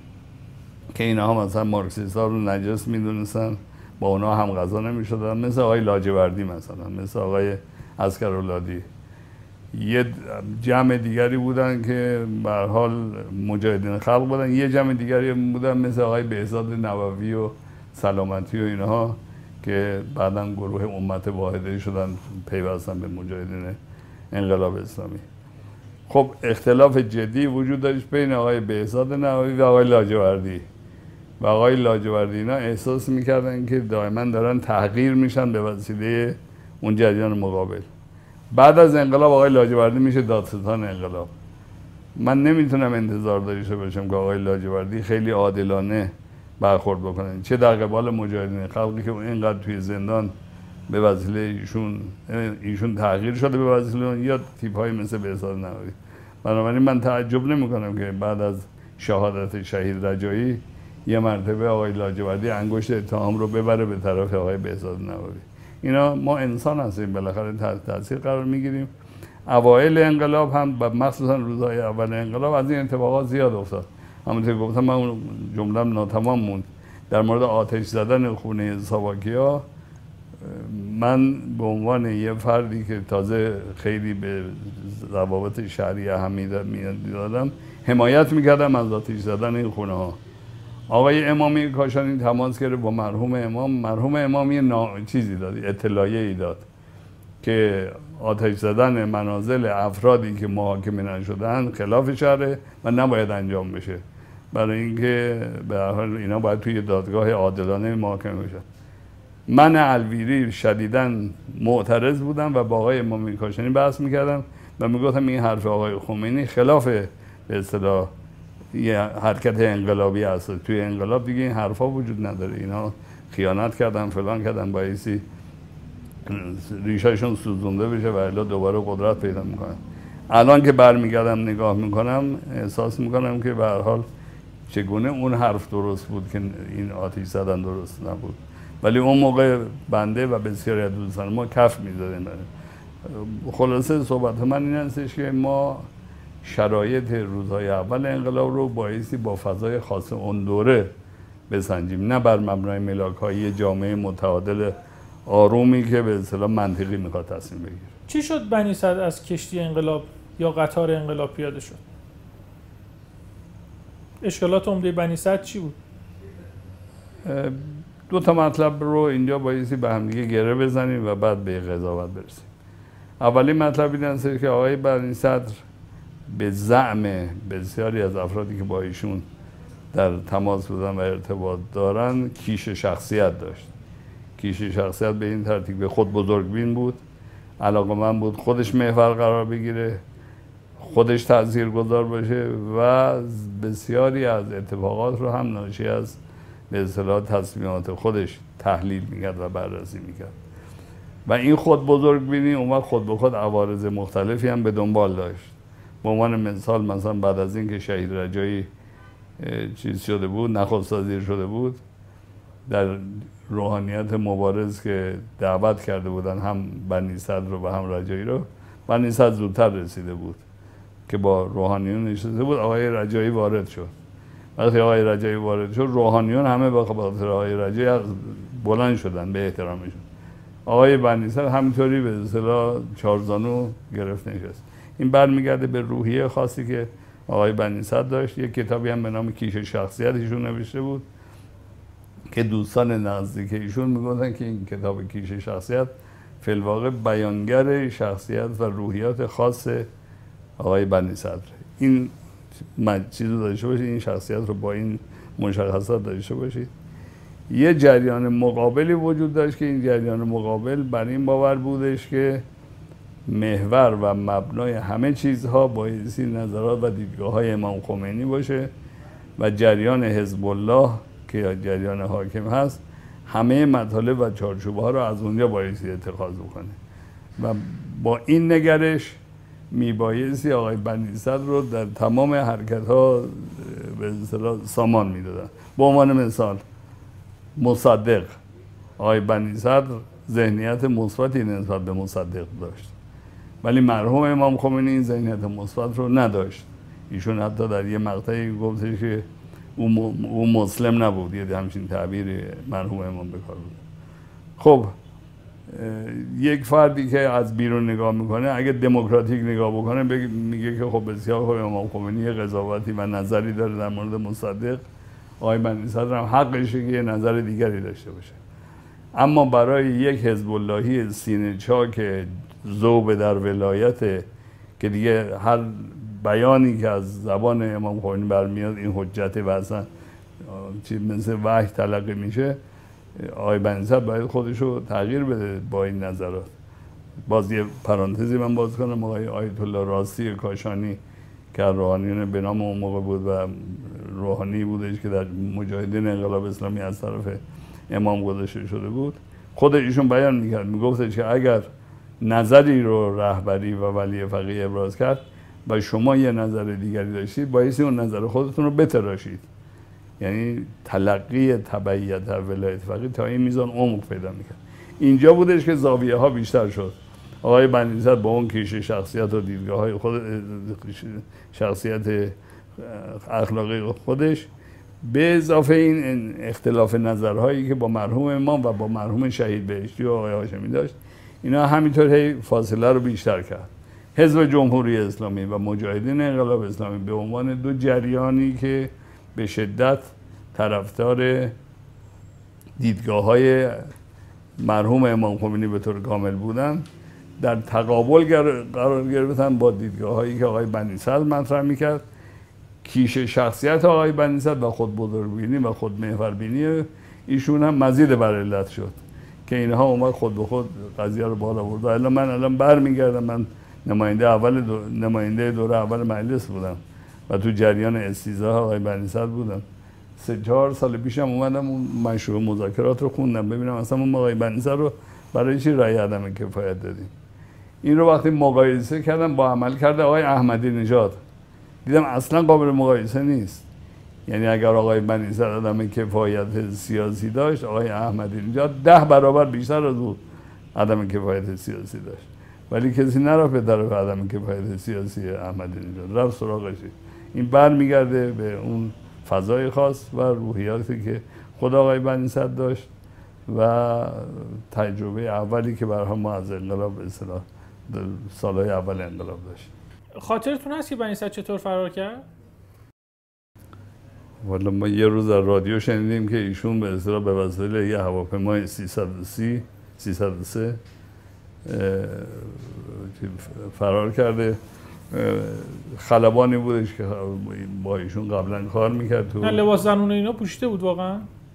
که اینها مثلا مارکسیست ها رو نجس میدونستن، با اونا هم غذا نمیشدن، مثل آقای لاجوردی مثلا، مثل آقای عسکرالعادی. یه جمع دیگری بودن که به هر حال مجاهدین خلق بودن، یه جمع دیگری بودن مثل آقای بهزاد نووی و سلامتی و اینها که بعداً گروه امت واحده شدن، پیوستن به مجاهدین انقلاب اسلامی. خب اختلاف جدی وجود داشت بین آقای بهزاد نووی و آقای لاجوردی و آقای لاجوردی اینا احساس میکردن که دائما دارن تحقیر میشن به وسیله اون جریان مقابل. بعد از انقلاب آقای لاجوردی میشه دادستان انقلاب. من نمیتونم انتظار داشته باشم که آقای لاجوردی خیلی عادلانه برخورد بکنن، چه در قبال مجاهدین خلقی که اینقدر توی زندان به وسیله ایشون ایشون تغییر شده به وسیله اون، یا تیپ های مثل بهزاد نووی. بنابراین من تعجب نمی کنم که بعد از شهادت شهید رجایی یه مرتبه آقای لاجوردی انگشت اتهام رو ببره به طرف آقای بهزاد نووی. اینا ما انسان هستیم، بالاخره تحت تاثیر قرار میگیریم. اوایل انقلاب هم و مخصوصا روزهای اول انقلاب از این اتفاقات زیاد افتاد. همونطور گفتم من اون جمله‌ام ناتمام موند در مورد آتش زدن خونه ساواکیا. من به عنوان یه فردی که تازه خیلی به ضوابط شرعی اهمیت میدادم، حمایت میکردم از آتش زدن این خونه ها. آقای امامی کاشانی تماس گرفت با مرحوم امام، مرحوم امام یه نا... چیزی داد، اطلاعیه ای داد که آتش زدن منازل افرادی که محاکمه نشدن خلاف شرعه و نباید انجام بشه، برای اینکه به هر حال اینا باید توی دادگاه عادلانه محاکمه بشن. من الویری شدیداً معترض بودم و با آقای امامی کاشانی بحث میکردم و میگفتم این حرف آقای خمینی خلاف به اصطلاح یه حرکت انقلابی هست. توی انقلاب دیگه این حرفا وجود نداره، اینا خیانت کردن فلان کردن، بایستی ریشهشون سوزونده بشه و الا دوباره قدرت پیدا میکنن. الان که برمیگردم نگاه میکنم احساس میکنم که به هر حال چگونه اون حرف درست بود که این آتش زدن درست نبود، ولی اون موقع بنده و بسیاری از دوستان ما کف می‌زدیم. خلاصه صحبت من این هستش که ما شرایط روزهای اول انقلاب رو بایستی با فضای خاص اون دوره بسنجیم، نه بر مبنای ملاک‌های جامعه متعادل آرومی که به اصطلاح منطقی میخواد تصمیم بگیره. چی شد بنی صدر از کشتی انقلاب یا قطار انقلاب پیاده شد؟ اشکالات عمده بنی صدر چی بود؟ دو تا مطلب رو اینجا بایستی به هم دیگه گره بزنیم و بعد به قضاوت برسیم. اولین مطلب این است که آقای بنی صدر به زعم بسیاری از افرادی که با ایشون در تماس بودن و ارتباط دارن کیش شخصیت داشت. کیش شخصیت به این ترتیب به خود بزرگبین بود، علاقه‌مند بود خودش محور قرار بگیره، خودش تاثیرگذار باشه و بسیاری از اتفاقات رو هم ناشی از به اصطلاح تصمیمات خودش تحلیل میکرد و بررسی میکرد. و این خود بزرگبینی اون وقت خود به خود عوارض مختلفی هم به دنبال داشت. به عنوان مثال مثلا بعد از اینکه شهید رجایی چیز شده بود، نخست وزیر شده بود، در روحانیت مبارز که دعوت کرده بودن هم بنی صدر رو و هم رجایی رو، بنی صدر زودتر رسیده بود که با روحانیون نشسته بود، آقای رجایی وارد شد. وقتی آقای رجایی وارد شد روحانیون همه به خاطر آقای رجایی بلند شدن به احترامشون. آقای بنی صدر همینطوری به اصطلاح چارزانو گرفت نشست. این برمیگرده به روحیه خاصی که آقای بنی صدر داشت. یک کتابی هم به نام کیش شخصیت ایشون نوشته بود که دوستان نزدیک ایشون میگفتن که این کتاب کیش شخصیت فی الواقع بیانگر شخصیت و روحیات خاص آقای بنی صدر. این چیز رو داشته باشید، این شخصیت رو با این مشخصات داشته باشید. یه جریان مقابلی وجود داشت که این جریان مقابل بر این باور بودش که محور و مبنای همه چیزها بایستی نظرات و دیدگاه های امام خمینی باشه و جریان حزب الله که جریان حاکم هست همه مطالب و چارچوبه ها رو از اونجا بایستی اتخاذ بکنه و با این نگرش میبایستی آقای بنی صدر رو در تمام حرکت ها به اصطلاح سامان میدادن. به عنوان مثال مصدق، آقای بنی صدر ذهنیت مثبتی نسبت به مصدق داشت ولی مرحوم امام خمینی این ذهنیت مثبت رو نداشت. ایشون حتی در یه مقطعی گفتش که او مسلم نبود، یه همچین تعبیر مرحوم امام بکار بود. خب یک فردی که از بیرون نگاه میکنه اگه دموکراتیک نگاه بکنه میگه که خب بسیار خوب امام خمینی قضاوتی و نظری داره در مورد مصدق، آقای بنی صدر هم حقشه که یه نظر دیگری داشته باشه. اما برای یک حزب اللهی سینه چاک ذوب در ولایت که دیگه هر بیانی که از زبان امام خمینی برمیاد این حجت و اصلا مثل وحی تلقی میشه، آقای بنی صدر باید خودش رو تغییر بده با این نظرات. باز یه پرانتزی من باز کنم، آقای آیت الله راستی کاشانی که روحانیون به نام اون موقع بود و روحانی بودش که در مجاهدین انقلاب اسلامی از طرف امام گذاشته شده بود، خود ایشون بیان میکرد، میگفتش که اگر نظری رو رهبری و ولی فقیه ابراز کرد و شما یه نظر دیگری داشتید بایستی اون نظر خودتون رو بتراشید. یعنی تلقی تبعیت در ولایت فقیه تا این میزان عمق پیدا میکرد. اینجا بودش که زاویه ها بیشتر شد. آقای بنی صدر با اون کیش شخصیت و دیدگاه های خود، شخصیت اخلاقی خودش، به اضافه این اختلاف نظرهایی که با مرحوم امام و با مرحوم شهید بهشتی و آقای هاشمی داشت، اینا همینطور هی فاصله رو بیشتر کرد. حزب جمهوری اسلامی و مجاهدین انقلاب اسلامی به عنوان دو جریانی که به شدت طرفدار دیدگاه های مرحوم امام خمینی به طور کامل بودن، در تقابل قرار گرفتن با دیدگاه هایی که آقای بنی صدر مطرح میکرد. کیش شخصیت آقای بنی صدر و خود بزرگبینی و خود محوربینی ایشون هم مزید بر علت شد که اینها اومد خود به خود قضیه رو بالا برد. الان من الان برمیگردم، من نماینده اول دو... نماینده دوره اول مجلس بودم و تو جریان استیضاح آقای بنی صدر بودم. سه چهار سال پیشم اومدم اون مشروع مذاکرات رو خوندم ببینم اصلا اون آقای بنی صدر رو برای چی رأی عدم کفایت دادیم. این رو وقتی مقایسه کردم با عمل کرده آقای احمدی نژاد، دیدم اصلا قابل مقایسه نیست. یعنی اگر آقای بنی صدر عدم کفایت سیاسی داشت، آقای احمدی نژاد ده برابر بیشتر از اون عدم کفایت سیاسی داشت، ولی کسی نرفت به طرف عدم کفایت سیاسی احمدی نژاد، رفت سراغش. این برمیگرده به اون فضای خاص و روحیاتی که خود آقای بنی صدر داشت و تجربه اولی که برای ما از انقلاب به اصطلاح سالهای اول انقلاب داشت. خاطرتون هست که بنی صدر چطور فرار کرد؟ والا ما یه روز در رادیو شنیدیم که ایشون به اصطلاح به وسیله یه هواپیمای سیصد و سی سیصد و سه فرار کرده. خلبانی بودش که با ایشون قبلا کار میکرد تو. نه لباس زنونه اینا پوشیده بود واقعا؟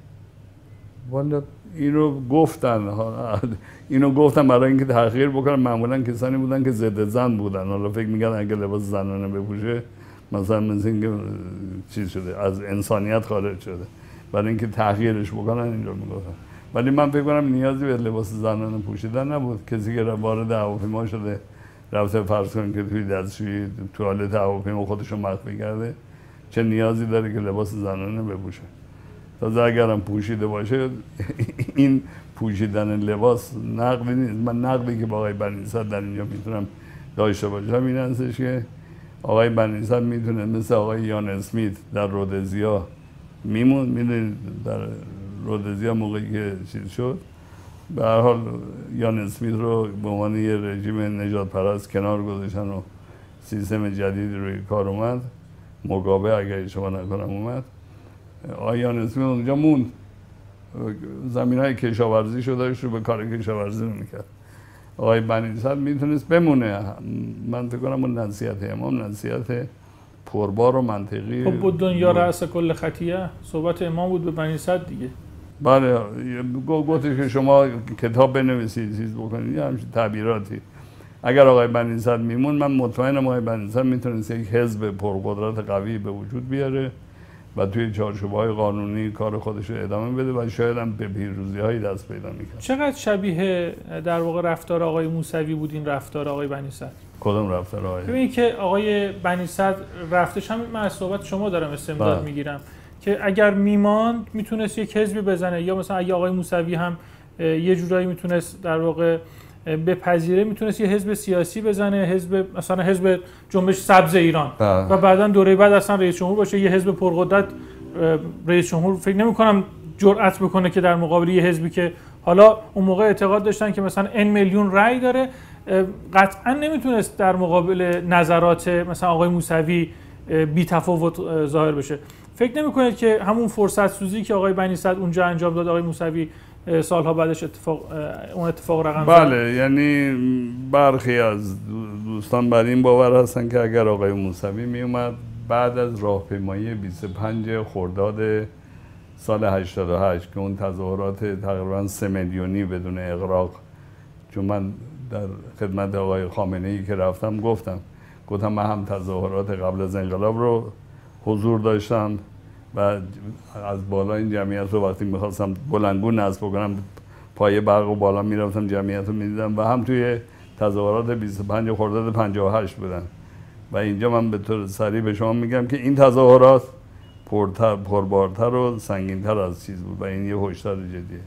والا اینو گفتن اینو گفتن برای اینکه تحقیر بکنن. معمولا کسانی بودن که ضد زن بودن. حالا فکر میگن اگه لباس زنانه بپوشه مثلا مثل اینکه چیز شده، از انسانیت خارج شده، برای اینکه تحقیرش بکنن اینجا میگفتن. ولی من فکر کنم نیازی به لباس زنانه پوشیدن نبود. کسی که وارد هواپیما شده رفته فرض کنیم که توی دستشویی توالت هواپیما خودشو مخفی کرده، چه نیازی داره که لباس زنانه بپوشه؟ تازه اگرم پوشیده باشه این پوشیدن لباس نقدی نیست. من نقدی که با آقای بنی‌صدر در اینجا میتونم داشته باشم این هستش که آقای بنی‌صدر میتونه مثل آقای یان اسمیت در رودزیا میمون. میدونید در رودزیا موقعی که چیز شد به هر حال یان اسمیت رو به عنوان یه رژیم نجات پرست کنار گذاشتن و سیستم جدیدی روی کار اومد. مقابه اگر اشتباه نکنم اومد. آقای یان اسمیت اونجا موند. زمین های کشاورزی شو داشت رو به کار کشاورزی رو میکرد. آقای بنی‌صدر میتونست بمونه. من فکر کنم اون نصیحت امام نصیحت پربار و منطقی. خب بود دنیا رأس کل خطیه صحبت امام بود به بنی‌صدر دیگه. بله گفتش که شما کتاب بنویسید چیز بکنید، یه همچین تعبیراتی. اگر آقای بنی‌صدر میمون من مطمئنم آقای بنی‌صدر میتونست یک حزب پرقدرت قوی به وجود بیاره و توی چارچوب‌های قانونی کار خودش رو ادامه بده و شاید هم به پیروزی‌های دست پیدا می‌کرد. چقدر شبیه در واقع رفتار آقای موسوی بود این رفتار آقای بنی‌صدر؟ کدوم رفتار آقای؟ ببینید که آقای بنی‌صدر رفتش هم من از صحبت شما دارم استمداد میگیرم که اگر میماند میتونست یک حزبی بزنه، یا مثلا اگه آقای موسوی هم یه جورایی میتونست در واقع بپذیره میتونست یه حزب سیاسی بزنه، حزب مثلا حزب جنبش سبز ایران ده. و بعداً دوره بعد اصلا رئیس جمهور باشه. یه حزب پرقدرت رئیس جمهور فکر نمی‌کنم جرأت بکنه که در مقابل یه حزبی که حالا اون موقع اعتقاد داشتن که مثلا ان میلیون رأی داره قطعاً نمیتونست در مقابل نظرات مثلا آقای موسوی بی تفاوت ظاهر بشه. فکر نمی‌کنید که همون فرصت سوزی که آقای بنی‌صدر اونجا انجام داد آقای موسوی سالها بعدش اتفاق اون اتفاق رقم زد؟ بله، یعنی برخی از دوستان بر این باور هستن که اگر آقای موسوی می اومد بعد از راهپیمایی بیست و پنج خرداد سال هشتاد و هشت که اون تظاهرات تقریبا سه میلیونی بدون اغراق، چون من در خدمت آقای خامنه‌ای که رفتم گفتم گفتم من هم تظاهرات قبل از انقلاب رو حضور داشتم و از بالا این جمعیت رو وقتی میخواستم بلندگو نصب بکنم پایه برق و بالا میرفتم جمعیت رو میدیدم و هم توی تظاهرات بیست و پنج خرداد پنجاه و هشت بودن. و اینجا من به طور سریع به شما میگم که این تظاهرات پرتر، پربارتر و سنگینتر از چیز بود و این یه هشدار جدیه.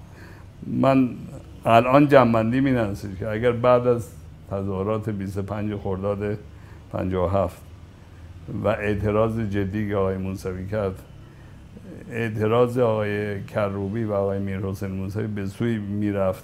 من الان جنبندی می‌نویسم که اگر بعد از تظاهرات بیست و پنج خرداد پنجاه و هفت و اعتراض جدی که آقای موسوی کرد، اعتراض آقای کروبی و آقای میرحسین موسوی به سوی میرفت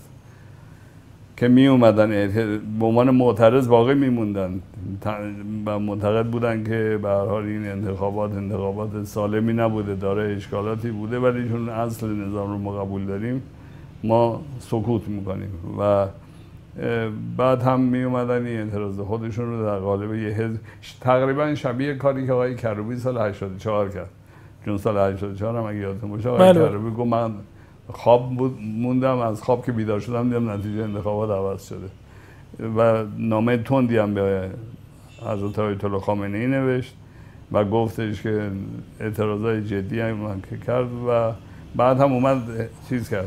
که می اومدن به عنوان معترض باقی میموندن و معتقد بودن که به هر حال این انتخابات انتخابات سالمی نبوده، داره اشکالاتی بوده، ولی چون اصل نظام رو ما قبول داریم ما سکوت میکنیم. و بعد هم می اومدن این اعتراض خودشون رو در قالب یه حزب تقریبا شبیه کاری که آقای کروبی سال هشتاد و چهار کرد. چون سال هشتاد و چهار هم اگه یادتون باشه آقای کروبی گفت من خواب موندم، از خواب که بیدار شدم دیدم نتیجه انتخابات عوض شده و نامه تندی هم به حضرت آیت الله خامنه‌ای نوشت و گفتش که اعتراضای جدی هم که کرد و بعد هم اومد چیز کرد،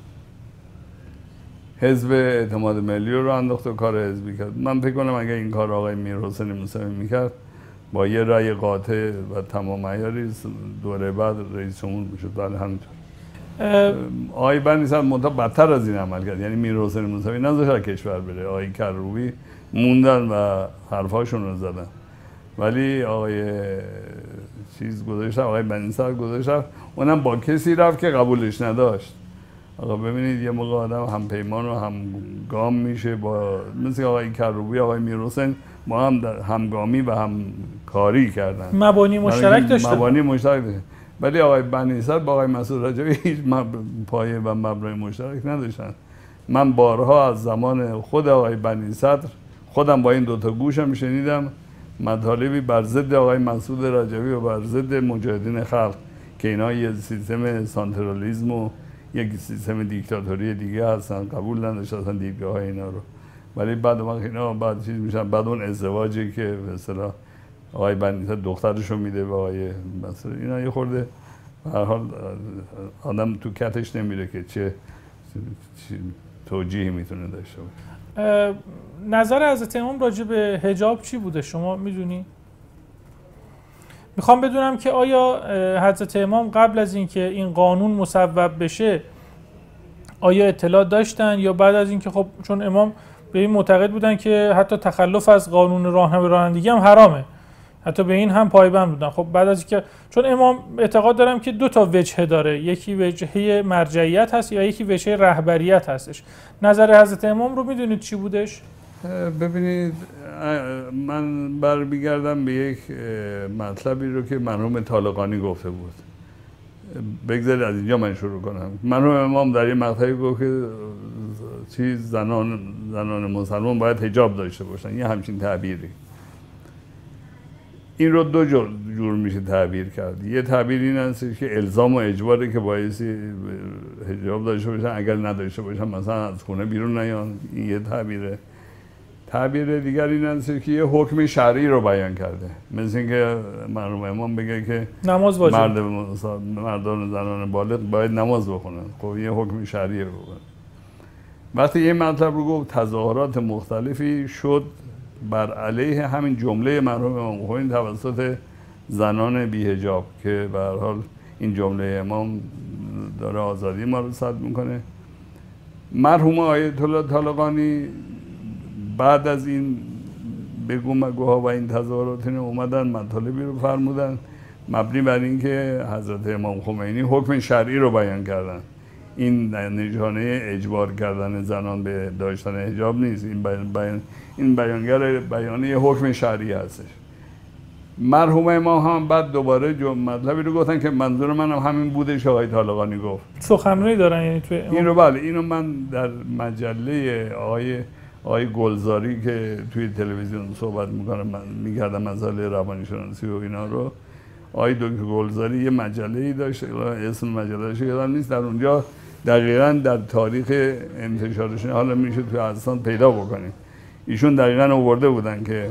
حزب اعتماد ملی رو انداخت و کار حزبی کرد. من فکر کنم اگه این کار آقای میرحسین موسوی میکرد با یه رأی قاطع و تمام عیاری دوره بعد رئیس جمهور میشد. بله همینطور. آقای بنی‌صدر منتها بدتر از این عمل کرد، یعنی میرحسین موسوی نذاشت کشور بره، آقای کروبی موندن و حرفاشون رو زدن، ولی آقای چیز گذاشت، آقای بنی‌صدر گذاشت، اونم با کسی رفت که قبولش نداشت. آقا ببینید یه موقع آدم هم پیمان و هم گام میشه با مثل آقای کروبی، آقای میرحسین با هم همگامی و هم کاری کردن، مبانی مشترک داشتن. مبانی مشترک داشتن. ولی آقای بنی صدر با آقای مسعود رجوی هیچ پایه و مبنای مشترک نداشتن. من بارها از زمان خود آقای بنی صدر خودم با این دوتا گوشم شنیدم مطالبی بر ضد آقای مسعود رجوی و بر ضد مجاهدین خلق که اینا یه سیستم سانترالیسم و یک سیستم دیکتاتوری دیگه هستن، قبول نداشتن دیدگاه های اینا رو. ولی بعد وقت اینا بعد چیز میشن، بعد اون ازدواجی که به اصطلاح آقای بنی صدر دخترشو میده به آقای مثلا اینا یه خورده به هر حال آدم تو کتش نمیره که چه توجیهی میتونه داشته باشه. نظر حضرت امام راجع به حجاب چی بوده شما میدونی؟ میخوام بدونم که آیا حضرت امام قبل از اینکه این قانون مصوب بشه آیا اطلاع داشتن یا بعد از اینکه، خب چون امام به این معتقد بودن که حتی تخلف از قانون راهنمای رانندگی هم حرامه، حتی به این هم پایبند بودن. خب بعد از اینکه، چون امام اعتقاد دارم که دو تا وجهه داره، یکی وجهه مرجعیت هست یا یکی وجهه رهبریت هستش. نظر حضرت امام رو میدونید چی بودش؟ ببینید من برمیگردم به یک مطلبی رو که مرحوم طالقانی گفته بود. بگذارید از اینجا من شروع کنم. مرحوم امام در این مقطعی گفت که چیز زنان زنان مسلمان باید حجاب داشته باشن، یه همچین تعبیری. این رو دو جور, جور میشه تعبیر کرد. یه تعبیر این است که الزام و اجباره که بایستی حجاب داشته باشن، اگر نداشته باشن مثلا از خونه بیرون نیان. این یه تعبیره. تعبیر دیگر این است که یه حکم شرعی رو بیان کرده، مثل اینکه مرحوم امام بگه که نماز واجب، مرد مردان و زنان بالغ باید نماز بخونن. خب یه حکم شرعی رو بگن. وقتی این مطلب رو گفت تظاهرات مختلفی شد بر علیه همین جمله مرحوم امام خمینی توسط زنان بی‌حجاب که به هر حال این جمله امام داره آزادی ما رو سلب میکنه. مرحوم آیت الله طالقانی بعد از این بگو مگوها و این تظاهرات اومدن مطالبی رو فرمودن مبنی بر اینکه حضرت امام خمینی حکم شرعی رو بیان کردن. این نشانه اجبار کردن زنان به داشتن حجاب نیست، این بیان این بیانگر بیانیه حکم شرعی هستش. مرحوم امام هم بعد دوباره مطلبی رو گفتن که منظور من هم همین بودش آقای طالقانی گفت. سخنرانی دارن یعنی توی این رو بله، اینو من در مجله آقای آقای گلزاری که توی تلویزیون صحبت میکنه میگردم مسائل روانشناسی و اینا رو، آقای دکتر گلزاری یه مجله‌ای داشت، اسم مجله‌اش یادم نیست، در اونجا دقیقاً در تاریخ انتشارش حالا میشه توی اسناد پیدا بکنیم. ایشون دقیقاً آورده بودن که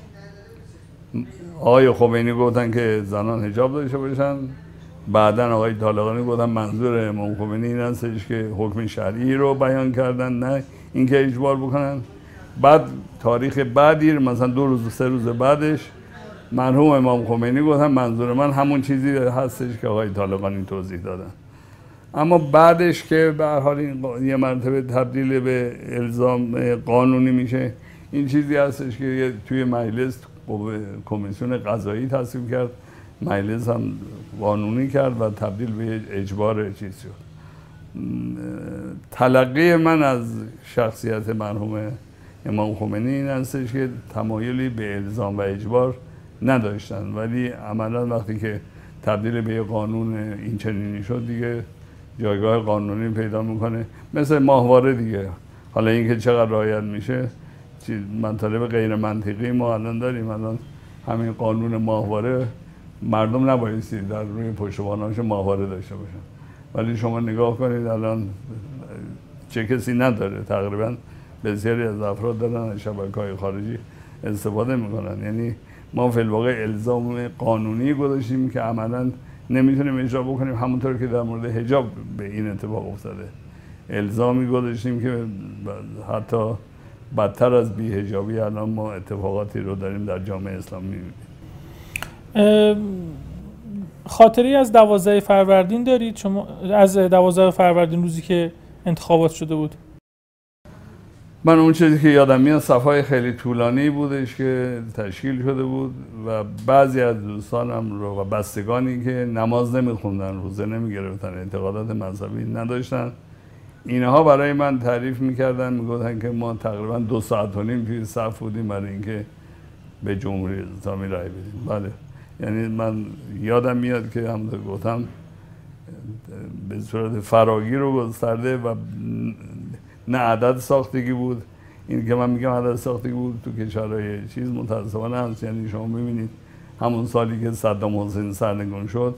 آقای خمینی گفتن که زنان حجاب داشته باشن، بعداً آقای طالقانی گفتن منظور امام خمینی این هستش که حکم شرعی رو بیان کردن، نه اینکه اجبار بکنن. بعد تاریخ بعدی مثلا دو روز سه روز بعدش مرحوم امام خمینی گفتن منظور من همون چیزی هستش که آقای طالقانی توضیح دادن. اما بعدش که به هر حال این یه مرتبه تبدیل به الزام قانونی میشه، این چیزی هستش که توی مجلس کمیسیون قضایی تصویب کرد، مجلس هم قانونی کرد و تبدیل به اجبار چیز شد. تلقی من از شخصیت مرحوم امام خمینی این هستش که تمایلی به الزام و اجبار نداشتن، ولی عملا وقتی که تبدیل به قانون این چنینی شد دیگه جایگاه قانونی پیدا میکنه، مثل ماهواره دیگه. حالا اینکه چقدر رعایت میشه مطالب غیر منطقی ما الان داریم. الان همین قانون ماهواره مردم نبایستی در روی پشتوانه‌هاش ماهواره داشته باشن، ولی شما نگاه کنید الان چه کسی نداره، تقریبا بسیاری از افراد دارن از شبکه‌های خارجی استفاده میکنن. یعنی ما فی الواقع الزام قانونی گذاشتیم که عملاً نمیتونیم اجرا بکنیم، همونطور که در مورد حجاب به این اتفاق افتاده. الزامی گذاشتیم که حتی بدتر از بی‌حجابی الان ما اتفاقاتی رو داریم در جامعه اسلامی می‌بینیم. خاطری از دوازده فروردین دارید شما؟ از دوازده فروردین روزی که انتخابات شده بود؟ من اون چیزی که یادم میاد صفحه خیلی طولانی بودش که تشکیل شده بود و بعضی از دوستانم رو و بستگانی که نماز نمیخوندن، روزه نمیگرفتن، اعتقادات مذهبی نداشتن، اینها برای من تعریف میکردن، میگفتن که ما تقریبا دو ساعت و نیم توی صف بودیم برای اینکه به جمهوری اسلامی رای بدیم. بله، یعنی من یادم میاد که همونطور گفتم به صورت فراگیر رو گسترده و نه عدد ساختگی بود. این که من میگم عدد ساختگی بود تو کشورهای چیز متاسفانه هست. یعنی شما میبینید همون سالی که صدام حسین سرنگون شد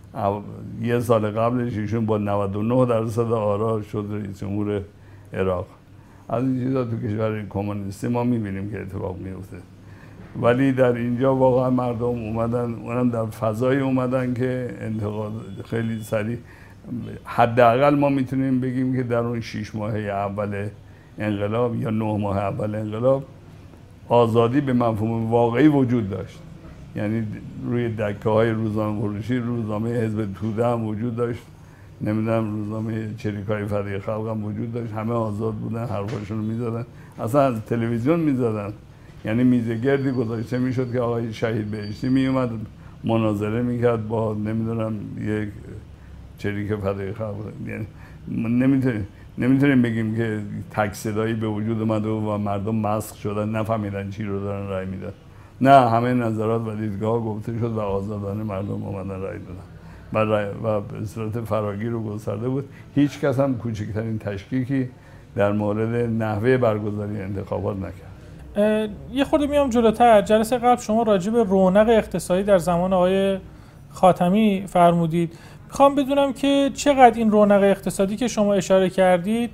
یه سال قبلش ایشون با نود و نه درصد آرا شد رئیس جمهور عراق. از این چیزا تو کشور کمونیستی ما میبینیم که اتفاق میفته، ولی در اینجا واقعا مردم اومدن، اونم در فضای اومدن که انتقاد خیلی سریع، حداقل ما میتونیم بگیم که در اون شش ماه اول انقلاب یا نه ماه اول انقلاب آزادی به مفهوم واقعی وجود داشت. یعنی روی دکه های روزنامه فروشی روزنامه حزب توده هم وجود داشت، نمیدونم روزنامه چریکای فدای خلق هم وجود داشت، همه آزاد بودن، حرفاشون رو میزدن، اصلا از تلویزیون میزدن. یعنی میزه گردی گذاشته میشد که آقای شهید بهشتی میومد مناظره میکرد با نمیدونم یک چریک فدای خلق. یعنی نمیتونیم نمیتونیم بگیم که تک صدایی به وجود اومده و مردم مسخ شدن نفهمیدن چی رو دارن رای میدن. نه، همه نظرات و دیدگاه گفته شد و آزادانه مردم اومدن رای دادن و, رای و به صورت فراگیر رو گسترده بود. هیچ کس هم کوچکترین تشکیکی در مورد نحوه برگزاری انتخابات نکرد. یه خورده میام جلوتر. جلسه قبل شما راجع به رونق اقتصادی در زمان آقای خاتمی فرمودید. میخوام بدونم که چقدر این رونق اقتصادی که شما اشاره کردید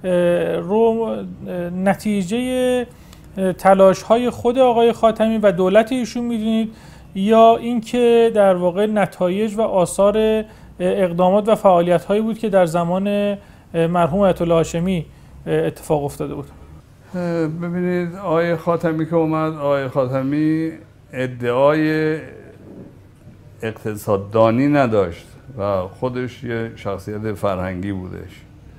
رو نتیجه تلاش های خود آقای خاتمی و دولت ایشون میدونید یا اینکه در واقع نتایج و آثار اقدامات و فعالیت هایی بود که در زمان مرحوم آیت الله هاشمی اتفاق افتاده بود؟ ببینید آقای خاتمی که اومد، آقای خاتمی ادعای اقتصاددانی نداشت و خودش یه شخصیت فرهنگی بودش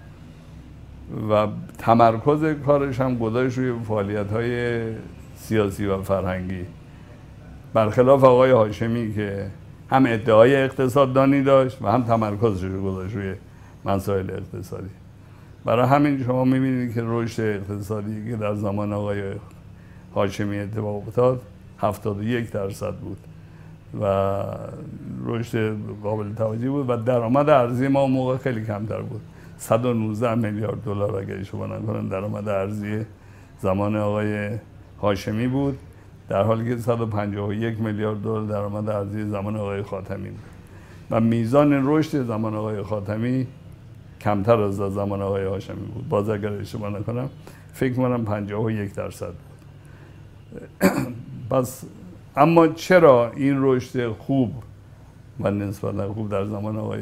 و تمرکز کارش هم گذاشت روی فعالیت‌های سیاسی و فرهنگی، برخلاف آقای هاشمی که هم ادعای اقتصاددانی داشت و هم تمرکزش رو گذاشت روی مسائل اقتصادی. برای همین شما می‌بینید که رشد اقتصادی که در زمان آقای هاشمی اتفاق افتاد هفتاد و یک درصد بود و رشد قابل توجهی بود و درآمد ارزی ما اون موقع خیلی کمتر بود. صد و نوزده میلیارد دلار اگه اشتباه نکنم درآمد ارزی زمان آقای هاشمی بود، در حالی که صد و پنجاه و یک میلیارد دلار درآمد ارزی زمان آقای خاتمی بود و میزان رشد زمان آقای خاتمی کمتر از زمان آقای هاشمی بود. باز اگر اشتباه نکنم فکر کنم پنجاه و یک درصد بود. پس اما چرا این رشد خوب و نسبتا خوب در زمان آقای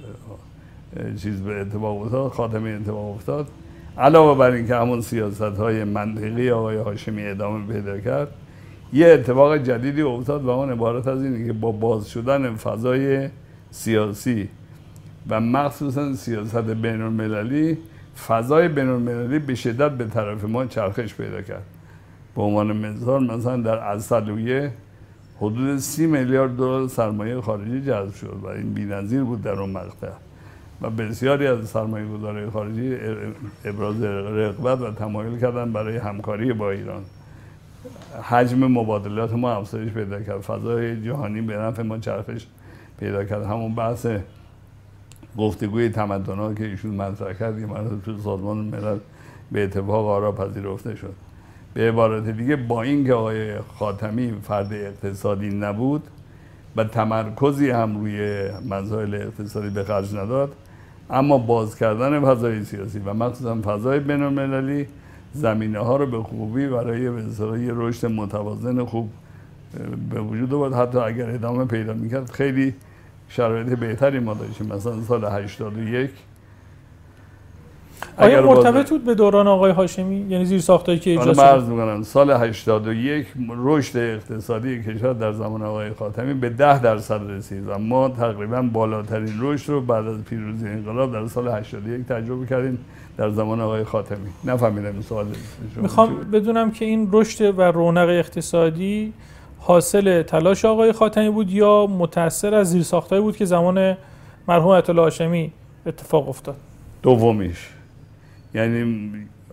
چیز به اتفاق افتاد، خاتمی اتفاق افتاد؟ علاوه بر اینکه همون سیاست‌های منطقی آقای هاشمی ادامه پیدا کرد، یه اتفاق جدیدی افتاد و اون عبارت از اینه که با باز شدن فضای سیاسی و مخصوصا سیاست بین‌المللی، فضای بین‌المللی به شدت به طرف ما چرخش پیدا کرد. به عنوان مثال مثلا در عسلویه حدود سی میلیارد دلار سرمایه خارجی جذب شد و این بی‌نظیر بود در اون مقطع و بسیاری از سرمایه‌گذارهای خارجی ابراز رغبت و تمایل کردن برای همکاری با ایران. حجم مبادلات ما افزایش پیدا کرد، فضای جهانی به نفع ما چرخش پیدا کرد. همون بحث گفتگوی تمدن‌ها که ایشون مطرح کرد، یه مرتبه تو سازمان ملل به اتفاق آرا پذیرفته شد. به عبارت دیگه با اینکه آقای خاتمی فرد اقتصادی نبود و تمرکزی هم روی مسائل اقتصادی به خرج نداد، اما باز کردن فضای سیاسی و مخصوصا فضای بین‌المللی زمینه ها رو به خوبی برای به اصطلاح یه رشد متوازن خوب به وجود آورد. حتی اگر ادامه پیدا میکرد خیلی شرایط بهتری ما داشتیم. مثلا سال هشتاد و یک آیا مرتبط بود به دوران آقای هاشمی، یعنی زیر ساختایی که ایجاد شد؟ می‌کنم سال هشتاد و یک رشد اقتصادی کشور در زمان آقای خاتمی به ده درصد رسید و ما تقریبا بالاترین رشد رو بعد از پیروزی انقلاب در سال هشتاد و یک تجربه کردیم در زمان آقای خاتمی. نفهمیدم این سوال. میخوام بدونم که این رشد و رونق اقتصادی حاصل تلاش آقای خاتمی بود یا متأثر از زیرساختایی بود که زمان مرحوم آیت الله هاشمی اتفاق افتاد؟ دومیش. یعنی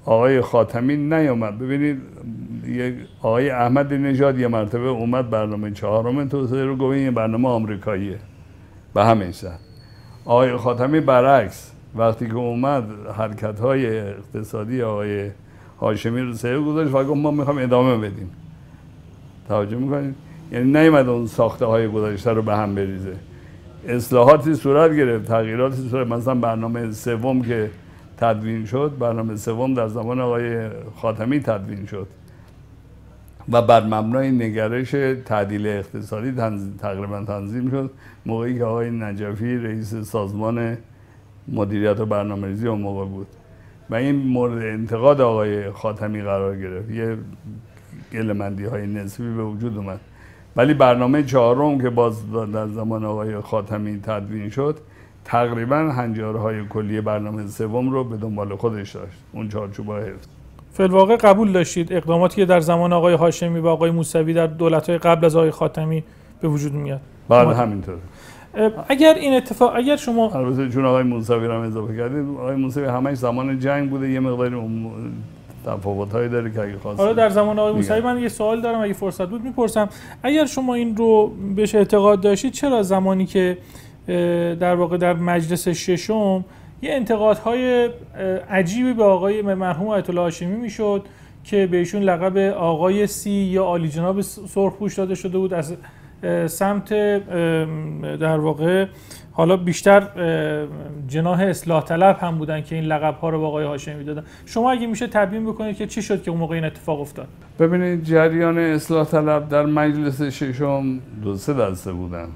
آقای خاتمی نیامد. ببینید یک آقای احمد نژاد یه مرتبه اومد برنامه چهارم توسعه رو گفت این برنامه آمریکاییه به همین سر. آقای خاتمی برعکس وقتی که اومد حرکت‌های اقتصادی آقای هاشمی رو سیر گذاشت و گفت ما میخوایم ادامه بدیم. توجه میکنید؟ یعنی نیامد اون ساخته های گذشته رو به هم بریزه. اصلاحاتی صورت گرفت، تغییراتی صورت، مثلا برنامه سوم که تدوین شد، برنامه سوم در زمان آقای خاتمی تدوین شد و بر مبنای نگرش تعدیل اقتصادی تنظیم، تقریبا تنظیم شد موقعی که آقای نجفی رئیس سازمان مدیریت و برنامه‌ریزی اون موقع بود و این مورد انتقاد آقای خاتمی قرار گرفت. یه المندی های نسبی به وجود اومد، ولی برنامه چهارم که باز در زمان آقای خاتمی تدوین شد تقریبا هنجارهای کلی برنامه سوم رو به دنبال خودش داشت، اون چارچوب‌ها حفظ. فی‌الواقع قبول داشتید اقداماتی که در زمان آقای هاشمی و آقای موسوی در دولت‌های قبل از آقای خاتمی به وجود میاد؟ بله همینطوره. اگر این اتفاق اگر شما البته چون آقای موسوی رو هم اضافه کردید، آقای موسوی همش زمان جنگ بوده، یه مقداری تفاوت‌هایی داره که اگه خواستید. حالا در زمان آقای موسوی من یه سوال دارم، اگه فرصت بود میپرسم. اگر شما این رو بهش اعتقاد داشتید، چرا زمانی که در واقع در مجلس ششم یه انتقادهای عجیبی به آقای مرحوم آیت الله هاشمی میشد که به ایشون لقب آقای سی یا عالی جناب سرخپوش داده شده بود از سمت در واقع حالا بیشتر جناح اصلاح طلب هم بودن که این لقب ها رو به آقای هاشمی دادن. شما اگه میشه تبیین بکنید که چی شد که اون موقع این اتفاق افتاد؟ ببینید جریان اصلاح طلب در مجلس ششم دو سه دسته بودن.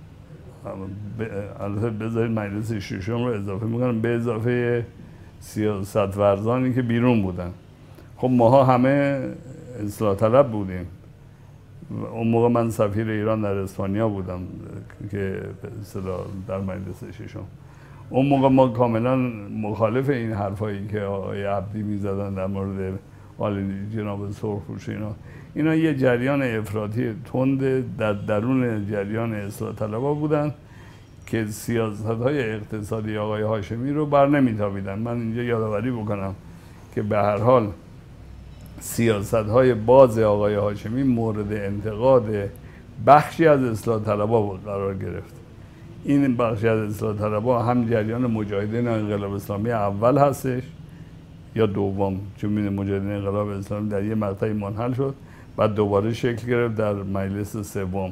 البته بذارید مجلس ششم رو اضافه میکنم به اضافه سیاست ورزانی که بیرون بودن. خب ماها همه اصلاح طلب بودیم. اون موقع من سفیر ایران در اسپانیا بودم که در مجلس ششم. اون موقع ما کاملا مخالف این حرفایی که آقای عبدی میزدن در مورد عالی جناب سرخپوش اینا اینا یه جریان افراطی تند در درون جریان اصلاح طلبها بودن که سیاست‌های اقتصادی آقای هاشمی رو بر نمی‌تابیدن. من اینجا یادآوری بکنم که به هر حال سیاست‌های باز آقای هاشمی مورد انتقاد بخشی از اصلاح طلبها قرار گرفت. این بخشی از اصلاح طلبها هم جریان مجاهدین انقلاب اسلامی اول هستش یا دوم، چون مجاهدین انقلاب اسلامی در یه مقطعی منحل شد بعد دوباره شکل گرفت در مجلس سوم.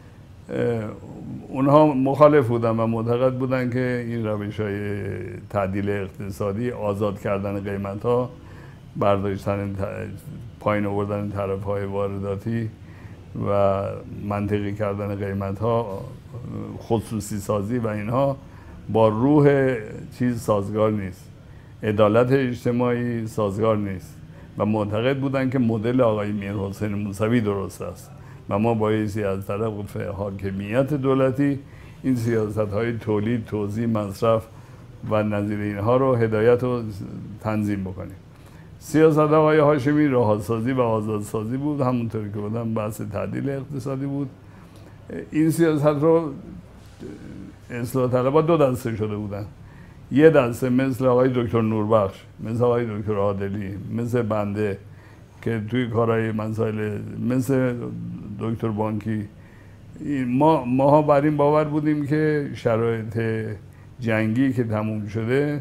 اونها مخالف بودن و معتقد بودن که این روش‌های تعدیل اقتصادی، آزاد کردن قیمت‌ها، برداشتن پایین آوردن طرف‌های وارداتی و منطقی کردن قیمت‌ها، خصوصی سازی و اینها با روح چیز سازگار نیست، عدالت اجتماعی سازگار نیست و معتقد بودن که مدل آقای میرحسین موسوی درست است و ما بایستی از طرف حاکمیت دولتی این سیاست‌های تولید، توزیع، مصرف و نظیر اینها رو هدایت و تنظیم بکنیم. سیاست آقای هاشمی رهاسازی و آزادسازی بود، همونطوری که بودم بحث تعدیل اقتصادی بود. این سیاست رو اصلاح طلبها دو دسته شده بودن. یه دسته مثل آقای دکتر نوربخش، مثل آقای دکتر عادلی، مثل بنده که توی کارهای مسائل مثل دکتر بانکی، ما ماها بر این باور بودیم که شرایط جنگی که تموم شده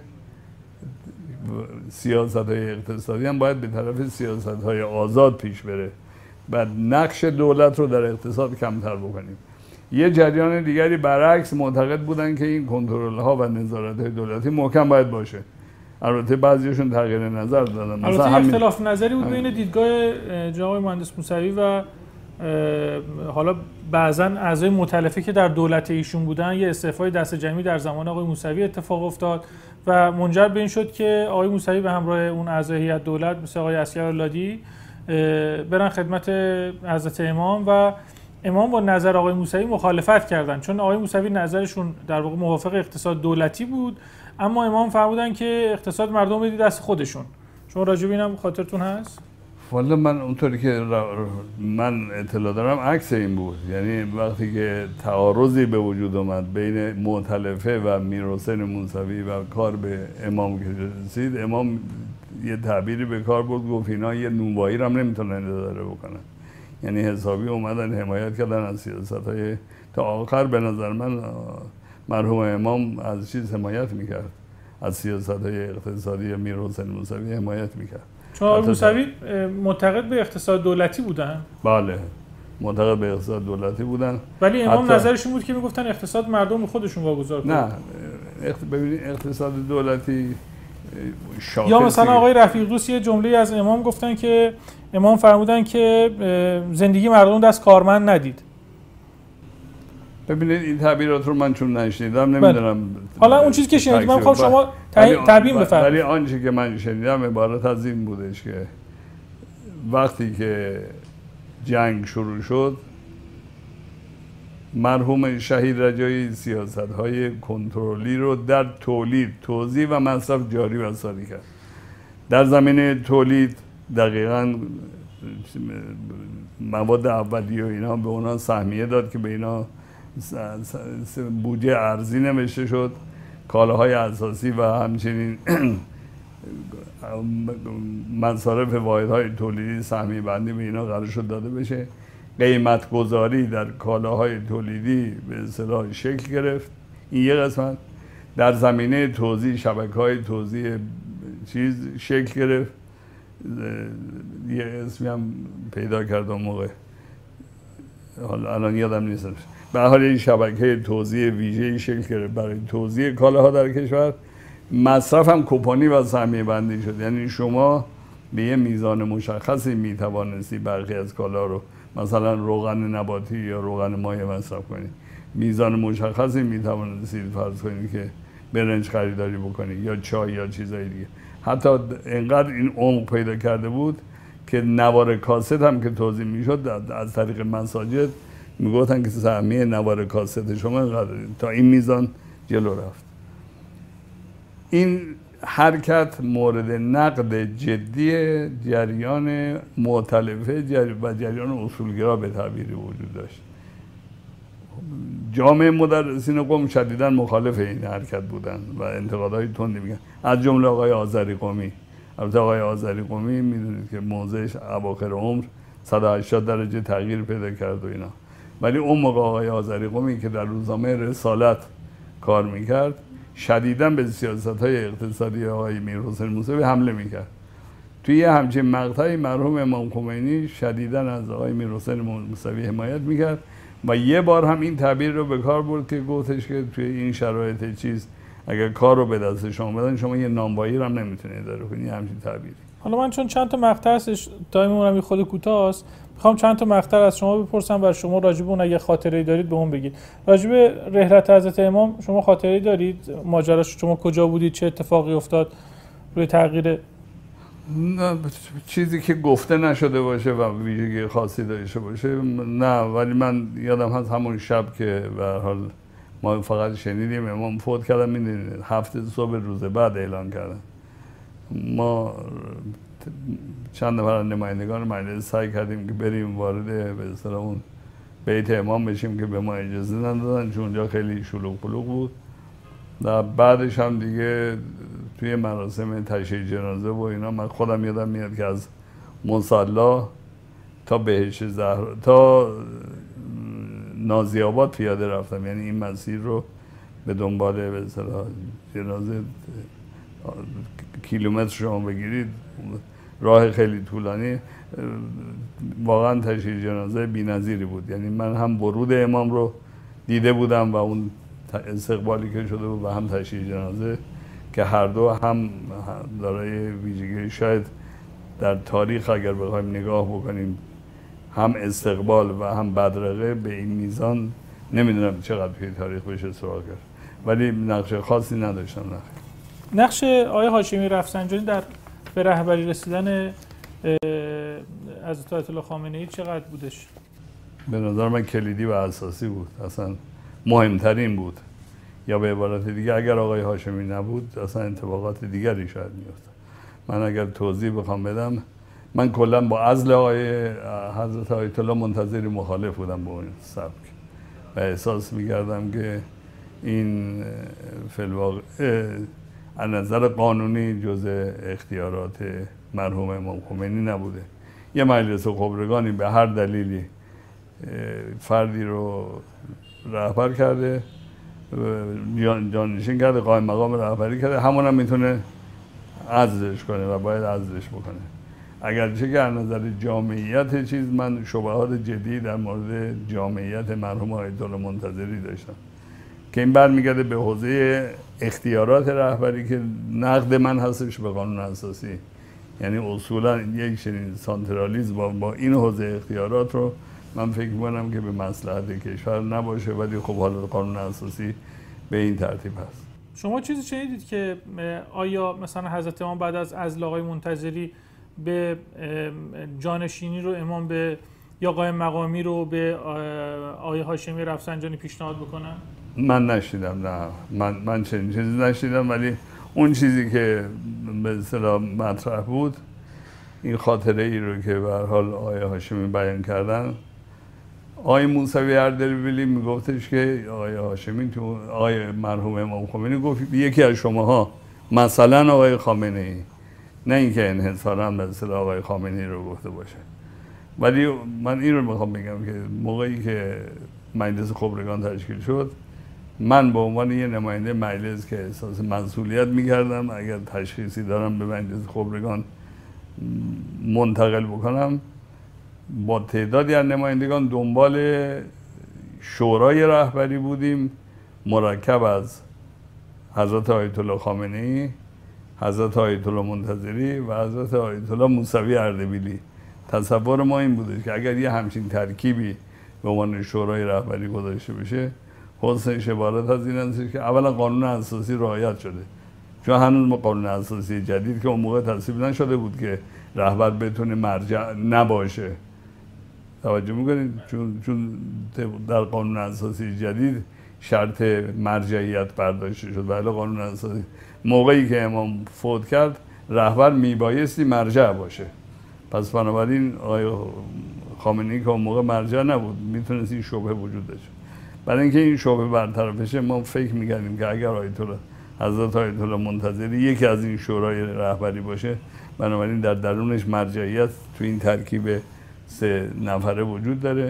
سیاست‌های اقتصادی هم باید به طرف سیاست‌های آزاد پیش بره و نقش دولت رو در اقتصاد کمتر بکنیم. یه جریان دیگری برعکس معتقد بودن که این کنترل‌ها و نظارت‌های دولتی محکم باید باشه. البته بعضیشون تغییر نظر دادن. البته همین اختلاف نظری بود بین دیدگاه جناب مهندس موسوی و حالا بعضا اعضای مؤتلفه که در دولت ایشون بودن. یه استعفای دست جمعی در زمان آقای موسوی اتفاق افتاد و منجر به این شد که آقای موسوی به همراه اون اعضای هیئت دولت مثل آقای اسگراللادی برن خدمت حضرت امام و امام با نظر آقای موسوی مخالفت کردن، چون آقای موسوی نظرشون در واقع موافق اقتصاد دولتی بود، اما امام فرمودن که اقتصاد مردم بدید دست خودشون. شما راجع به اینم خاطرتون هست؟ والا من اونطوری که من اطلاع دارم عکس این بود، یعنی وقتی که تعارضی به وجود اومد بین مؤتلفه و میرحسین موسوی و کار به امام که رسید، امام یه تعبیری به کار برد، گفت اینا یه نونوایی رو هم نمیتونن اداره بکنن. یعنی حسابی اومدن حمایت کردن از سیاست‌های تا آخر. به نظر من مرحوم امام از چیز حمایت میکرد، از سیاست‌های اقتصادی میرحسین موسوی حمایت میکرد. چون آقای موسوی معتقد به اقتصاد دولتی بودن؟ بله، معتقد به اقتصاد دولتی بودن. ولی امام حتی نظرشون بود که میگفتن اقتصاد مردم خودشون واگذار کنن. نه، اخت... ببینید اقتصاد دولتی شاخصی. یا مثلا آقای رفیق دوست یه جمله از امام گفتن که امام فرمودن که زندگی مردم دست کارمند ندید. ببینید این تعبیرات رو من چون نشنیدم نمیدونم. حالا اون چیزی که شنیدم من می‌خوام شما تبیین بفرمایید. ولی آنچه که من شنیدم عبارت از این بودش که وقتی که جنگ شروع شد، مرحوم شهید رجایی سیاست‌های کنترلی رو در تولید، توزیع و مصرف جاری و ساری کرد. در زمینه تولید دقیقاً مواد اولیه و اینا به اونا سهمیه داد که به اینا بودجه ارزی نوشته شد، کالاهای اساسی و همچنین مصارف واحدهای تولیدی سهمیه بندی به اینا قرار شد داده بشه. قیمت گذاری در کالاهای تولیدی به اصطلاح شکل گرفت. این یه قسمت. در زمینه توزیع، شبکه‌های توزیع چیز شکل گرفت. یه اسمی هم پیدا کردم موقع، حالا الان یادم نیست. به هر حال این شبکه توزیع ویژه‌ای شکل گرفت برای توزیع کالاها در کشور. مصرف هم کوپانی و سهمیه بندی شد. یعنی شما به یه میزان مشخصی میتوانستی برخی از کالا رو، مثلا روغن نباتی یا روغن مایع مصرف کنید. میزان مشخصی میتوانستید فرض کنید که برنج خریداری بکنید یا چای یا چیزای دیگه. حتی اینقدر این عمق پیدا کرده بود که نوار کاست هم که توزیع میشد از طریق مساجد میگفتن که سهمیه نوار کاست شما اینقدر، تا این میزان جلو رفت. این حرکت مورد نقد جدی جریان مؤتلفه و جریان اصولگرا به تعبیری وجود داشت. جامعه مدرسین قم شدیداً مخالف این حرکت بودن و انتقادهای تندی میگن، از جمله آقای آذری قمی. البته آقای آذری قمی میدونید که موضعش اواخر عمر صد و هشتاد درجه تغییر پیدا کرد و اینا، ولی اون موقع آقای آذری قمی که در روزنامه رسالت کار میکرد شدیداً به سیاست‌های اقتصادی آقای میرحسین موسوی حمله میکرد. توی یه همچین مقطعی مرحوم امام خمینی شدیداً از آقای میرحسین موسوی حمایت میکرد و یه بار هم این تعبیر رو به کار برد که گفتش که توی این شرایط چیز اگر کار رو به دست شما بدن شما یه نانوایی رو هم نمیتونید اداره کنید. همچین تعبیری. حالا من چون چند تا مقطع هستش تایممون هم خود کوتاست، میخوام چند تا مقطع از شما بپرسم و شما راجع به اون اگه خاطره‌ای دارید به اون بگید. راجع به رحلت حضرت امام شما خاطره‌ای دارید؟ ماجراش شما کجا بودید؟ چه اتفاقی افتاد روی تغییر؟ نه، چیزی که گفته نشده باشه و ویژگی خاصی داشته باشه نه، ولی من یادم هست همون شب که به هر حال ما فقط شنیدیم امام فوت کردن، میدونید هفته صبح روز بعد اعلان کردن. ما چند نفر نمایندگان مجلس سعی کردیم که بریم وارد به اصطلاح اون بیت امام بشیم که به ما اجازه ندادن چون اونجا خیلی شلوغ پلوغ بود. و بعدش هم دیگه توی مراسم تشییع جنازه و اینا من خودم یادم میاد که از مصلی تا بهشت زهرا تا نازی آباد پیاده رفتم. یعنی این مسیر رو به دنبال به اصطلاح جنازه کیلومتر شما بگیرید، راه خیلی طولانی، واقعا تشییع جنازه بی‌نظیری بود. یعنی من هم ورود امام رو دیده بودم و اون استقبالی که شده بود و هم تشییع جنازه که هر دو هم دارای ویژگی شاید در تاریخ اگر بخوایم نگاه بکنیم هم استقبال و هم بدرقه به این میزان نمیدونم چقدر توی تاریخ بشه سراغ کرد، ولی نقش خاصی نداشتم. نقش نقش آقای هاشمی رفسنجانی در به رهبری رسیدن حضرت آیت الله خامنه ای چقدر بودش؟ به نظر من کلیدی و اساسی بود، اصلا مهمترین بود. یا به عبارت دیگه اگر آقای هاشمی نبود اصلا اتفاقات دیگری شاید میافتاد. من اگر توضیح بخوام بدم، من کلا با عزل آقای حضرت آیت الله منتظر مخالف بودم با اون سبک و احساس می‌کردم که این فی الواقع از نظر قانونی جزء اختیارات مرحوم امام خمینی نبوده. یه مجلس خبرگانی به هر دلیلی فردی رو رهبر کرده، جانشین کرده، قائم مقام رهبری کرده، همون هم میتونه عزلش کنه و باید عزلش بکنه. اگرچه که از نظر جامعیت چیز من شبهات جدی در مورد جامعیت مرحوم آیت الله منتظری داشتم که این برمیگرده به حوزه اختیارات رهبری که نقد من هستش به قانون اساسی. یعنی اصولا یک چنین سانترالیسم با, با این حوزه اختیارات رو من فکر می‌کنم که به مصلحت کشور نباشه، ولی خب حالا قانون اساسی به این ترتیب هست. شما چیزی شنیدید که آیا مثلا حضرت امام بعد از عزل آقای منتظری به جانشینی رو امام به یا قائم مقامی رو به آقای هاشمی رفسنجانی پیشنهاد بکنن؟ من نشیدم، نه من من چنین چیزی نشیدم، ولی اون چیزی که به اصطلاح مطرح بود، این خاطره ای رو که به هر حال آقای هاشمی بیان کردن، آقای موسوی اردبیلی میگفتش که آقای هاشمی تو آقای مرحوم امام خمینی گفت یکی از شماها، مثلا آقای خامنه ای، نه اینکه انحصارا به اصطلاح آقای خامنه‌ای رو گفته باشه. ولی من این رو میخوام بگم که موقعی که مجلس خبرگان تشکیل شد، من به عنوان یه نماینده مجلس که احساس مسئولیت میکردم اگر تشخیصی دارم به مجلس خبرگان منتقل بکنم، با تعدادی از نمایندگان دنبال شورای رهبری بودیم مرکب از حضرت آیت الله خامنه‌ای، حضرت آیت الله منتظری و حضرت آیت الله موسوی اردبیلی. تصور ما این بوده که اگر یه همچین ترکیبی به عنوان شورای رهبری گذاشته بشه، حسنش عبارت از این است که اولا قانون اساسی رعایت شده، چون هنوز ما قانون اساسی جدید که اون موقع تصویب نشده بود که رهبر بتونه مرجع نباشه. توجه میکنید؟ چون چون در قانون اساسی جدید شرط مرجعیت برداشته شد. ولی قانون اساسی موقعی که امام فوت کرد، رهبر میبایستی مرجع باشه. پس بنابراین آقای خامنه‌ای که اون موقع مرجع نبود، میتونست این شبهه وجود داشته. برای اینکه این شبهه برطرف بشه، ما فکر می‌کردیم که اگر آیت الله حضرت آیت الله منتظری یکی از این شورای رهبری باشه، بنابراین در درونش مرجعیت تو این ترکیب سه نفره وجود داره.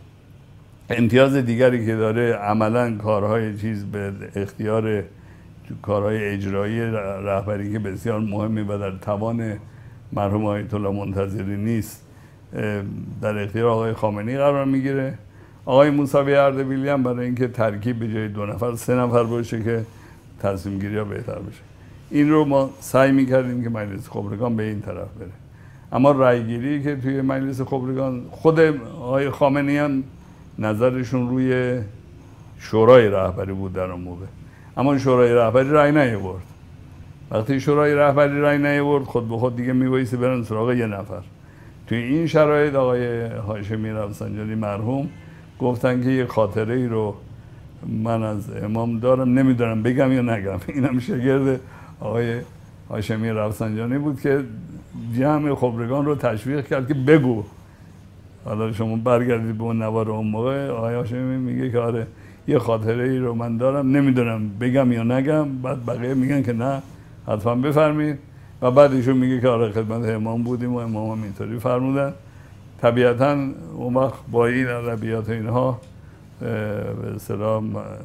امتیاز دیگری که داره، عملاً کارهای چیز به اختیار کارهای اجرایی رهبری که بسیار مهمی و در توان مرحوم آیت الله منتظری نیست، در اختیار آقای خامنه‌ای قرار میگیره. آقای موسوی اردبیلی هم برای اینکه ترکیب به جای دو نفر سه نفر باشه که تصمیم گیری ها بهتر بشه، این رو ما سعی میکردیم که مجلس خبرگان به این طرف بره. اما رأی گیری که توی مجلس خبرگان، خود آقای خامنه‌ای هم نظرشون روی شورای رهبری بود در اون موقع، اما شورای رهبری رأی نیاورد. وقتی شورای رهبری رأی نیاورد، خود به خود دیگه میبایستی برن سراغ یه نفر. توی این شرایط آقای هاشمی رفسنجانی مرحوم گفتن که یه خاطره ای رو من از امام دارم، نمیدونم بگم یا نگم. اینم شاگرد آقای هاشمی رفسنجانی بود که جمع خبرگان رو تشویق کرد که بگو. حالا شما برگردید به اون نوار اون موقع، آقای هاشمی میگه که آره یه خاطره ای رو من دارم، نمیدونم بگم یا نگم. بعد بقیه میگن که نه حتما بفرمایید، و بعد ایشون میگه که آره خدمت امام بودیم و امام هم اینطوری فرمودن. طبیعتاً اون وقت با این ادبیات اینها به اصطلاح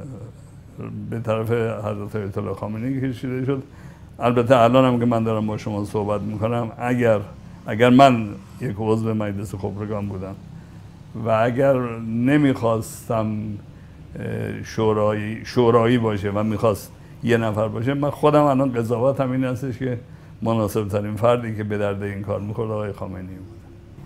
به طرف حضرت آیت الله خامنه‌ای کشیده شد. البته الان هم که من دارم با شما صحبت میکنم، اگر اگر من یک عضو مجلس خبرگان بودم و اگر نمیخواستم شورایی شورایی باشه و میخواست یه نفر باشه، من خودم الان قضاوتم این هستش که مناسب ترین فردی که به درد این کار میخورد آقای خامنه‌ای بود.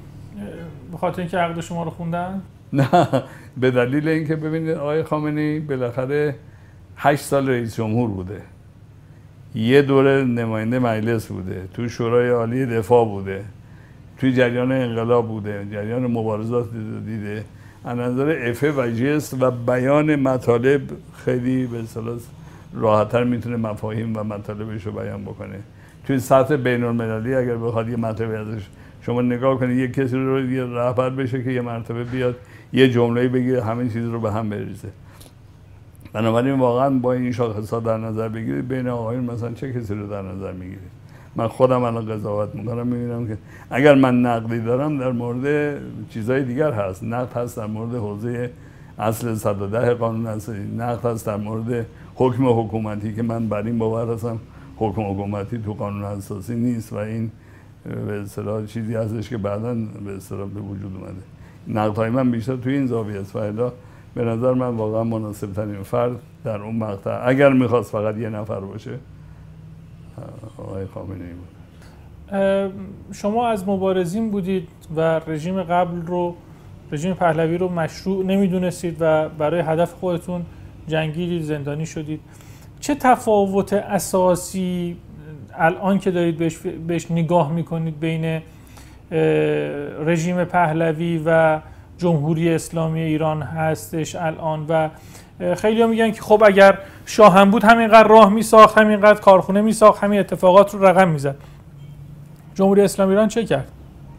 به خاطر اینکه عقد شما رو خوندن؟ نه، به دلیل اینکه ببینید آقای خامنه‌ای بالاخره هشت سال رئیس جمهور بوده، یه دوره نماینده مجلس بوده، تو شورای عالی دفاع بوده، توی جریان انقلاب بوده، جریان مبارزات دیده. از نظر افه و جست و بیان مطالب خیلی به اصطلاح راحت‌تر میتونه مفاهیم و مطالبش رو بیان بکنه. توی سطح بین‌المللی اگر بخواد یه مطلبی ازش شما نگاه کنید، یه کسی رو یه رهبر بشه که یه مرتبه بیاد یه جمله‌ای بگه همین چیز رو به هم بریزه. بنابراین واقعا با این شاخص‌ها در نظر بگیرید بین آقایون مثلا چه کسی رو در نظر میگیرید. من خودم الان قضاوت میکنم میبینم که اگر من نقدی دارم در مورد چیزهای دیگر هست، نقد هست در مورد حوزه اصل صد و ده قانون اساسی، نقد هست در مورد حکم حکومتی که من بر این باور هستم حکم حکومتی تو قانون اساسی نیست و این به اصطلاح چیزی هستش که بعداً به اصطلاح به وجود اومده. نقدهای من بیشتر توی این زاویه است و الا به نظر من واقعا مناسب ترین فرد در اون مقطع اگر میخواست فقط یه نفر باشه آقای خامنه‌ای بود. شما از مبارزین بودید و رژیم قبل رو، رژیم پهلوی رو مشروع نمیدونستید و برای هدف خودتون جنگیدید، زندانی شدید. چه تفاوت اساسی الان که دارید بهش, بهش نگاه میکنید بین رژیم پهلوی و جمهوری اسلامی ایران هستش الان؟ و خیلی ها میگن که خب اگر شاه هم بود همینقدر راه میساخت، همینقدر کارخونه میساخت، همین اتفاقات رو رقم میزد. جمهوری اسلامی ایران چه کرد؟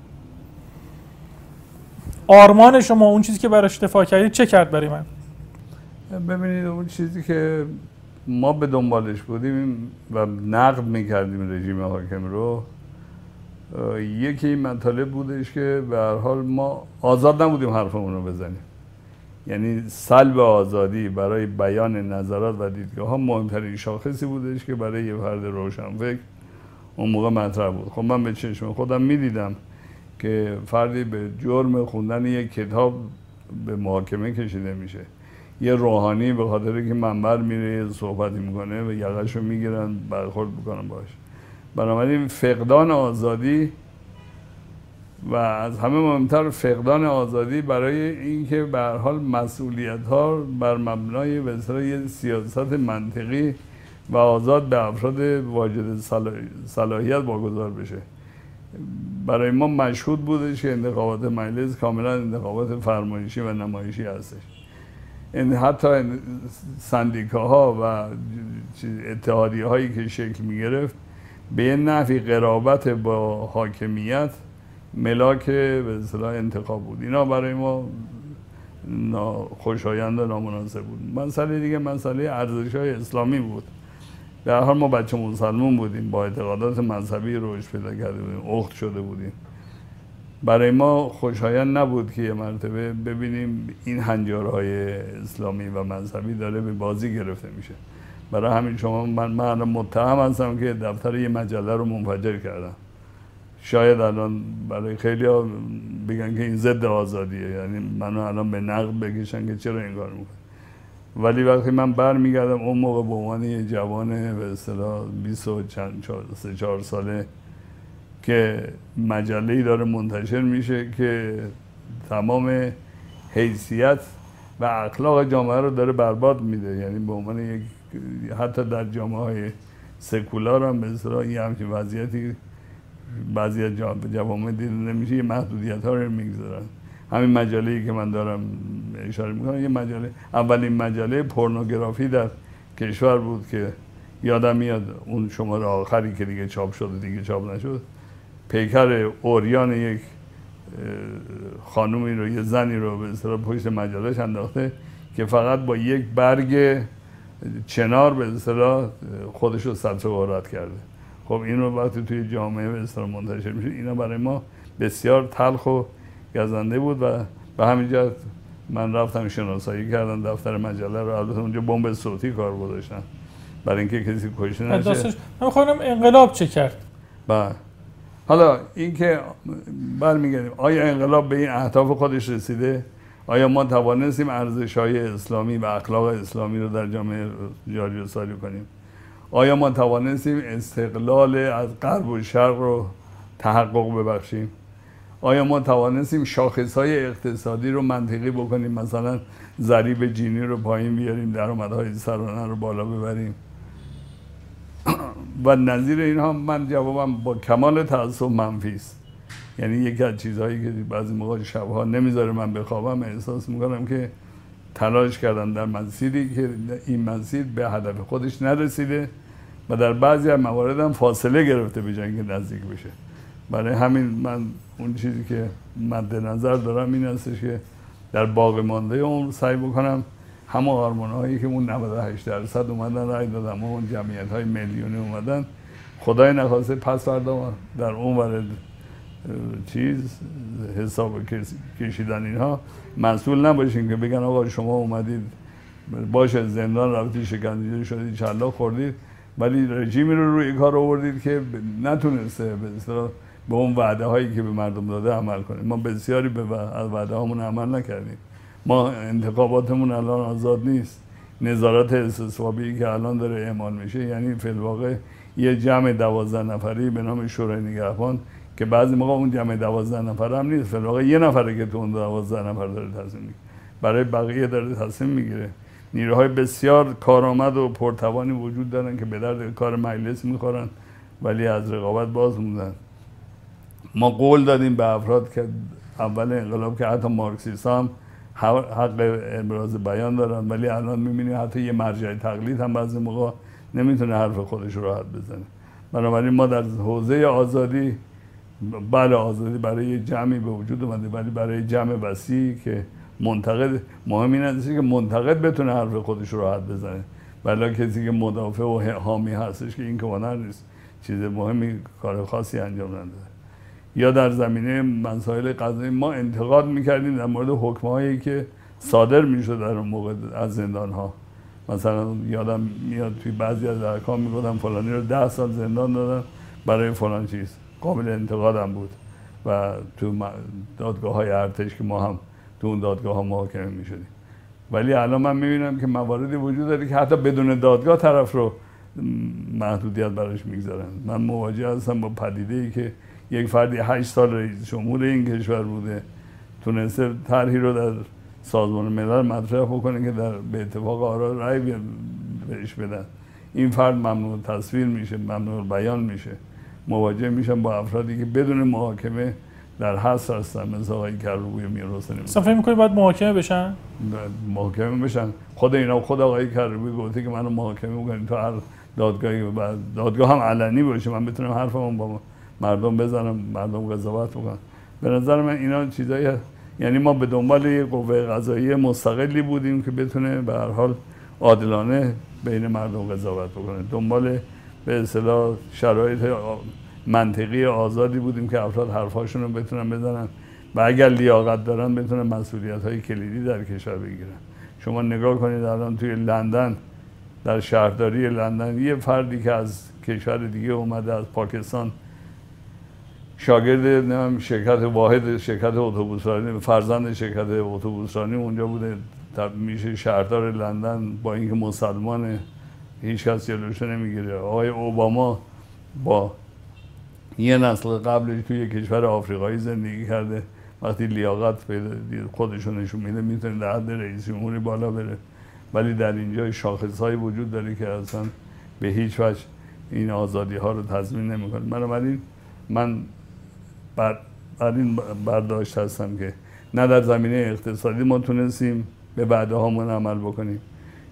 آرمان شما، اون چیزی که براش دفاع کردید چه کرد برای من؟ ببینید اون چیزی که ما به دنبالش بودیم و نقد میکردیم رژیم حاکم رو، یکی این مطالب بودش که به هر حال ما آزاد نبودیم حرفمون رو بزنیم. یعنی سلب آزادی برای بیان نظرات و دیدگاه ها مهمترین شاخصی بودش که برای یه فرد روشنفکر اون موقع مطرح بود. خب من به چشم خودم میدیدم که فردی به جرم خوندن یک کتاب به محاکمه کشیده میشه، یه روحانی به خاطر که منبر میره صحبتی میکنه و یقش رو میگیرن برخورد میکنن باش. بنابراین فقدان آزادی و از همه مهمتر فقدان آزادی برای اینکه به هر حال مسئولیت ها بر مبنای به اصطلاح یه سیاست منطقی و آزاد به افراد واجد صلاحیت واگذار بشه. برای ما مشهود بودش که انتخابات مجلس کاملا انتخابات فرمایشی و نمایشی هستش. این حتی سندیکاها و اتحادیه هایی که شکل می گرفت به یه نحوی قرابت با حاکمیت ملاک به اصطلاح انتخاب بود. اینا برای ما خوشایند و نامناسب بود. مسئله دیگه مسئله ارزش‌های اسلامی بود. به هر حال ما بچه مسلمان بودیم، با اعتقادات مذهبی رشد پیدا کرده بودیم، اخت شده بودیم. برای ما خوشایند نبود که یه مرتبه ببینیم این هنجارهای اسلامی و مذهبی داره به بازی گرفته میشه. برای همین شما من من متهم هستم که دفتر یه مجله رو منفجر کردم. شاید الان برای خیلی ها بگن که این ضد آزادیه، یعنی منو الان به نقد بکشن که چرا این کار میکنه. ولی وقتی من برمیگردم اون موقع به عنوان یه جوان به اصطلاح بیست و چند سه چهار ساله که مجله‌ای داره منتشر میشه که تمام حیثیت و اخلاق جامعه رو داره برباد میده، یعنی به عنوان یک حتی در جامعه‌های سکولار هم به اصطلاح یه همچین وضعیتی بعضی از جوامع دیده نمیشه، یه محدودیت ها رو میگذارن. همین مجله‌ای که من دارم اشاره میکنم یه مجله، اولین مجله پورنوگرافی در کشور بود که یادم میاد اون شماره آخری که دیگه چاپ شد دیگه چاپ نشد، پیکر اوریان یک خانومی رو، یه زنی رو به اصطلاح پشت مجلهش انداخته که فقط با یک برگ چنار به اصطلاح خودش رو سطر غارت کرده. خب این رو وقتی توی جامعه به اصطلاح منتشر میشه، اینا برای ما بسیار تلخ و گزنده بود و به همین جهت من رفتم شناسایی کردم دفتر مجله رو. البته اونجا بمب صوتی کار گذاشتن برای اینکه کسی کشته نشه. من خودم انقلاب چه کرد؟ بله. حالا اینکه برمیگردیم آیا انقلاب به این اهداف خودش رسیده؟ آیا ما توانستیم ارزش‌های اسلامی و اخلاق اسلامی رو در جامعه جاری و ساری کنیم؟ آیا ما توانستیم استقلال از غرب و شرق رو تحقق ببخشیم؟ آیا ما توانستیم شاخص‌های اقتصادی رو منطقی بکنیم، مثلا ضریب جینی رو پایین بیاریم، درآمدهای سرانه رو بالا ببریم؟ و نظیر اینها من جوابم با کمال تأسف منفی است. یعنی یکی از چیزهایی که بعضی موقع شبها نمیذاره من بخوابم، احساس میکنم که تلاش کردم در مسیری که این مسیر به هدف خودش نرسیده و در بعضی از موارد هم فاصله گرفته به جای اینکه نزدیک بشه. برای همین من اون چیزی که مد نظر دارم این هستش که در باقی مانده عمر سعی بکنم همه آرمان هایی که اون نود و هشت درصد اومدن رای دادن، اون جمعیت های میلیونی اومدن، خدای نخواسته پس فردا در اون ورد چیز حساب کشیدن اینها مسئول نباشین که بگن آقا شما اومدید باشه زندان رفتید شکنجه شدید چلا خوردید ولی رژیمی رو روی کار آوردید که نتونسته به اصطلاح به اون وعده هایی که به مردم داده عمل کنیم. ما بسیاری به وعده هامون عمل نکردیم. ما انتخاباتمون الان آزاد نیست. نظارت استصوابی که الان داره اعمال میشه یعنی فی الواقع یه جمع دوازده نفری به نام شورای نگهبان که بعضی موقع اون جمع دوازده نفر هم نیست، فی الواقع یه نفره که تو اون دوازده نفر داره تصمیم میگیره، برای بقیه داره تصمیم میگیره. نیروهای بسیار کارآمد و پرتوانی وجود دارن که به درد کار مجلس میخورن ولی از رقابت باز موندن. ما قول دادیم به افراد که اول انقلاب که حتی مارکسیست هم حق ابراز بیان دارن ولی الان میبینیم حتی یه مرجع تقلید هم بعضی موقع نمیتونه حرف خودش رو راحت بزنه. بنابراین ما در حوزه آزادی بله آزادی برای جمعی به وجود اومده ولی برای جمع وسیعی که منتقد مهم این است که منتقد بتونه حرف خودش رو راحت بزنه ولی کسی که مدافع و حامی هستش که این که هنر نیست، چیز مهمی کار خاصی انجام نده. یا در زمینه مسائل قضایی ما انتقاد میکردیم در مورد حکم‌هایی که صادر میشد در اون موقع از زندان ها. مثلا یادم میاد توی بعضی از احکام میگفتن فلانی رو ده سال زندان دادن برای فلان چیز، قابل انتقاد هم بود و تو دادگاه های ارتش که ما هم تو اون دادگاه ها محاکمه میشدیم. ولی الان من میبینم که مواردی وجود داره که حتی بدون دادگاه طرف رو محدودیت براش میگذارن. من مواجه هستم با پدیده ای که یک فردی هشت سال رئیس جمهور این کشور بوده، تونسته طرحی رو در سازمان ملل مطرح بکنه که در به اتفاق آرا رأی بهش بدن. این فرد ممنوع تصویر میشه، ممنوع بیان میشه. مواجه میشن با افرادی که بدون محاکمه در حبس هستن مثل آقای کروبی میرحسینی. اصلا فکر می‌کنی باید محاکمه بشن؟ محاکمه بشن. خود اینا خود آقای کروبی گفته که منو محاکمه بکنید تو هر دادگاهی و دادگاه هم علنی باشه من بتونم حرفمو با مردم بزنم، مردم قضاوت بکنن. به نظر من اینا چیزایی هست. یعنی ما به دنبال یه قوه قضاییه مستقلی بودیم که بتونه به هر حال عادلانه بین مردم قضاوت بکنه. دنبال به اصطلاح شرایط منطقی آزادی بودیم که افراد حرفاشون رو بتونن بزنن و اگر لیاقت دارن بتونن مسئولیت‌های کلیدی در کشور بگیرن. شما نگاه کنید الان توی لندن، در شهرداری لندن یه فردی که از کشور دیگه اومده، از پاکستان، شاگرد نمیم شرکت واحد شرکت اتوبوسرانی، فرزند شرکت اتوبوسرانی اونجا بوده، میشه شهردار لندن، با اینکه مسلمانه هیچ کس جلوشو نمیگیره. آقای اوباما با یه نسل قبلش توی کشور آفریقایی زندگی کرده، وقتی لیاقت پیدا خودشون نشون میده میتونه در حد رئیس جمهوری بالا بره، ولی در اینجا شاخصهایی وجود داره که اصلا به هیچ وجه این آزادی ها رو تضمین نمیکنه. بنابراین من بر این برداشت هستم که نه در زمینه اقتصادی ما تونستیم به وعده هامون عمل بکنیم.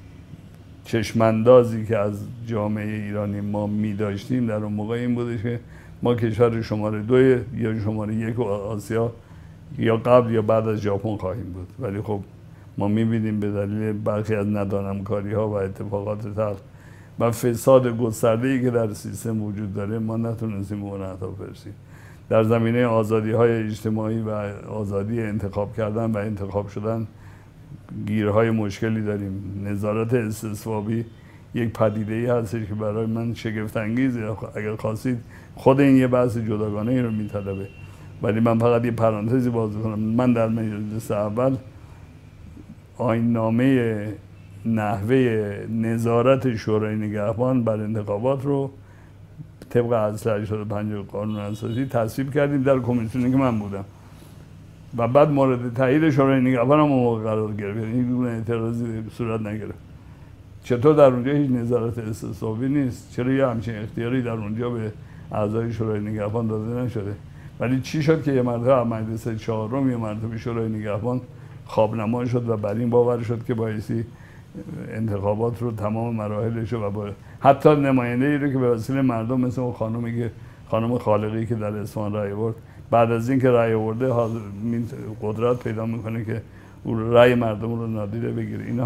چشماندازی که از جامعه ایرانی ما می داشتیم در اون موقع این بودش که ما کشور شماره دو یا شماره یک آسیا یا قبل یا بعد از ژاپن خواهیم بود، ولی خب ما می‌بینیم به دلیل برخی از ندانمکاری‌ها و اتفاقات تلخ و فساد گسترده‌ای که در سیستم وجود داره ما نتونستیم به اون اهداف برسیم. در زمینه آزادی‌های اجتماعی و آزادی انتخاب کردن و انتخاب شدن گیرهای مشکلی داریم. نظارت استصوابی یک پدیده‌ای هستش که برای من شگفت انگیزه. اگر خواستید خود این یه بحث جداگانه ای رو میطلبه، ولی من فقط یه پرانتزی باز کنم. من در مجلس اول آیین‌نامه نحوه نظارت شورای نگهبان بر انتخابات رو طبق اصل هشتاد و پنج قانون اساسی تصویب کردیم در کمیسیونی که من بودم و بعد مورد تایید شورای نگهبان هم موقع قرار گرفت، یعنی هیچ گونه اعتراضی صورت نگرفت. چطور در اونجا هیچ نظارت استصوابی نیست؟ چرا یه همچین اختیاری در اونجا به اعضای شورای نگهبان داده نشده؟ ولی چی شد که یه مرتبه مجلس چهارم یه مرتبه شورای نگهبان خوابنما شد و بر این باور شد که بایستی انتخابات رو تمام مراحلش و با حتی نماینده ای رو که به وسیله مردم مثل اون خانومی که خانم خالقی که در اصفهان رأی آورد، بعد از اینکه رأی آورده قدرت پیدا میکنه که اون رأی مردم رو نادیده بگیره. اینها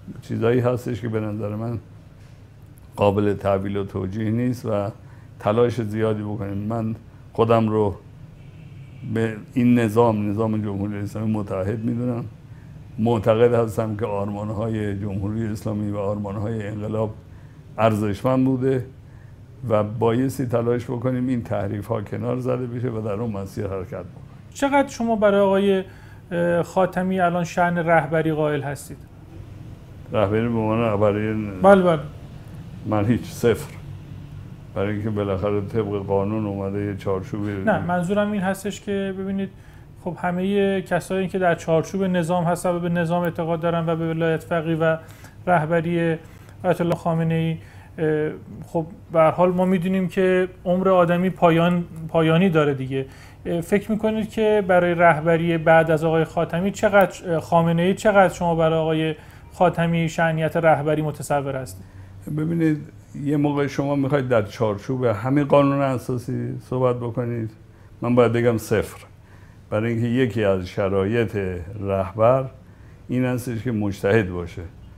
چیزایی هستش که به نظر من قابل تعبیل و توجیه نیست و تلاش زیادی بکنیم. من خودم رو به این نظام نظام جمهوری اسلامی متحد میدونم. معتقد هستم که آرمان‌های جمهوری اسلامی و آرمان‌های انقلاب ارزشمند بوده و بایستی تلاش بکنیم این تحریف‌ها کنار زده بشه و در اون مسیر حرکت بکنیم. چقدر شما برای آقای خاتمی الان شأن رهبری قائل هستید؟ رهبری به معنی رهبری؟ بله بله. من هیچ، صفر. برای اینکه بالاخره طبق قانون اومده یه چارچوبی. نه منظورم این هستش که ببینید خب همه کسایی که در چارچوب نظام هستن و به نظام اعتقاد دارن و به ولایت فقیه و رهبری آیت الله خامنه ای، خب به هر حال ما میدونیم که عمر آدمی پایان پایانی داره دیگه. فکر میکنید که برای رهبری بعد از آقای خاتمی چقدر خامنه ای چقدر شما برای آقای خاتمی شأنیت رهبری متصور هستید؟ ببینید یه موقع شما میخواید در چارچوب همین قانون اساسی صحبت بکنید، من باید بگم صفر. برای اینکه یکی از شرایط رهبر این هستش که مجتهد باشه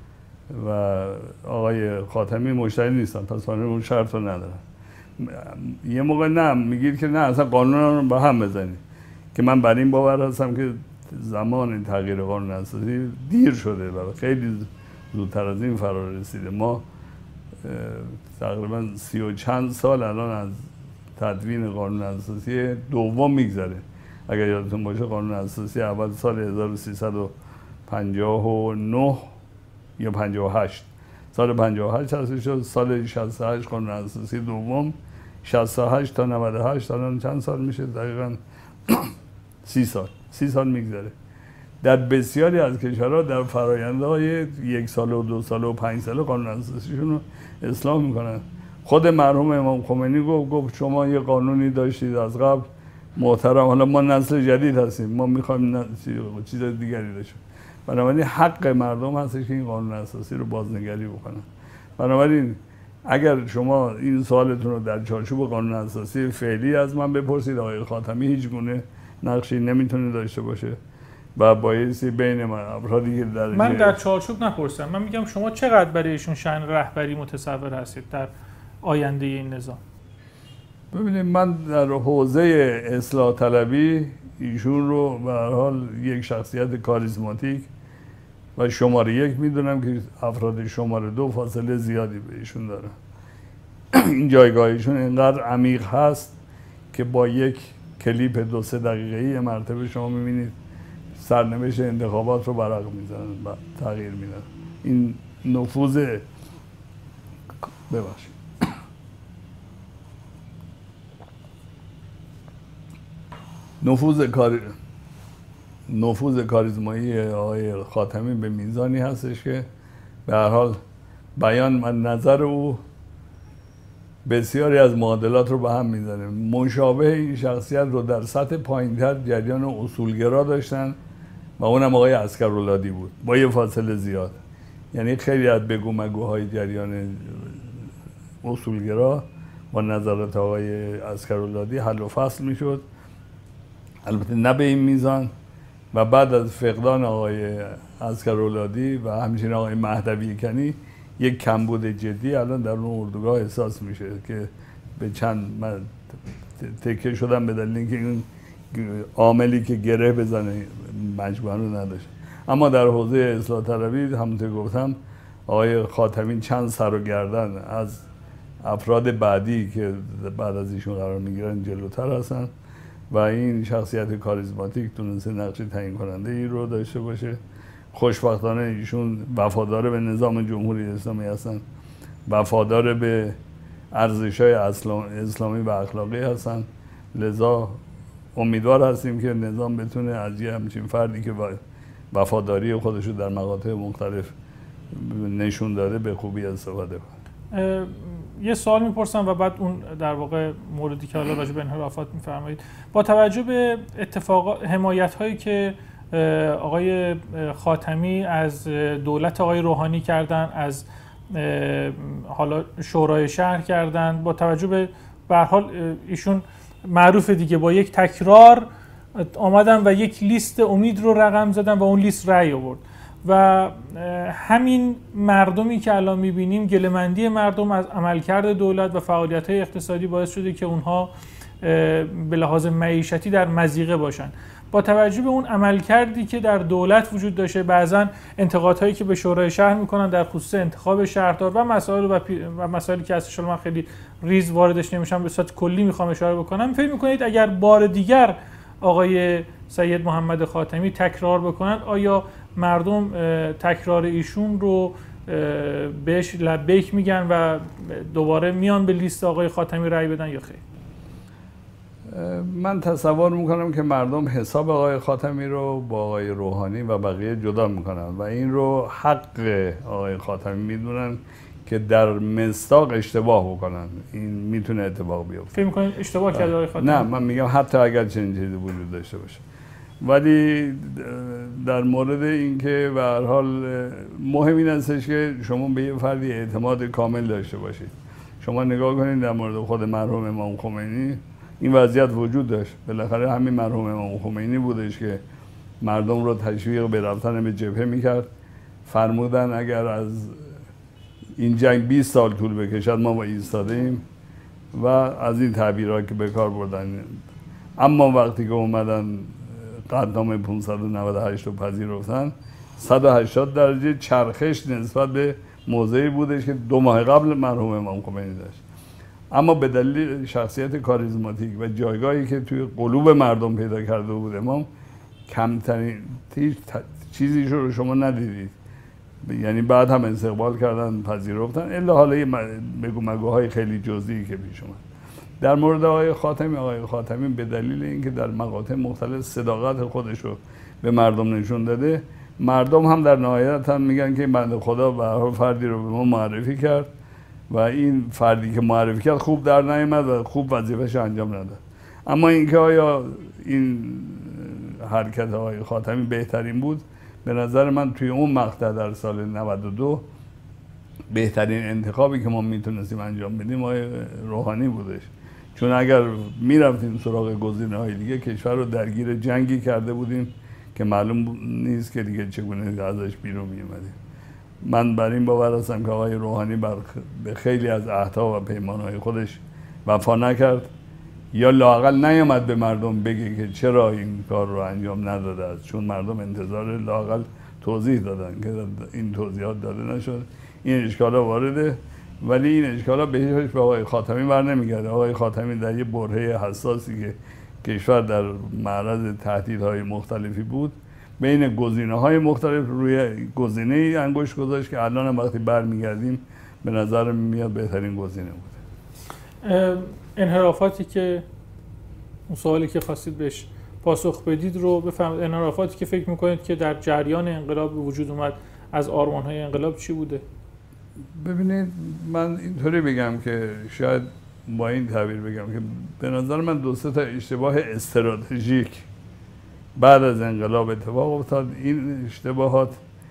و آقای خاتمی مجتهد نیستن، پس من اون شرط رو ندارم. یه موقع نه میگید که نه اصلا قانون رو با هم بزنید، که من بر این باور هستم که زمان تغییر قانون اساسی دیر شده و خیلی زودتر از این فرا رسیده. ما تقریبا سی و چند سال الان از تدوین قانون اساسی دوم میگذره. اگر یادتون باشه قانون اساسی اول سال هزار و سیصد و پنجاه و نه یا پنجاه و هشت، سال پنجاه و هشت هستی شد، سال شصت و هشت قانون اساسی دوم، شصت و هشت تا نود و هشت الان چند سال میشه؟ دقیقاً سی سال سی سال میگذره. در بسیاری از کشورها در فرآیندهای یک سال و دو سال و پنج سال قانون اساسیشون رو اصلاح میکنن. خود مرحوم امام خمینی گفت گفت شما یه قانونی داشتید از قبل محترم، حالا ما نسل جدید هستیم، ما میخوایم چیز دیگری داشتیم. بنابراین حق مردم هستش که این قانون اساسی رو بازنگری بکنن. بنابراین اگر شما این سوالتون رو در چارچوب قانون اساسی فعلی از من بپرسید، آقای خاتمی هیچ گونه نقشی نمیتونه داشته باشه و بایستی بین من افرادی که در من در چارچوب نپرسم، من میگم شما چقدر برای ایشون شأن رهبری متصور هستید در آینده این نظام؟ ببینید من در حوزه اصلاح طلبی ایشون رو به هر حال یک شخصیت کاریزماتیک و شماره یک میدونم که افراد شماره دو فاصله زیادی به ایشون داره. این جایگاه ایشون اینقدر عمیق هست که با یک کلیپ دو سه دقیقه‌ای مرتبه شما میبینید سرنوشت انتخابات رو برق میزنن و تغییر میدن. این نفوذ ببخشید نفوذ کاری نفوذ کاریزمایی آقای خاتمی به میزانی هستش که به هر حال بیان و نظر او بسیاری از معادلات رو به هم میزنه. مشابه این شخصیت رو در سطح پایینتر جریان اصولگرا داشتن و اونم آقای عسکرالعادی بود با یه فاصله زیاد. یعنی خیلی از بگو مگوهای جریان اصولگرا با نظرات آقای عسکرالعادی حل و فصل میشد، البته نه به این میزان. و بعد از فقدان آقای عسکرالعادی و همچنین آقای مهدوی کنی یک کمبود جدی الان در اون اردوگاه احساس میشه که به چند من تکه شدم به دلیل اینکه این عاملی که گره بزنه مجموعه رو نداشت. اما در حوزه اصلاح طلبی همونطور گفتم آقای خاتمی چند سر و گردن از افراد بعدی که بعد از ایشون قرار میگیرن جلوتر هستن و این شخصیت کاریزماتیک تونسته نقش تعیین کننده ای رو داشته باشه. خوشبختانه ایشون وفادار به نظام جمهوری اسلامی هستن، وفادار به ارزش‌های اسلامی و اخلاقی هستن. لذا امیدوار هستیم که نظام بتونه از یه همچین فردی که وفاداری خودش رو در مقاطع مختلف نشون داده به خوبی استفاده کنه. یه سوال میپرسم و بعد اون در واقع موردی که حالا راجع به انحرافات میفرمایید، با توجه به اتفاق حمایت هایی که آقای خاتمی از دولت آقای روحانی کردن، از حالا شورای شهر کردن، با توجه به به هر حال ایشون معروف دیگه با یک تکرار آمدن و یک لیست امید رو رقم زدن و اون لیست رأی آورد و همین مردمی که الان میبینیم، گله‌مندی مردم از عملکرد دولت و فعالیت‌های اقتصادی باعث شده که اونها به لحاظ معیشتی در مضیقه باشن. با توجه به اون عملکردی که در دولت وجود داشته، بعضا انتقادهایی که به شورای شهر میکنن در خصوص انتخاب شهردار و مسائل و, و مسائلی که از من خیلی ریز واردش نمیشم، به صورت کلی میخوام اشاره بکنم. فکر میکنید اگر بار دیگر آقای سید محمد خاتمی تکرار بکنند، آیا مردم تکرار ایشون رو بهش لبیک میگن و دوباره میان به لیست آقای خاتمی رأی بدن یا خیر؟ من تصور میکنم که مردم حساب آقای خاتمی رو با آقای روحانی و بقیه جدا میکنن و این رو حق آقای خاتمی میدونن که در مصداق اشتباه بکنن. این میتونه اتفاق بیفته. فکر میکنید اشتباه کرده آقای خاتمی؟ نه، من میگم حتی اگر چنین چیزی وجود داشته باشه، ولی در مورد اینکه به هر حال مهم این هستش که شما به یه فردی اعتماد کامل داشته باشید. شما نگاه کنید در مورد خود مرحوم امام خمینی این وضعیت وجود داشت. بالاخره همین مرحوم امام خمینی بودش که مردم رو تشویق به رفتن به جبهه میکرد. فرمودن اگر از این جنگ بیست سال طول بکشد ما با ایستادیم و از این تعبیرها که به کار بردن. اما وقتی که اومدن قطعنامه پانصد و نود و هشت رو پذیرفتن، صد و هشتاد درجه چرخش نسبت به موضعی بودش که دو ماه قبل مرحوم امام خمینی داشت. اما به دلیل شخصیت کاریزماتیک و جایگاهی که توی قلوب مردم پیدا کرده بود امام، کمترین چیزی رو شما ندیدید. یعنی بعد هم استقبال کردن، پذیرفتن، الا حالا بگو مگوهای خیلی جزئی که پیش اومد. در مورد آقای خاتمی، آقای خاتمی به دلیل اینکه در مقاطع مختلف صداقت خودش رو به مردم نشون داده، مردم هم در نهایت هم میگن که بنده خدا به هر حال فردی رو به ما معرفی کرد و این فردی که معرفی کرد خوب در نیامد و خوب وظیفه‌اش انجام نداد. اما اینکه آیا این حرکت آقای خاتمی بهترین بود، به نظر من توی اون مقطع در سال نود و دو بهترین انتخابی که ما میتونستیم انجام بدیم آقای روحانی بودش. چون اگر میرفتیم سراغ گزینه‌های دیگه، کشور رو درگیر جنگی کرده بودیم که معلوم نیست که دیگه چگونه ازش بیرون میومدیم. من بر این باور هستم که آقای روحانی بر به خیلی از عهدها و پیمانهای خودش وفا نکرد، یا لااقل نیامد به مردم بگه که چرا این کار رو انجام نداده است، چون مردم انتظار لااقل توضیح دادن که این توضیحات داده نشد. این اشکالا وارده، ولی این اشکالا به هیچ وجه به آقای خاتمی بر نمیگرده. آقای خاتمی در یه برهه حساسی که کشور در معرض تهدیدهای مختلفی بود، بین گزینه‌های مختلف روی گزینه‌ای انگشت گذاشت که الان وقتی برمیگردیم به نظر میاد بهترین گزینه بوده. انحرافاتی که اون سوالی که خواستید بهش پاسخ بدید رو بفهمید، انحرافاتی که فکر میکنید که در جریان انقلاب به وجود اومد از آرمان‌های انقلاب چی بوده؟ ببینید، من اینطوری بگم که شاید با این تعبیر بگم که به نظر من دو سه تا اشتباه استراتژیک بعد از انقلاب اتفاق افتاد. این اشتباهات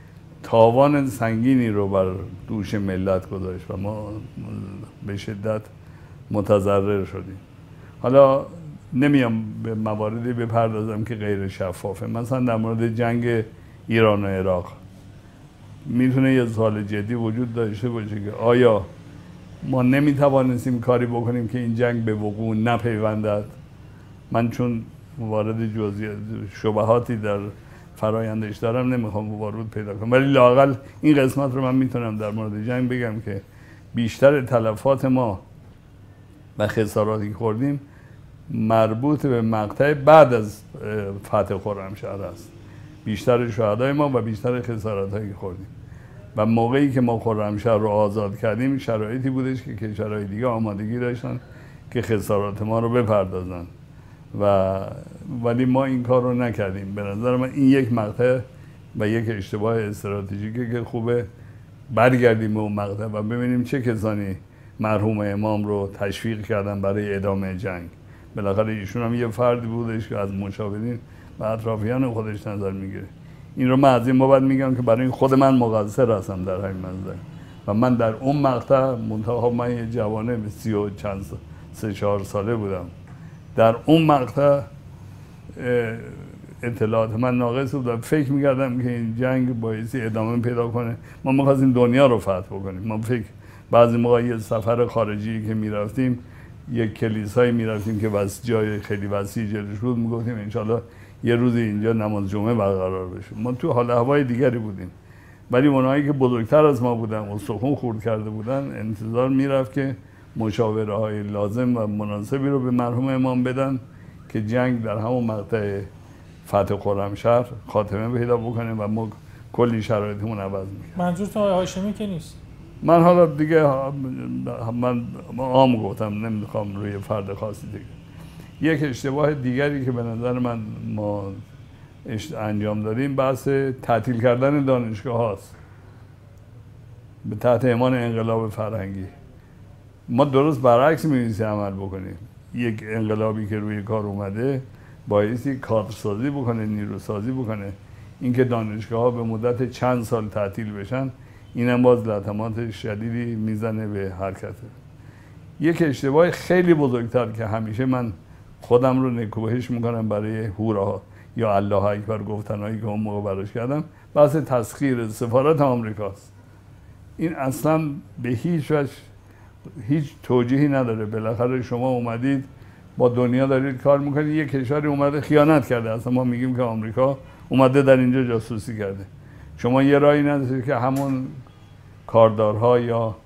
تاوان سنگینی رو بر دوش ملت گذاشت و ما به شدت متضرر شدیم. حالا نمیام به مواردی بپردازم که غیر شفافه. مثلا در مورد جنگ ایران و عراق میتونه یه سوال جدی وجود داشته باشه که آیا ما نمیتوانستیم کاری بکنیم که این جنگ به وقوع نپیوندد؟ من چون وارد جزئیات شبهاتی در فرایندش دارم نمیخوام وارد پیدا کنم، ولی لااقل این قسمت رو من میتونم در مورد جنگ بگم که بیشتر تلفات ما و خساراتی که خوردیم مربوط به مقطع بعد از فتح خرمشهر است. بیشتر شهدای ما و بیشتر خساراتایی که خوردیم و موقعی که ما خرمشهر رو آزاد کردیم شرایطی بودش که کشورهای دیگه آمادگی داشتن که خسارات ما رو بپردازن و ولی ما این کار رو نکردیم. به نظر من این یک مقطع و یک اشتباه استراتژیکه که خوبه برگردیم به اون مقطع و ببینیم چه کسانی مرحوم امام رو تشویق کردن برای ادامه جنگ. بالاخره ایشون هم یه فردی بودش که از مشاورین و اطرافیان خودش نظر میگیره. این رو من از این بابت میگم که برای خود من مقصر هستم در همین منظر و من در اون مقطع منتها من یه جوانه به سی و چند سه چهار ساله بودم. در اون مقطع اطلاعات من ناقص بود. فکر میکردم که این جنگ بایستی ادامه پیدا کنه. ما میخواستیم دنیا رو فتح بکنیم. ما فکر بعضی موقع یه سفر خارجی که میرفتیم یک کلیسایی میرفتیم که واسه جای خیلی وسیع جلوش بود، میگفتیم انشالله یه روز اینجا نماز جمعه برقرار بشه. ما تو حال هوای دیگری بودیم، ولی اونایی که بزرگتر از ما بودن و سخن خورد کرده بودن انتظار میرفت که مشاوره های لازم و مناسبی رو به مرحوم امام بدن که جنگ در همون مقطع فتح خرمشهر خاتمه پیدا بکنه و ما کلی شرایطمون عوض میکنه. منظورتون آقای هاشمی که نیست؟ من حالا دیگه من عام گفتم، نمیخوام روی فرد خاصی دیگه. یک اشتباه دیگری که به نظر من ما انجام دادیم بحث تعطیل کردن دانشگاه هاست به تحت عنوان انقلاب فرهنگی. ما درست برعکس می‌بایستی عمل بکنیم. یک انقلابی که روی کار اومده بایستی کادرسازی بکنه، نیروسازی بکنه. اینکه دانشگاه ها به مدت چند سال تعطیل بشن، اینم باز لطمات شدیدی میزنه به حرکت. یک اشتباه خیلی بزرگتر که همیشه من خودم رو نکوهش میکنم برای هورا یا الله اکبر گفتنهایی که اون موقع براش کردم، بحث تسخیر سفارت آمریکاست. این اصلا به هیچ وجه هیچ توجیهی نداره. بالاخره شما اومدید با دنیا دارید کار میکنید، یک کشوری اومده خیانت کرده. اصلا ما میگیم که آمریکا اومده در اینجا جاسوسی کرده. شما یه راهی ندارید که همون کاردارها یا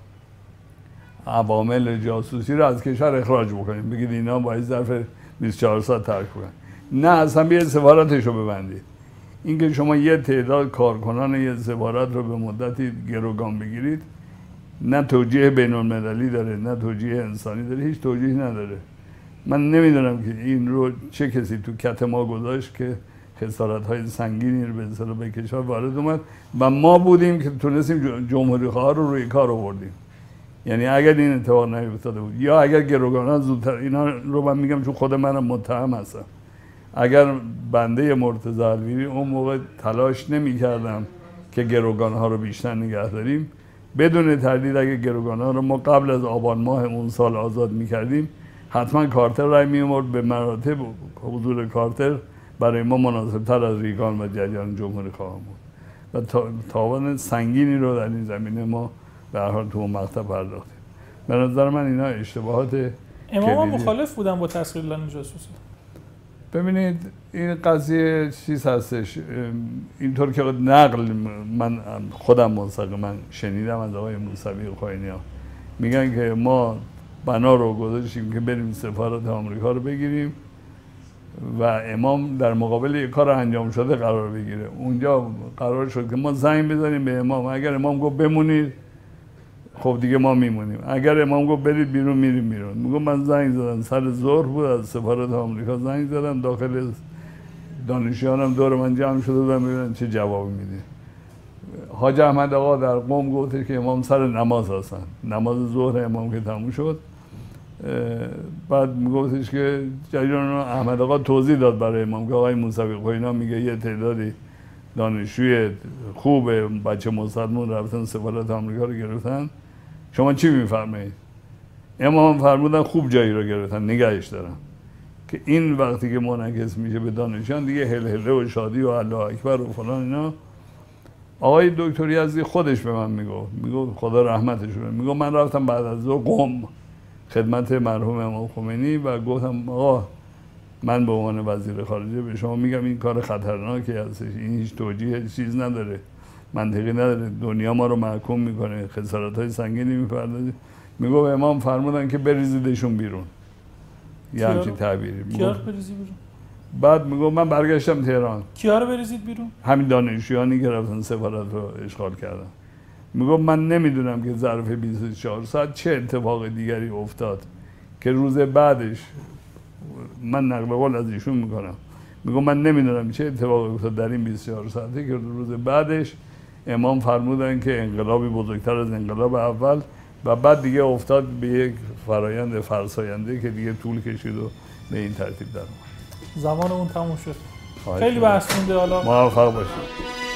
عوامل جاسوسی رو از کشور اخراج بکنید، بگید اینا باید ظرف بیست و چهار ساعت ترک کنن. نه، اصلا بیاید سفارتش رو ببندید. اینکه شما یه تعداد کارکنان یه سفارت رو به مدتی گروگان بگیرید، نه توجیه بین المللی داره، نه توجیه انسانی داره، هیچ توجیهی نداره. من نمیدونم که این رو چه کسی تو کت ما گذاشت که خسارت‌های سنگینی رو به اصطلاح به کشور وارد اومد و ما بودیم که تونستیم جمهوری‌خواه رو روی کار آوردیم. یعنی اگر این اتفاق نیفتاده بود یا اگر گروگان‌ها زودتر، اینا رو من میگم چون خود منم متهم هستم، اگر بنده مرتضی الویری اون موقع تلاش نمی‌کردم که گروگان‌ها رو بیشتر نگه داریم، بدون تردید اگر گروگان‌ها رو ما قبل از آبان ماه اون سال آزاد می‌کردیم، حتما کارتر رای می‌آورد. به مراتب حضور کارتر برای ما مناسب‌تر از ریگان و جریان جمهوری خواهان بود و تاوان سنگینی رو در این زمینه ما به هر حال تو اون مقطع پرداختیم. به نظر من اینا اشتباهات. امام مخالف بودن با تسخیر دادن جاسوسی. ببینید این قضیه چیز هستش، اینطور که نقل من خودم مستقیما شنیدم از آقای موسوی خوئینی ها، میگن که ما بنا رو گذاشتیم که بریم سفارت آمریکا رو بگیریم و امام در مقابل یک کار انجام شده قرار بگیره. اونجا قرار شد که ما زنگ بزنیم به امام، اگر امام گفت بمونید خب دیگه ما میمونیم، اگر امام گفت برید بیرون میریم بیرون. میگم من زنگ زدم سر ظهر بود از سفارت آمریکا، زنگ زدم داخل دانشیانم دور من جمع شده بودن ببینن چه جوابی میده. حاج احمد آقا در قم گفت که امام سر نماز هستن. نماز ظهر امام که تموم شد، بعد میگفتش که جریان احمد آقا توضیح داد برای امام که آقای موسوی خوئینی میگه یه تعدادی دانشجوی خوب بچه مسلمون رفتن سفارت آمریکا رو گرفتن، شما چی میفرمایید؟ امام فرمودن خوب جایی رو گرفتن، نگهش دارن. که این وقتی که منعکس میشه به دانشجویان دیگه هلهله و شادی و الله اکبر و فلان اینا. آقای دکتر یزدی خودش به من میگفت، میگفت خدا رحمتش کنه، میگفت من رفتم بعد از ظهر قم خدمت مرحوم امام خمینی و گفتم آقا من به عنوان وزیر خارجه به شما میگم این کار خطرناکی هستش، این هیچ توجیه چیز نداره، منطقی نداره، دنیا ما رو محکوم میکنه، خسارت‌های سنگینی میپردازه. میگو به امام فرمودن که بریزیدشون بیرون، یه همچین تعبیری. کیا رو بریزی بیرون؟ بعد میگو من برگشتم تهران. کیا رو بریزید بیرون؟ همین دانشجویانی که رفتن سفارت رو اشغال کردن. میگو من نمیدونم که ظرف بیست و چهار ساعت چه اتفاق دیگری افتاد که روز بعدش، من نقل قول از ایشون میکنم، میگم من نمیدونم چه اتفاقی افتاد در این بیست و چهار ساعته که روز بعدش امام فرمودن که انقلابی بزرگتر از انقلاب اول و بعد دیگه افتاد به یک فرایند فرساینده که دیگه طول کشید و به این ترتیب در اومد. زمان اون تموم شد. خیلی بحث مونده، حالا موفق باشید.